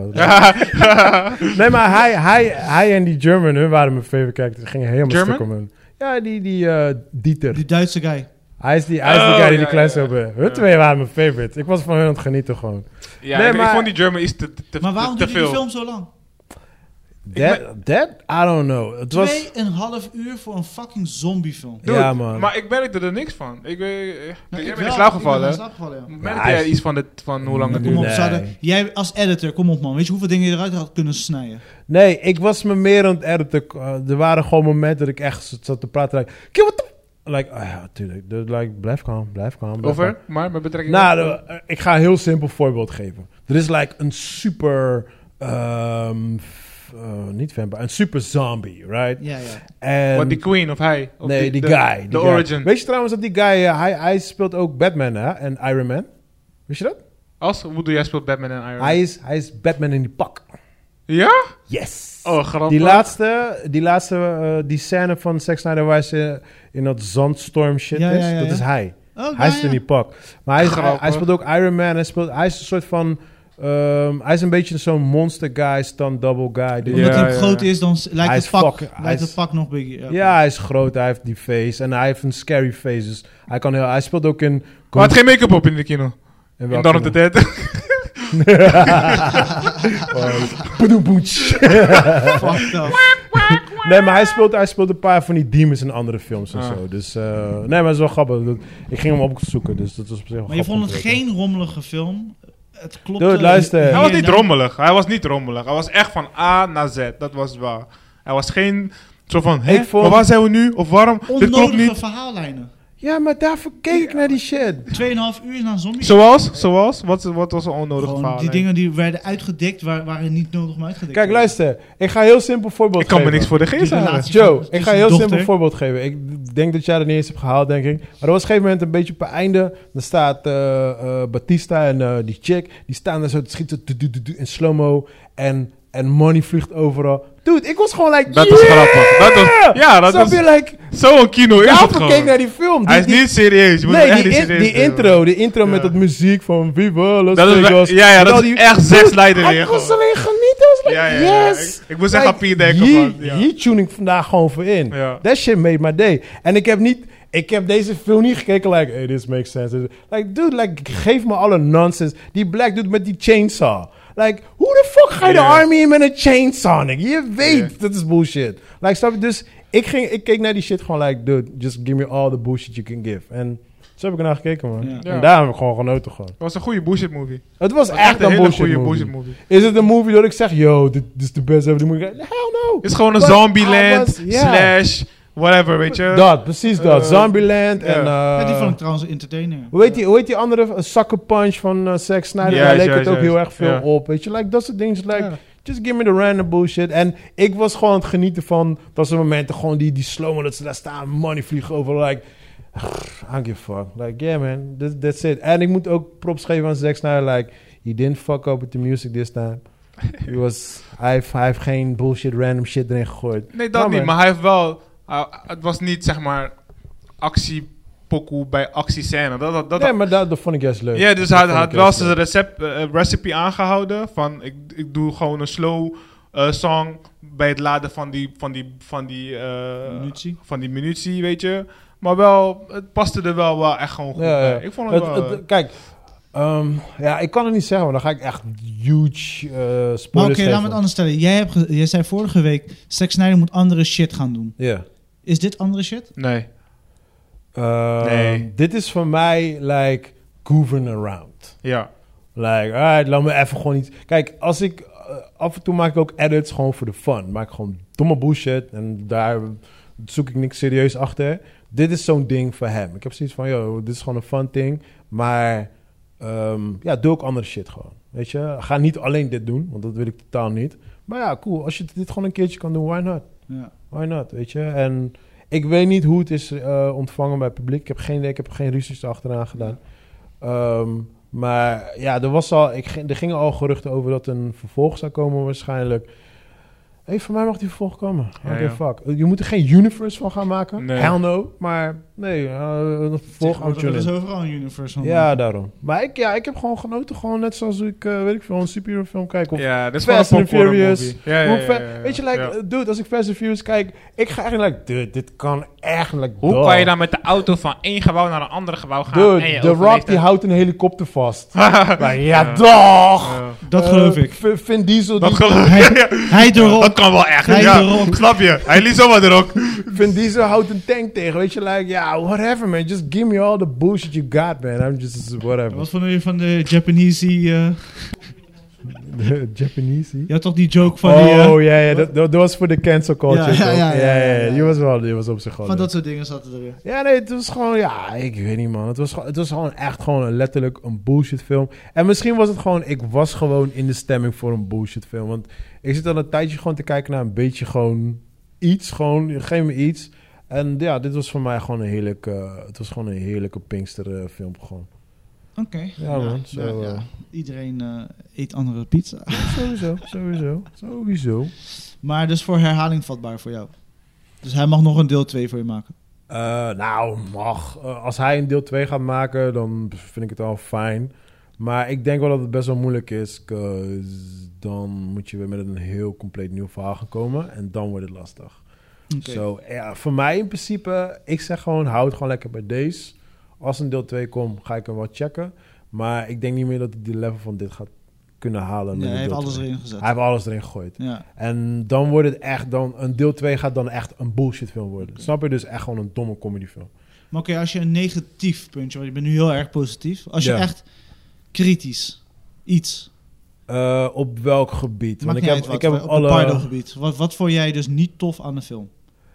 Nee, maar hij, hij, hij en die German, hun waren mijn favorite characters. Ze gingen helemaal German? stuk om hun. Ja, die, die uh, Dieter. Die Duitse guy. Hij is die, hij is die Oh, guy die die ja, kleins ja, ja. hebben. Hun Ja. twee waren mijn favorite. Ik was van hun aan het genieten gewoon. Ja, Nee, ik, maar- ik vond die German iets te, te, te, Maar waarom te duurde die veel. film zo lang? That, that? I don't know. Het was... Tweeënhalf uur voor een fucking zombiefilm. Dude, Ja, man. Maar ik merkte er niks van. Ik ben, jij bent in wel. slaap Ik ben gevallen. in slaap gevallen, ja. Merkte Ja, hij jij is- iets van, het, van hoe lang het Kom duurde? op, Nee. zouden, jij als editor, kom op man. Weet je hoeveel dingen je eruit had kunnen snijden? Nee, ik was me meer aan het editen. Uh, er waren gewoon momenten dat ik echt zat te praten. Like, "Kill, what the... Like, oh ja, tuurlijk. Dus, like, blijf kalm, blijf kalm. blijf Over? kalm." Maar met betrekking Nou, tot- de- uh, ik ga een heel simpel voorbeeld geven. Er is like een super... Um, f- uh, niet vampire, een super zombie, right? Ja, ja. En Wat, die Queen of hij? Of nee, die, de, guy. De die guy. origin. Weet je trouwens dat die guy... uh, hij, hij speelt ook Batman, hè? En Iron Man. Wist je dat? Als? Hoe doe jij speelt Batman en Iron Man? Hij is, hij is Batman in die pak. Ja? Yes! Oh, grappig. Die laatste, die laatste, uh, die scène van Zack Snyder waar ze in dat zandstorm shit Ja, is, ja, ja, dat ja. is hij. Oh, hij ja, is in ja. die pak. Maar hij, is, hij, Grappig. hij speelt ook Iron Man. Hij, speelt, hij is een soort van, um, hij is een beetje zo'n monster guy, stunt double guy. Die- Omdat Ja, hij ja, groot ja. is, dan s- lijkt Hij het is pak, fuck- hij lijkt is- het pak nog biggie. Ja, Ja, hij is groot, hij heeft die face en hij heeft een scary face. Dus hij, kan heel, hij speelt ook in... Maar hij had geen make-up op in de kino. in In welke Dawn of the film? Dead. Padoeboets. Fucked up. Nee, maar hij speelt, hij speelt een paar van die demons in andere films en Ah. zo. Dus, uh, nee, maar het is wel grappig. Dat- Ik ging hem opzoeken, dus dat was op zich wel Maar je grappig vond het om te weten. geen rommelige film? Het klopt. Dude, luister. Hij was niet rommelig. Hij was niet rommelig. Hij was echt van A naar Z. Dat was waar. Hij was geen zo van, hè? Ik vond- Maar waar zijn we nu? Of waarom? Dit klopt Onnodige niet. verhaallijnen. Ja, maar daarvoor keek ik naar die shit. Tweeënhalf uur naar een zombie. Zoals? Zoals? Wat, wat was een onnodige Gewoon verhaal? die dingen die werden uitgedikt, waar, waren niet nodig om uitgedikt Kijk, te worden. luister. Ik ga een heel simpel voorbeeld Ik kan me geven. niks voor de geest Die halen. relatie- Joe, tussen ik ga een de heel dochter. simpel voorbeeld geven. Ik denk dat jij er niet eens hebt gehaald, denk ik. Maar er was op een gegeven moment een beetje op het einde. Dan staat eh, eh, Batista en eh, die chick. Die staan daar zo te schieten du- du- du- du- in slow-mo. En, en money vliegt overal. Dude, ik was gewoon like, Dat was yeah! grappig. Dat was- ja, dat Snap was- je, like, Zo'n kino is het daarvoor keek ik gewoon. naar die film. Hij is Die- niet serieus. Je moet Nee, hem echt die, niet in- serieus die nemen. intro, die intro met Ja. dat muziek van Viva Las Dat is wel- Vegas. ja, ja, Met dat al is die- echt Dude, Zack Snyder Ik weer was gewoon. alleen genieten. I was like, Ja, ja, ja. yes. Ik- ik moest echt aan Pier denken hier, van, ja. hier tune ik vandaag gewoon voor in. Ja. That shit made my day. En ik heb niet... Ik heb deze film niet gekeken like, hey, this makes sense. Like, dude, like, geef me alle nonsense. Die black dude met die chainsaw. Like, hoe de fuck ga je de Ja. army in met een chainsaw, nigga? Je weet, Ja. dat is bullshit. Like, snap je? Dus ik, ging, ik keek naar die shit gewoon like, dude, just give me all the bullshit you can give. En zo heb ik ernaar gekeken, man. Ja. Ja. En daar heb ik gewoon genoten gewoon. Het was een goede bullshit movie. Het was Het was echt een hele bullshit goede movie. bullshit movie. Is het een movie dat ik zeg, yo, dit, dit is de best ever? Hell no. Het is gewoon een But I Zombieland was- ja. slash whatever, weet je. Dat, precies dat. Eh, Zombieland ja. en... uh, Ja, die vond ik trouwens entertaining. hoe, heet die, hoe heet die andere? Uh, Sucker Punch van uh, Zack Snyder. Ja, Daar leek juist, het ook juist. heel erg veel Ja. op. Weet je, like, dat soort dingen. Like, Ja. just give me the random bullshit. En ik was gewoon aan het genieten van... Dat soort momenten, gewoon die, die slow-mo, dat ze daar staan, money vliegen over. Like, I don't give a fuck. Like, yeah man, that, that's it. En ik moet ook props geven aan Zack Snyder. Like, he didn't fuck up with the music this time. He was, hij, heeft, hij heeft geen bullshit, random shit erin gegooid. Nee, dat Ja, niet. man. Maar hij heeft wel... uh, het was niet, zeg maar, actie pokoe bij actiescène. Dat, dat, dat, Nee, maar dat, dat vond ik juist leuk. Ja, dus Dat hij vond had ik wel juist zijn leuk. recept, uh, recipe aangehouden. Van ik, ik doe gewoon een slow uh, song bij het laden van die, van die, van die, uh, Munitie. van die munitie, weet je. Maar wel, het paste er wel, wel echt gewoon goed Ja, bij. ja. Ik vond het, Het- wel... het- kijk, um, ja, ik kan het niet zeggen, maar dan ga ik echt huge uh, spoilers Maar oké, geven. laten we het anders stellen. Jij, hebt ge- jij zei vorige week, Zack Snyder moet andere shit gaan doen. Ja. Is dit andere shit? nee. Uh, Nee. Dit is voor mij, like, goofing around. Ja. Like, alright, laat me even gewoon iets... Kijk, als ik... uh, af en toe maak ik ook edits gewoon voor de fun. Maak ik gewoon domme bullshit en daar zoek ik niks serieus achter. Dit is zo'n ding voor hem. Ik heb zoiets van, yo, dit is gewoon een fun ding. Maar, um, ja, doe ook andere shit gewoon. Weet je, ga niet alleen dit doen, want dat wil ik totaal niet. Maar ja, cool. Als je dit gewoon een keertje kan doen, why not? Ja. Why not, weet je? En ik weet niet hoe het is uh, ontvangen bij het publiek. Ik heb geen idee, ik heb geen research erachteraan gedaan. Um, maar ja, er, was al, ik, ging- er gingen al geruchten over dat een vervolg zou komen waarschijnlijk. Hé, hey, voor mij mag die vervolg komen. Ja, Oké, ja. fuck. Je moet er geen universe van gaan maken. Nee. Hell no. Maar nee, uh, een vervolg aan Er is overal een universe van. Ja, daarom. Maar ik, ja, ik heb gewoon genoten. Gewoon net zoals ik, uh, weet ik veel, een superhero film kijk. Of Ja, dit is Fast gewoon een and popcorn Furious. movie. Ja, ja, Gewoon ja, fa- ja, ja. Weet je, like, Ja. uh, dude, als ik Fast and Furious kijk, ik ga eigenlijk, like, dude, dit kan echt, like, Hoe dog. kan je dan met de auto van één gebouw naar een ander gebouw gaan? Dude, en je The overleeft Rock die het? houdt een helikopter vast. Ja. Maar ja, Ja. toch! Ja. Dat Uh, geloof ik. V- Vin Diesel, Dat die, geloof Hij, ik. hij de rol. Dat kan wel echt. Hij Ja, de Rock. snap je? Hij liet zomaar de Rock. Vin Diesel houdt een tank tegen. Weet je, like, ja, whatever, man. Just give me all the bullshit you got, man. I'm just, whatever. Wat vond je van de Japanese... eh, De Japanese? je had toch die joke van die... eh, Oh, ja, ja. Dat, dat was voor de cancel culture. Ja, ja, toch? ja, ja, ja, ja. Die was wel, die was op zich wel van leuk. dat soort dingen zaten erin. Ja, nee, het was gewoon, ja, ik weet niet, man. Het was, gewoon- het was gewoon echt gewoon een, letterlijk een bullshit film. En misschien was het gewoon, ik was gewoon in de stemming voor een bullshit film. Want ik zit al een tijdje gewoon te kijken naar een beetje gewoon iets. Gewoon, geef me iets. En ja, dit was voor mij gewoon een heerlijke, het was gewoon een heerlijke Pinkster eh, film gewoon. Oké. Ja, man, zo, ja, eh. ja. Iedereen eh, eet andere pizza. Sowieso, sowieso, sowieso. Maar dus voor herhaling vatbaar voor jou. Dus hij mag nog een deel twee voor je maken. Uh, nou, mag. Uh, als hij een deel twee gaat maken, dan vind ik het al fijn. Maar ik denk wel dat het best wel moeilijk is. 'Cause dan moet je weer met een heel compleet nieuw verhaal gaan komen. En dan wordt het lastig. Oké. Zo, ja, voor mij in principe, ik zeg gewoon, houd gewoon lekker bij deze. Als een deel twee komt, ga ik hem wel checken. Maar ik denk niet meer dat hij de level van dit gaat kunnen halen. Ja, met hij een heeft deel alles twee. erin gezet. Hij heeft alles erin gegooid. Ja. En dan wordt het echt, dan, een deel twee gaat dan echt een bullshit film worden. Oké. Snap je? Dus echt gewoon een domme comedy film. Maar oké, als je een negatief puntje, want je bent nu heel erg positief. Als je Ja. echt kritisch iets. Uh, op welk gebied? Maakt Want niet ik heb, uit ik wat, heb op het alle. Pardo-gebied. Wat, wat vond jij dus niet tof aan de film?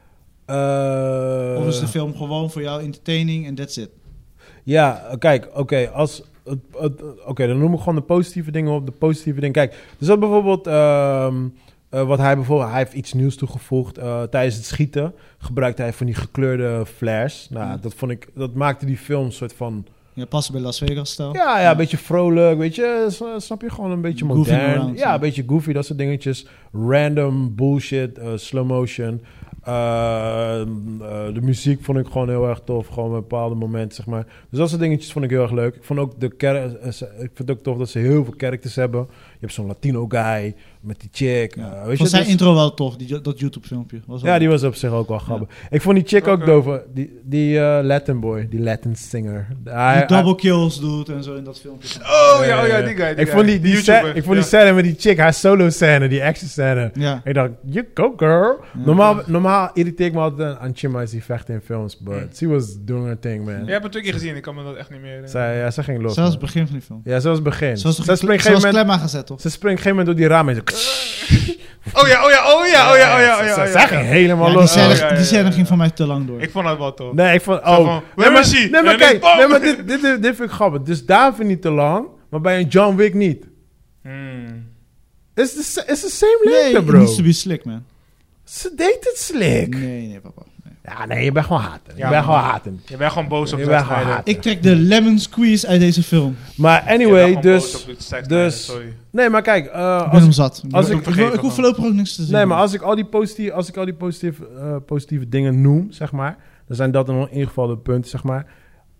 Uh, Of is de film gewoon voor jou entertaining en that's it? Ja, kijk, oké, als het- het- oké, dan noem ik gewoon de positieve dingen op. De positieve dingen. Kijk, dus dat bijvoorbeeld, ehm, uh, wat hij bijvoorbeeld, hij heeft iets nieuws toegevoegd. Uh, tijdens het schieten gebruikte hij van die gekleurde flares. Nou, Ja. dat vond ik, dat maakte die film een soort van. Ja, passen bij Las Vegas stijl. Ja, ja, een beetje vrolijk, weet je. S- Snap je? Gewoon een beetje Goofy modern. around, ja, ja. een beetje goofy, dat soort dingetjes. Random bullshit, uh, slow motion. Uh, uh, de muziek vond ik gewoon heel erg tof. Gewoon met bepaalde momenten, zeg maar. Dus dat soort dingetjes vond ik heel erg leuk. Ik vond ook de char- uh, ze- ik vind het ook tof dat ze heel veel characters hebben. Je hebt zo'n Latino guy met die chick. Ja. Uh, Ik weet vond je, zijn dus- intro wel tof, die, dat YouTube-filmpje. Was wel ja, die was op zich ook wel grappig. Ik vond die chick ook Oké. doof. Die, die uh, Latin boy, die Latin singer. Hij- die double hij- kills doet en zo in dat filmpje. Oh ja, oh ja, die guy. Die ik guy. vond die, die, YouTuber. scè- ik vond die Ja. scène met die chick, haar solo scène, die action scène. Ja. Ik dacht, you go girl. Ja. Normaal, normaal irriteer ik me altijd aan Chimais die vechten in films, but Mm. she was doing her thing, man. Je hebt het twee keer gezien, ik kan me dat echt niet meer... eh. Zij, ja, zij ging los. Zelfs het man. begin van die film. Ja, zoals het begin. Zoals Ze toch springt zoals geen moment, klem aangezet, toch? ze springt geen moment door die ramen. En zo, Oh ja, oh ja, oh ja, oh ja, oh ja, oh ja. Ze- oh ze- ja. Zij ging helemaal Ja, die los. scène, Oh, ja, ja, die scène ja. ging voor mij te lang door. Ik vond het wel tof. Nee, ik vond... Zo Oh. van, nee, where maar, is she? nee, maar En kijk. dan- Nee, maar dit, dit, dit, dit vind ik grappig. Dus daar vind ik niet te lang. Maar bij een John Wick niet. Hmm. It's the, it's the same nee, lengte, it bro. needs to be slick, man. Ze deed het slick. Nee, nee, papa. Nee. Ja, nee, je bent gewoon haten. Je Ja, bent man. gewoon haten. Je bent gewoon boos op Je Zack bent gewoon Snyder. haten. Ik trek de lemon squeeze uit deze film. Maar Je bent anyway, gewoon boos dus... op Zack Snyder, dus- sorry. Nee, maar kijk. uh, Ik ben als hem ik, zat. Ik, als wil- ik- ik, wil- ik hoef voorlopig ook niks te zien. nee, maar als ik al die positieve, als ik al die positieve, uh, positieve dingen noem, zeg maar, dan zijn dat dan in ieder geval de punten, zeg maar.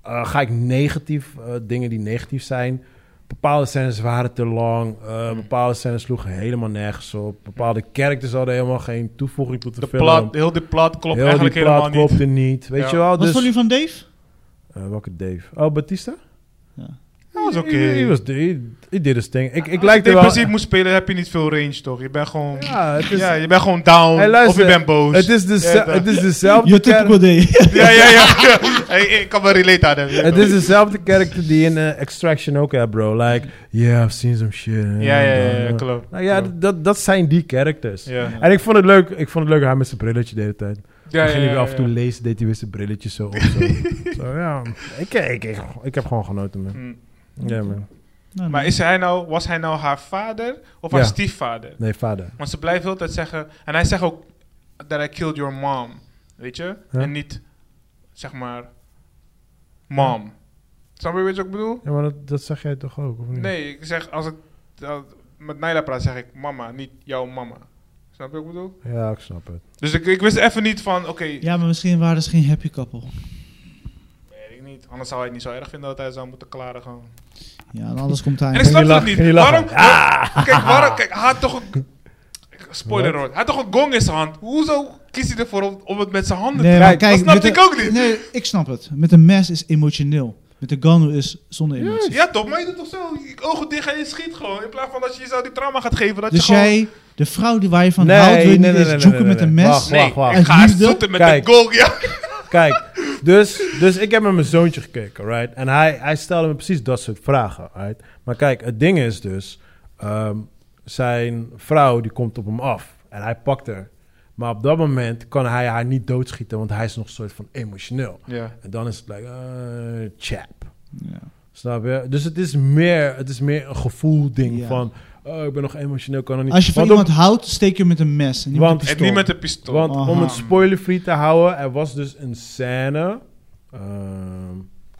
uh, ga ik negatief, uh, dingen die negatief zijn. Bepaalde scènes waren te lang. Uh, bepaalde scènes sloegen helemaal nergens op. Bepaalde characters hadden helemaal geen toevoeging tot de, De film. plot, heel die plot klopt heel eigenlijk die plot helemaal niet. klopte niet. Weet Ja. je wel? Wat Dus, vond je van Dave? uh, welke Dave? Oh, Batista? Ja. Dat was oké. Hij was hij deed zijn ding. Ik, ik Als je lijkte wel... defensief moet spelen, heb je niet veel range, toch? Je bent gewoon... Ja, het is, Ja, je bent gewoon down, Hey, luister, of je bent boos. het is, de, Ja, het is dezelfde Je typical character. day. Ja, ja, ja. Hey, ik kan me relate aan hem. Het is dezelfde character die in uh, Extraction ook hebt, bro. Like, yeah, I've seen some shit. Ja, ja, ja, ja, klopt. Nou ja, Klopt. dat, dat zijn die characters. Ja. En ik vond het leuk. Ik vond het leuk, hij met zijn brilletje de hele tijd. Ja, Dan ja, ging hij ja, weer af en toe ja. lezen, deed hij weer zijn brilletje zo op. Zo, zo ja. Ik, ik, ik, ik heb gewoon genoten, man. Hm. Ja, man. Nou, Maar is hij nou, was hij nou haar vader of haar Ja. stiefvader? Nee, vader. Want ze blijft heel de tijd zeggen... En hij zegt ook... That I killed your mom. Weet je? Ja. En niet... Zeg maar... Mom. Snap je wat ik bedoel? Ja, maar dat, dat zeg jij toch ook, of niet? Nee, ik zeg... Als ik uh, met Naila praat, zeg ik mama. Niet jouw mama. Snap je wat ik bedoel? Ja, ik snap het. Dus ik, ik wist even niet van... Oké... Ja, maar misschien waren ze geen happy couple. Weet ik niet. Anders zou hij het niet zo erg vinden dat hij zou moeten klaren gewoon. Ja, en anders komt hij. En ik snap je het lach- niet. en je lachen. Waarom? Kijk, waarom? Kijk, hij had toch een... Spoiler hoor. Hij had toch een gong in zijn hand. Hoezo kiest hij ervoor om, om het met zijn handen Nee, te maar doen? kijk, dat snapte met ik de- ook niet. Nee, ik snap het. Met een mes is emotioneel. Met de gun is zonder emotie. Ja toch, maar je doet toch zo, je ogen dicht en je schiet gewoon. In plaats van dat je jezelf die trauma gaat geven. Dat Dus je gewoon... jij, de vrouw die waar je van Nee, houdt, wil je nee, niet nee, eens nee, nee, joeken nee, met een nee. mes? Wacht, Nee, wacht. ik ga Uit liefde? zoeten met Kijk. een gong, ja. Kijk, dus, dus ik heb met mijn zoontje gekeken, right? En hij, hij stelde me precies dat soort vragen, right? Maar kijk, het ding is dus... Um, zijn vrouw, die komt op hem af. En hij pakt haar. Maar op dat moment kan hij haar niet doodschieten... want hij is nog een soort van emotioneel. Ja. En dan is het like, uh, chap. Ja. Snap je? Dus het is meer, het is meer een gevoel ding Ja. van... oh, ik ben nog emotioneel, kan er niet... Als je van Want op- iemand houdt, steek je met een mes. En niet Want- met een En pistool. niet met een pistool. Want Aha. om het spoilerfree te houden, er was dus een scène. ehm,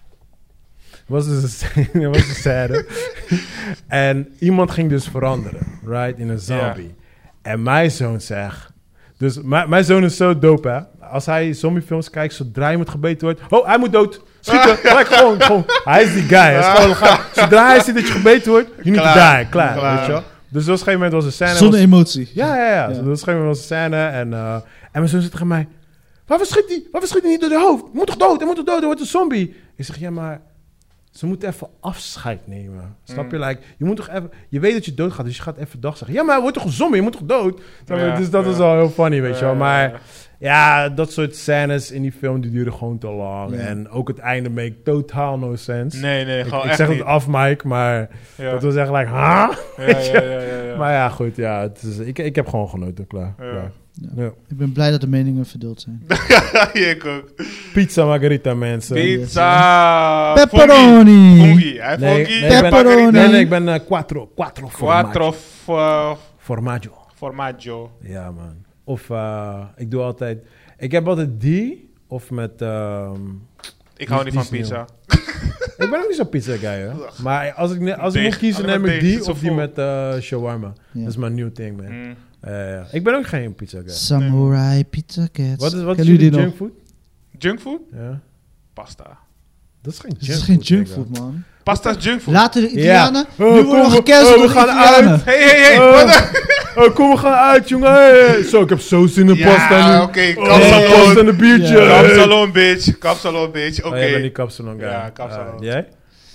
er was dus een scène. Er was een scène. En iemand ging dus veranderen, right, in een zombie. En mijn zoon zegt. Dus mijn, mijn zoon is zo dope, hè. Als hij zombiefilms kijkt, zodra hij moet gebeten wordt. Oh, hij moet dood. Schieten. Gelijk gewoon, gewoon. Hij is die guy. Hij is gewoon, ga- zodra hij ziet dat je gebeten wordt, je niet Klaar. die. Klaar, Klaar. weet je wel. Dus dat was een gegeven moment was een scène. Zonder was- emotie. ja, ja, ja. Ja. Dus dat was een gegeven moment was een scène. En, uh, en mijn zoon zit tegen mij. Waarvoor schiet hij? Waarvoor schiet hij niet door de hoofd? Hij moet toch dood? Hij moet toch dood? Hij wordt een zombie. Ik zeg, ja, maar ze moeten even afscheid nemen. Snap je? Mm. Like, je moet toch even... Je weet dat je dood gaat, dus je gaat even dag zeggen. Ja, maar hij wordt toch een zombie? Je moet toch dood? Snap je? Ja, dus dat ja. is wel heel funny, weet je wel. Ja, Maar ja. ja, dat soort scènes in die film, die duren gewoon te lang. Ja. En ook het einde make totaal no sense. Nee, nee, ik gewoon ik echt zeg niet. het af, Mike, maar Ja. dat was echt like, huh? Ja, ja, ja, ja, ja. Maar ja, goed, ja. Het is, ik, ik heb gewoon genoten, klaar. Ja. klaar. Ja. Ja. Ik ben blij dat de meningen verdeeld zijn. Ja, ik ook. Pizza margarita, mensen. Pizza. Pepperoni. Fungi. Hij Nee, fungi. nee, ik ben, Pepperoni. nee, nee, ik ben eh, quattro. Quattro formaggio. Quattro uh, Formaggio. formaggio. Ja, man. Of uh, ik doe altijd... Ik heb altijd die, of met... ehm, Ik hou Die- niet van die is pizza. ik ben ook niet zo'n pizza guy, hè. Ugh. Maar als ik, ne- als ik Deeg. moet kiezen, Alleen neem maar ik deeg, die zit zo of die vol. met eh shawarma. Ja. Dat is mijn new thing, man. Mm. Eh, ja. Ik ben ook geen pizza guy. Samurai Pizza Cats. Wat is, wat is Kennen jullie jullie nog? junkfood? Junkfood? Ja. Pasta. Dat is geen Het junkfood. is geen denk ik. junkfood, man. Pasta is junkfood. Later de Italianen. Ja. Nu Oh, worden kom, we we- gecanceld oh, we door de gaan Italianen. uit. Hey, hey, hey. Oh. wat- Oh, kom, we gaan uit, jongen. Hey. Zo, ik heb zo zin in pasta Ja, nu. oké. Oh, Kapsalon. pasta en een biertje. Ja. Hey. Kapsalon, bitch. Kapsalon, bitch. Oké. Oh, jij bent die kapsalon guy. Ja, kapsalon. Ah, jij?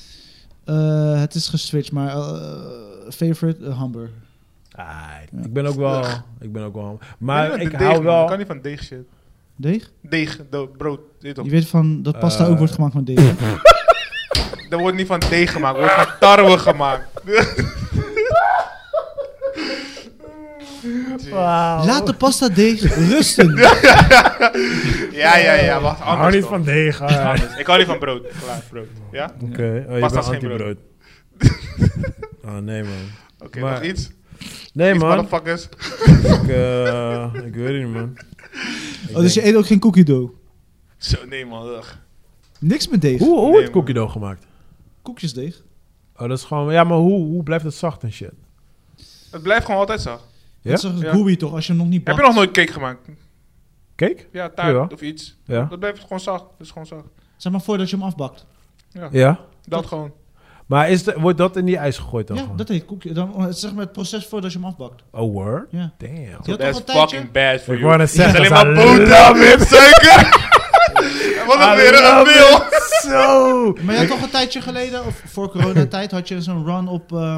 Eh, het is geswitcht, maar eh, favorite uh, hamburger. Ah, Ja. ik ben ook wel... Ik ben ook wel... Maar Ja, ik de hou deeg, man. wel... Ik kan niet van deeg shit. Deeg? Deeg, do- brood. Dit toch? Je weet van dat pasta Eh. ook wordt gemaakt met deeg. Er wordt niet van deeg gemaakt, er wordt van tarwe gemaakt. Wauw. Laat de pasta deeg rusten. Ja, ja, ja. Wacht, Ik hou anders niet toch? van deeg. ah. Anders. Ik hou niet van brood. Klaar, brood. Ja? Oké, oh, je Pasta bent is geen anti-brood. Oh, nee, man. Oké, Maar- nog iets? Nee, Iets, man. motherfuckers? Ik, eh, ik weet het niet, man. Ik Oh, dus je denk- eet ook geen cookie dough? Zo, nee man. Ugh. Niks met deeg. Hoe, hoe Nee, wordt man. cookie dough gemaakt? Koekjesdeeg. Oh, dat is gewoon... Ja, maar hoe, hoe blijft het zacht en shit? Het blijft gewoon altijd zacht. Ja? Dat is toch Ja. gooey toch, als je hem nog niet Heb bakt? je nog nooit cake gemaakt? Cake? Ja, taart Jawel. of iets. Ja. Dat blijft gewoon zacht. Dat is gewoon zacht. Zeg maar voordat je hem afbakt. Ja, Ja? dat gewoon. Maar is de, wordt dat in die ijs gegooid dan? Ja, gewoon? dat heet koekje. Dan, het is zeg maar het proces voordat je hem afbakt. Oh, word? Ja. Damn. Je had That's toch een tijdje- fucking bad for Ik you. wou net Het is zeggen, alleen dat maar is boter love met suiker. Wat een I weer een love meel. it. Zo! Maar je had toch een tijdje geleden, of voor coronatijd, had je zo'n run op... Uh,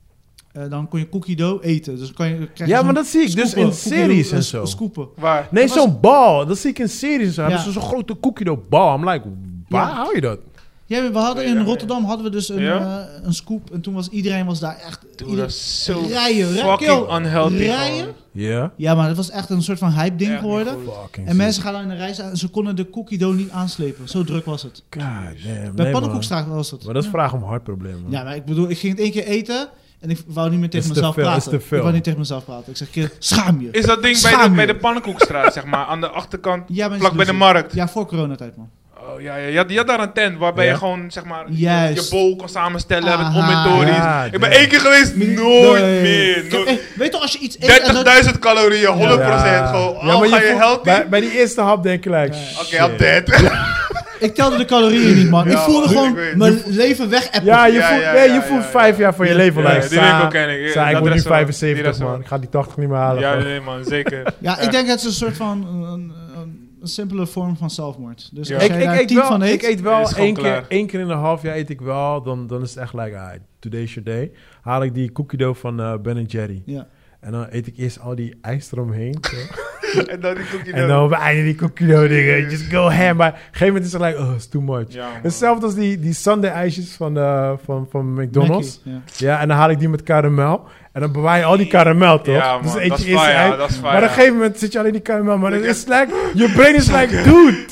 uh, dan kon je cookie dough eten. Dus kan je, krijg je Ja, zo'n maar dat zie ik dus scoopen, in cookie series dough, en uh, zo. Scoopen. Waar? Nee, Dat was- zo'n bal. Dat zie ik in series en zo. Ja. Hebben ze zo'n grote cookie dough bal. I'm like, waar Ja. hou je dat? Ja, we hadden in Ja, Rotterdam hadden we dus een, Ja? uh, een scoop. En toen was iedereen was daar echt... Dude, ieder- dat is zo rijen, rij- fucking kill, unhealthy rijen. gewoon. Ja? Ja, maar dat was echt een soort van hype ding Echt niet geworden. goed. Fucking En mensen gaan dan in de rij staan en ze konden de cookie dough niet aanslepen. Zo druk was het. God damn. Bij Nee, Pannenkoekstraat was het. Maar dat is ja. vraag om hartproblemen. Ja, maar ik bedoel, ik ging het één keer eten en ik wou niet meer tegen Is te mezelf veel, is praten. te veel. Ik wou niet tegen mezelf praten. Ik zeg, "Kill, schaam je. Is dat ding bij Schaam de, je. bij de Pannenkoekstraat, zeg maar, aan de achterkant, Ja, mensen vlak bij de doen markt? ze. Ja, voor coronatijd, man. Oh ja, ja. Je, had, je had daar een tent waarbij Ja? je gewoon, zeg maar, je, Juist. je bowl kon samenstellen met Aha. inventories. Ja, ik ben damn. één keer geweest, nooit Nee. meer. Ik heb- Nooit. hey, weet je toch, als je iets eet en dat... dertigduizend calorieën, honderd procent. Gewoon, Ja, al maar ga je voelt- healthy. bij, bij die eerste hap denk je like, Ja. Oké, I'm shit. dead. Ik telde de calorieën niet, man. Ja, ik voelde man, gewoon ik weet. mijn leven wegappen. Ja, je Ja, voelt, ja, nee, ja, je ja, voelt ja. vijf jaar van je Ja. leven. Ja, like, die sa- winkel ken ik. sa, ik Dat word nu restaurant. vijfenzeventig, Die man. Ik ga die tachtig niet meer halen. Ja, gewoon. nee man, zeker. Ja, ik denk het is een soort van een, een, een simpele vorm van zelfmoord. Dus Ja. als Ik, jij ik, daar eet tien wel, van eet... ik eet is wel gewoon één keer, klaar. één keer in een half jaar eet ik wel. Dan, dan is het echt like, ah, today's your day. Haal ik die cookie dough van uh, Ben en Jerry. Ja. En dan eet ik eerst al die ijs eromheen. zo. En dan die cookie En dan op het einde die cookie dough dingen. Just go ham. Maar op een gegeven moment is het like, oh, it's too much. Ja, man. Hetzelfde als die, die Sunday ijsjes van, uh, van, van McDonald's. Mackie, ja. Ja, en dan haal ik die met karamel. En dan bewaar je al die karamel, toch? Ja, man, dus eet dat je is eerst fire, die ijs. dat is fire. Maar op een gegeven moment zit je alleen die karamel. Maar het Ik is like, je brain is like, dude.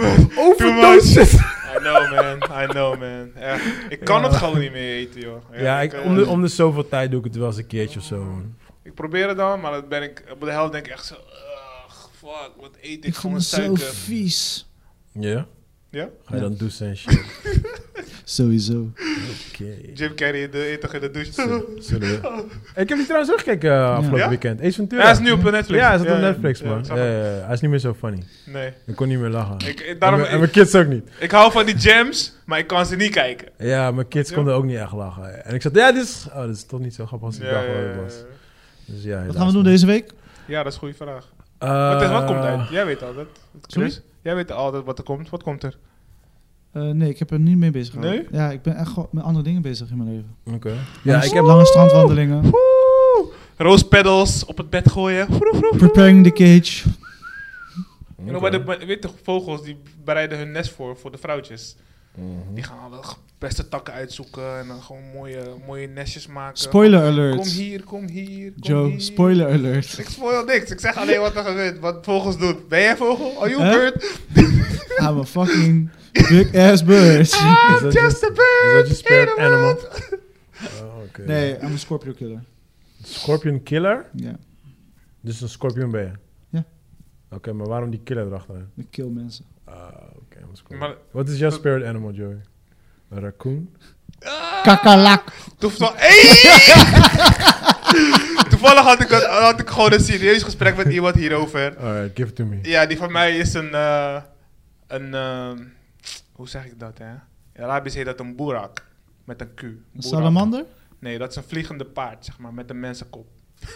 Overdose. I know man, I know man. Echt. Ik kan Ja. het gewoon niet meer eten joh. Ja, ik, eh, om, de, om de zoveel tijd doe ik het wel eens een keertje of zo. man. ik probeer het dan, maar dan ben ik, op de helft denk ik echt zo, ugh, fuck, wat eet ik, Ik gewoon vond het zo suiker. vies. Ja? Ja? Ga je Ja. dan douchen en shit? Sowieso. Oké. Jim Carrey in de, eet toch in de douche. Zullen- zullen we- Ik heb die trouwens ook gekeken uh, afgelopen Ja? weekend. Ace Ventura. Ja, hij is nu op Netflix. Ja, hij zit op Netflix, ja, man. ik zag Ja, hem. ja, ja. Hij is niet meer zo funny. Nee. Ik kon niet meer lachen. Ik, ik- En daarom, mijn- en ik, mijn kids ook niet. ik hou van die gems, maar ik kan ze niet kijken. Ja, mijn kids Ja. konden ook niet echt lachen. En ik zat, ja, dit is, oh, dit is toch niet zo grappig als ik Ja, dacht ja, wat ja, het ja. was. Dus ja, Wat helaas, gaan we doen man. deze week? Ja, dat is een goede vraag. Uh, wat, is, wat komt uit? Jij weet altijd. Sorry? Chris, jij weet altijd wat er komt. Wat komt er? Uh, nee, ik heb er niet mee bezig gehouden. Nee? Ja, ik ben echt gewoon met andere dingen bezig in mijn leven. Oké. Ja, Ja, ik heb... lange strandwandelingen. Woe! Rose petals op het bed gooien. Vroeg, vroeg, vroeg. Preparing the cage. You know, bij de, bij- weet je, vogels die bereiden hun nest voor, voor de vrouwtjes. Mhm. Die gaan alle g- beste takken uitzoeken en dan gewoon mooie, mooie nestjes maken. Spoiler Kom alert. hier, kom hier, kom Joe, hier. spoiler alert. Ik spoil niks. Ik zeg alleen wat er gebeurt. Wat vogels doen. Ben jij vogel? Are you a Huh? bird? I'm a fucking big ass bird. Is I'm dat just je- a bird. Is dat je spirit in the animal? world. Oh, oké. Nee, I'm a scorpio killer. Scorpion killer? Ja, Dus een scorpion ben je? Ja. Oké, maar waarom die killer erachteraan? ik kill mensen. Ah, oké. dat is cool. Maar- Wat is jouw spirit animal, Joey? Een raccoon? Ah, Kakalak. Toevallig, hey! Toevallig had ik, een- had ik gewoon een serieus gesprek met iemand hierover. Alright, give it to me. Ja, die van mij is een, eh, een ehm, hoe zeg ik dat hè? In Arabisch heet dat een boerak. Met een Q. Een Boerak. salamander? Nee, dat is een vliegende paard, zeg maar, met een mensenkop.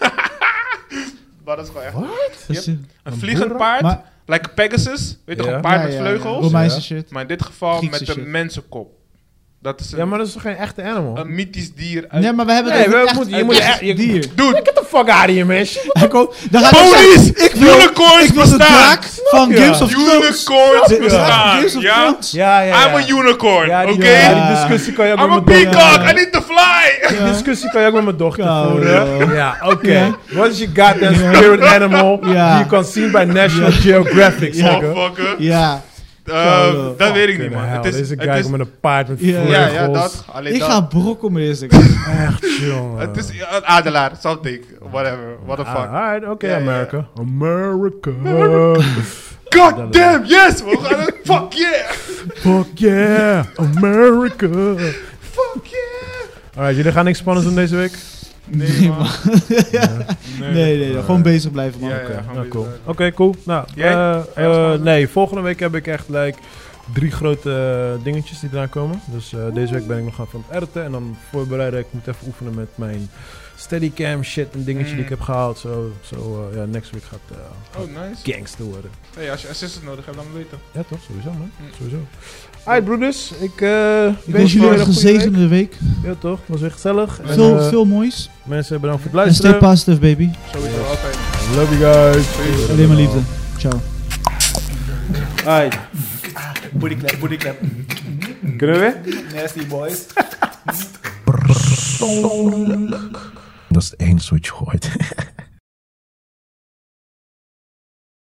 Maar dat is gewoon echt. Wat? Yep. Is die- Een Een vliegend boerak? paard, Maar, like Pegasus. Weet je toch, Ja. een paard ja, met ja, ja. vleugels. Romeinse Ja. shit. Maar in dit geval Griekse met een shit. mensenkop. Dat is een, Ja, maar dat is toch geen echte animal? een mythisch dier uit... Nee, maar we hebben Nee, het over we echt, moeten- je een moet echt echt- je- dier. Dude, Get the fuck out of here, man. Shit. Hij komt... Dan gaat hij ponies! zeggen, Ik wil, Unicorns ik wil de bestaan! draak van je? Games of Thrones. Unicorns De- bestaan! Games of Ja? Thrones. Ja, ja, ja. I'm a unicorn, Ja, die, oké? ja, die discussie kan je ook I'm a met mijn dochter... peacock, I need to fly! Die discussie kan je ook met mijn dochter Koude. voeren. Ja, oké. Ja. Wat is je goddamn spirit animal Ja. die je kan zien bij National Geographic, Ja. nigga? Motherfucker. Ja, Uh, Koude. dat weet ik niet, Fucking man. hell, Het is, Deze het guy is, met een paard met Ja, vleugels. ja, ja, dat. Alleen ik dat. ga brokken mee eerst. Echt, jongen. Het is ja, een adelaar, something, whatever, what the fuck. Ah, alright, oké, Ja, ja, ja. America. America. God damn, yes! We gaan het, fuck yeah! Fuck yeah, America. Fuck yeah! Alright, jullie gaan niks spannends doen deze week? Nee, man. Nee, nee, nee, gewoon bezig blijven, man. Ja, ja, Oké, gewoon nou, bezig cool. blijven. Oké, cool. Nou, Jij? eh, Ga je wat eh, spannends nee, volgende week heb ik echt like drie grote uh, dingetjes die eraan komen. Dus uh, deze week ben ik nog aan van het editen en dan voorbereiden. Ik moet even oefenen met mijn Steadicam shit en dingetje mm. die ik heb gehaald. Zo, so, so, uh, ja, next week gaat, uh, gaat oh, nice. gangster worden. Hey, als je assistent nodig hebt, dan weten. Ja toch, sowieso man. Mm. Sowieso. Alright broeders, ik uh, ik wens jullie een gezegende week. week. Ja toch, was weer gezellig. Veel, en, uh, veel moois. Mensen bedankt voor het luisteren. En stay positive baby. Sowieso, yes. Altijd. Love you guys. Alleen maar liefde. Ciao. Alright. Booty clap, booty clap. Kunnen we? Nasty boys. Dat is het enige wat je gooit.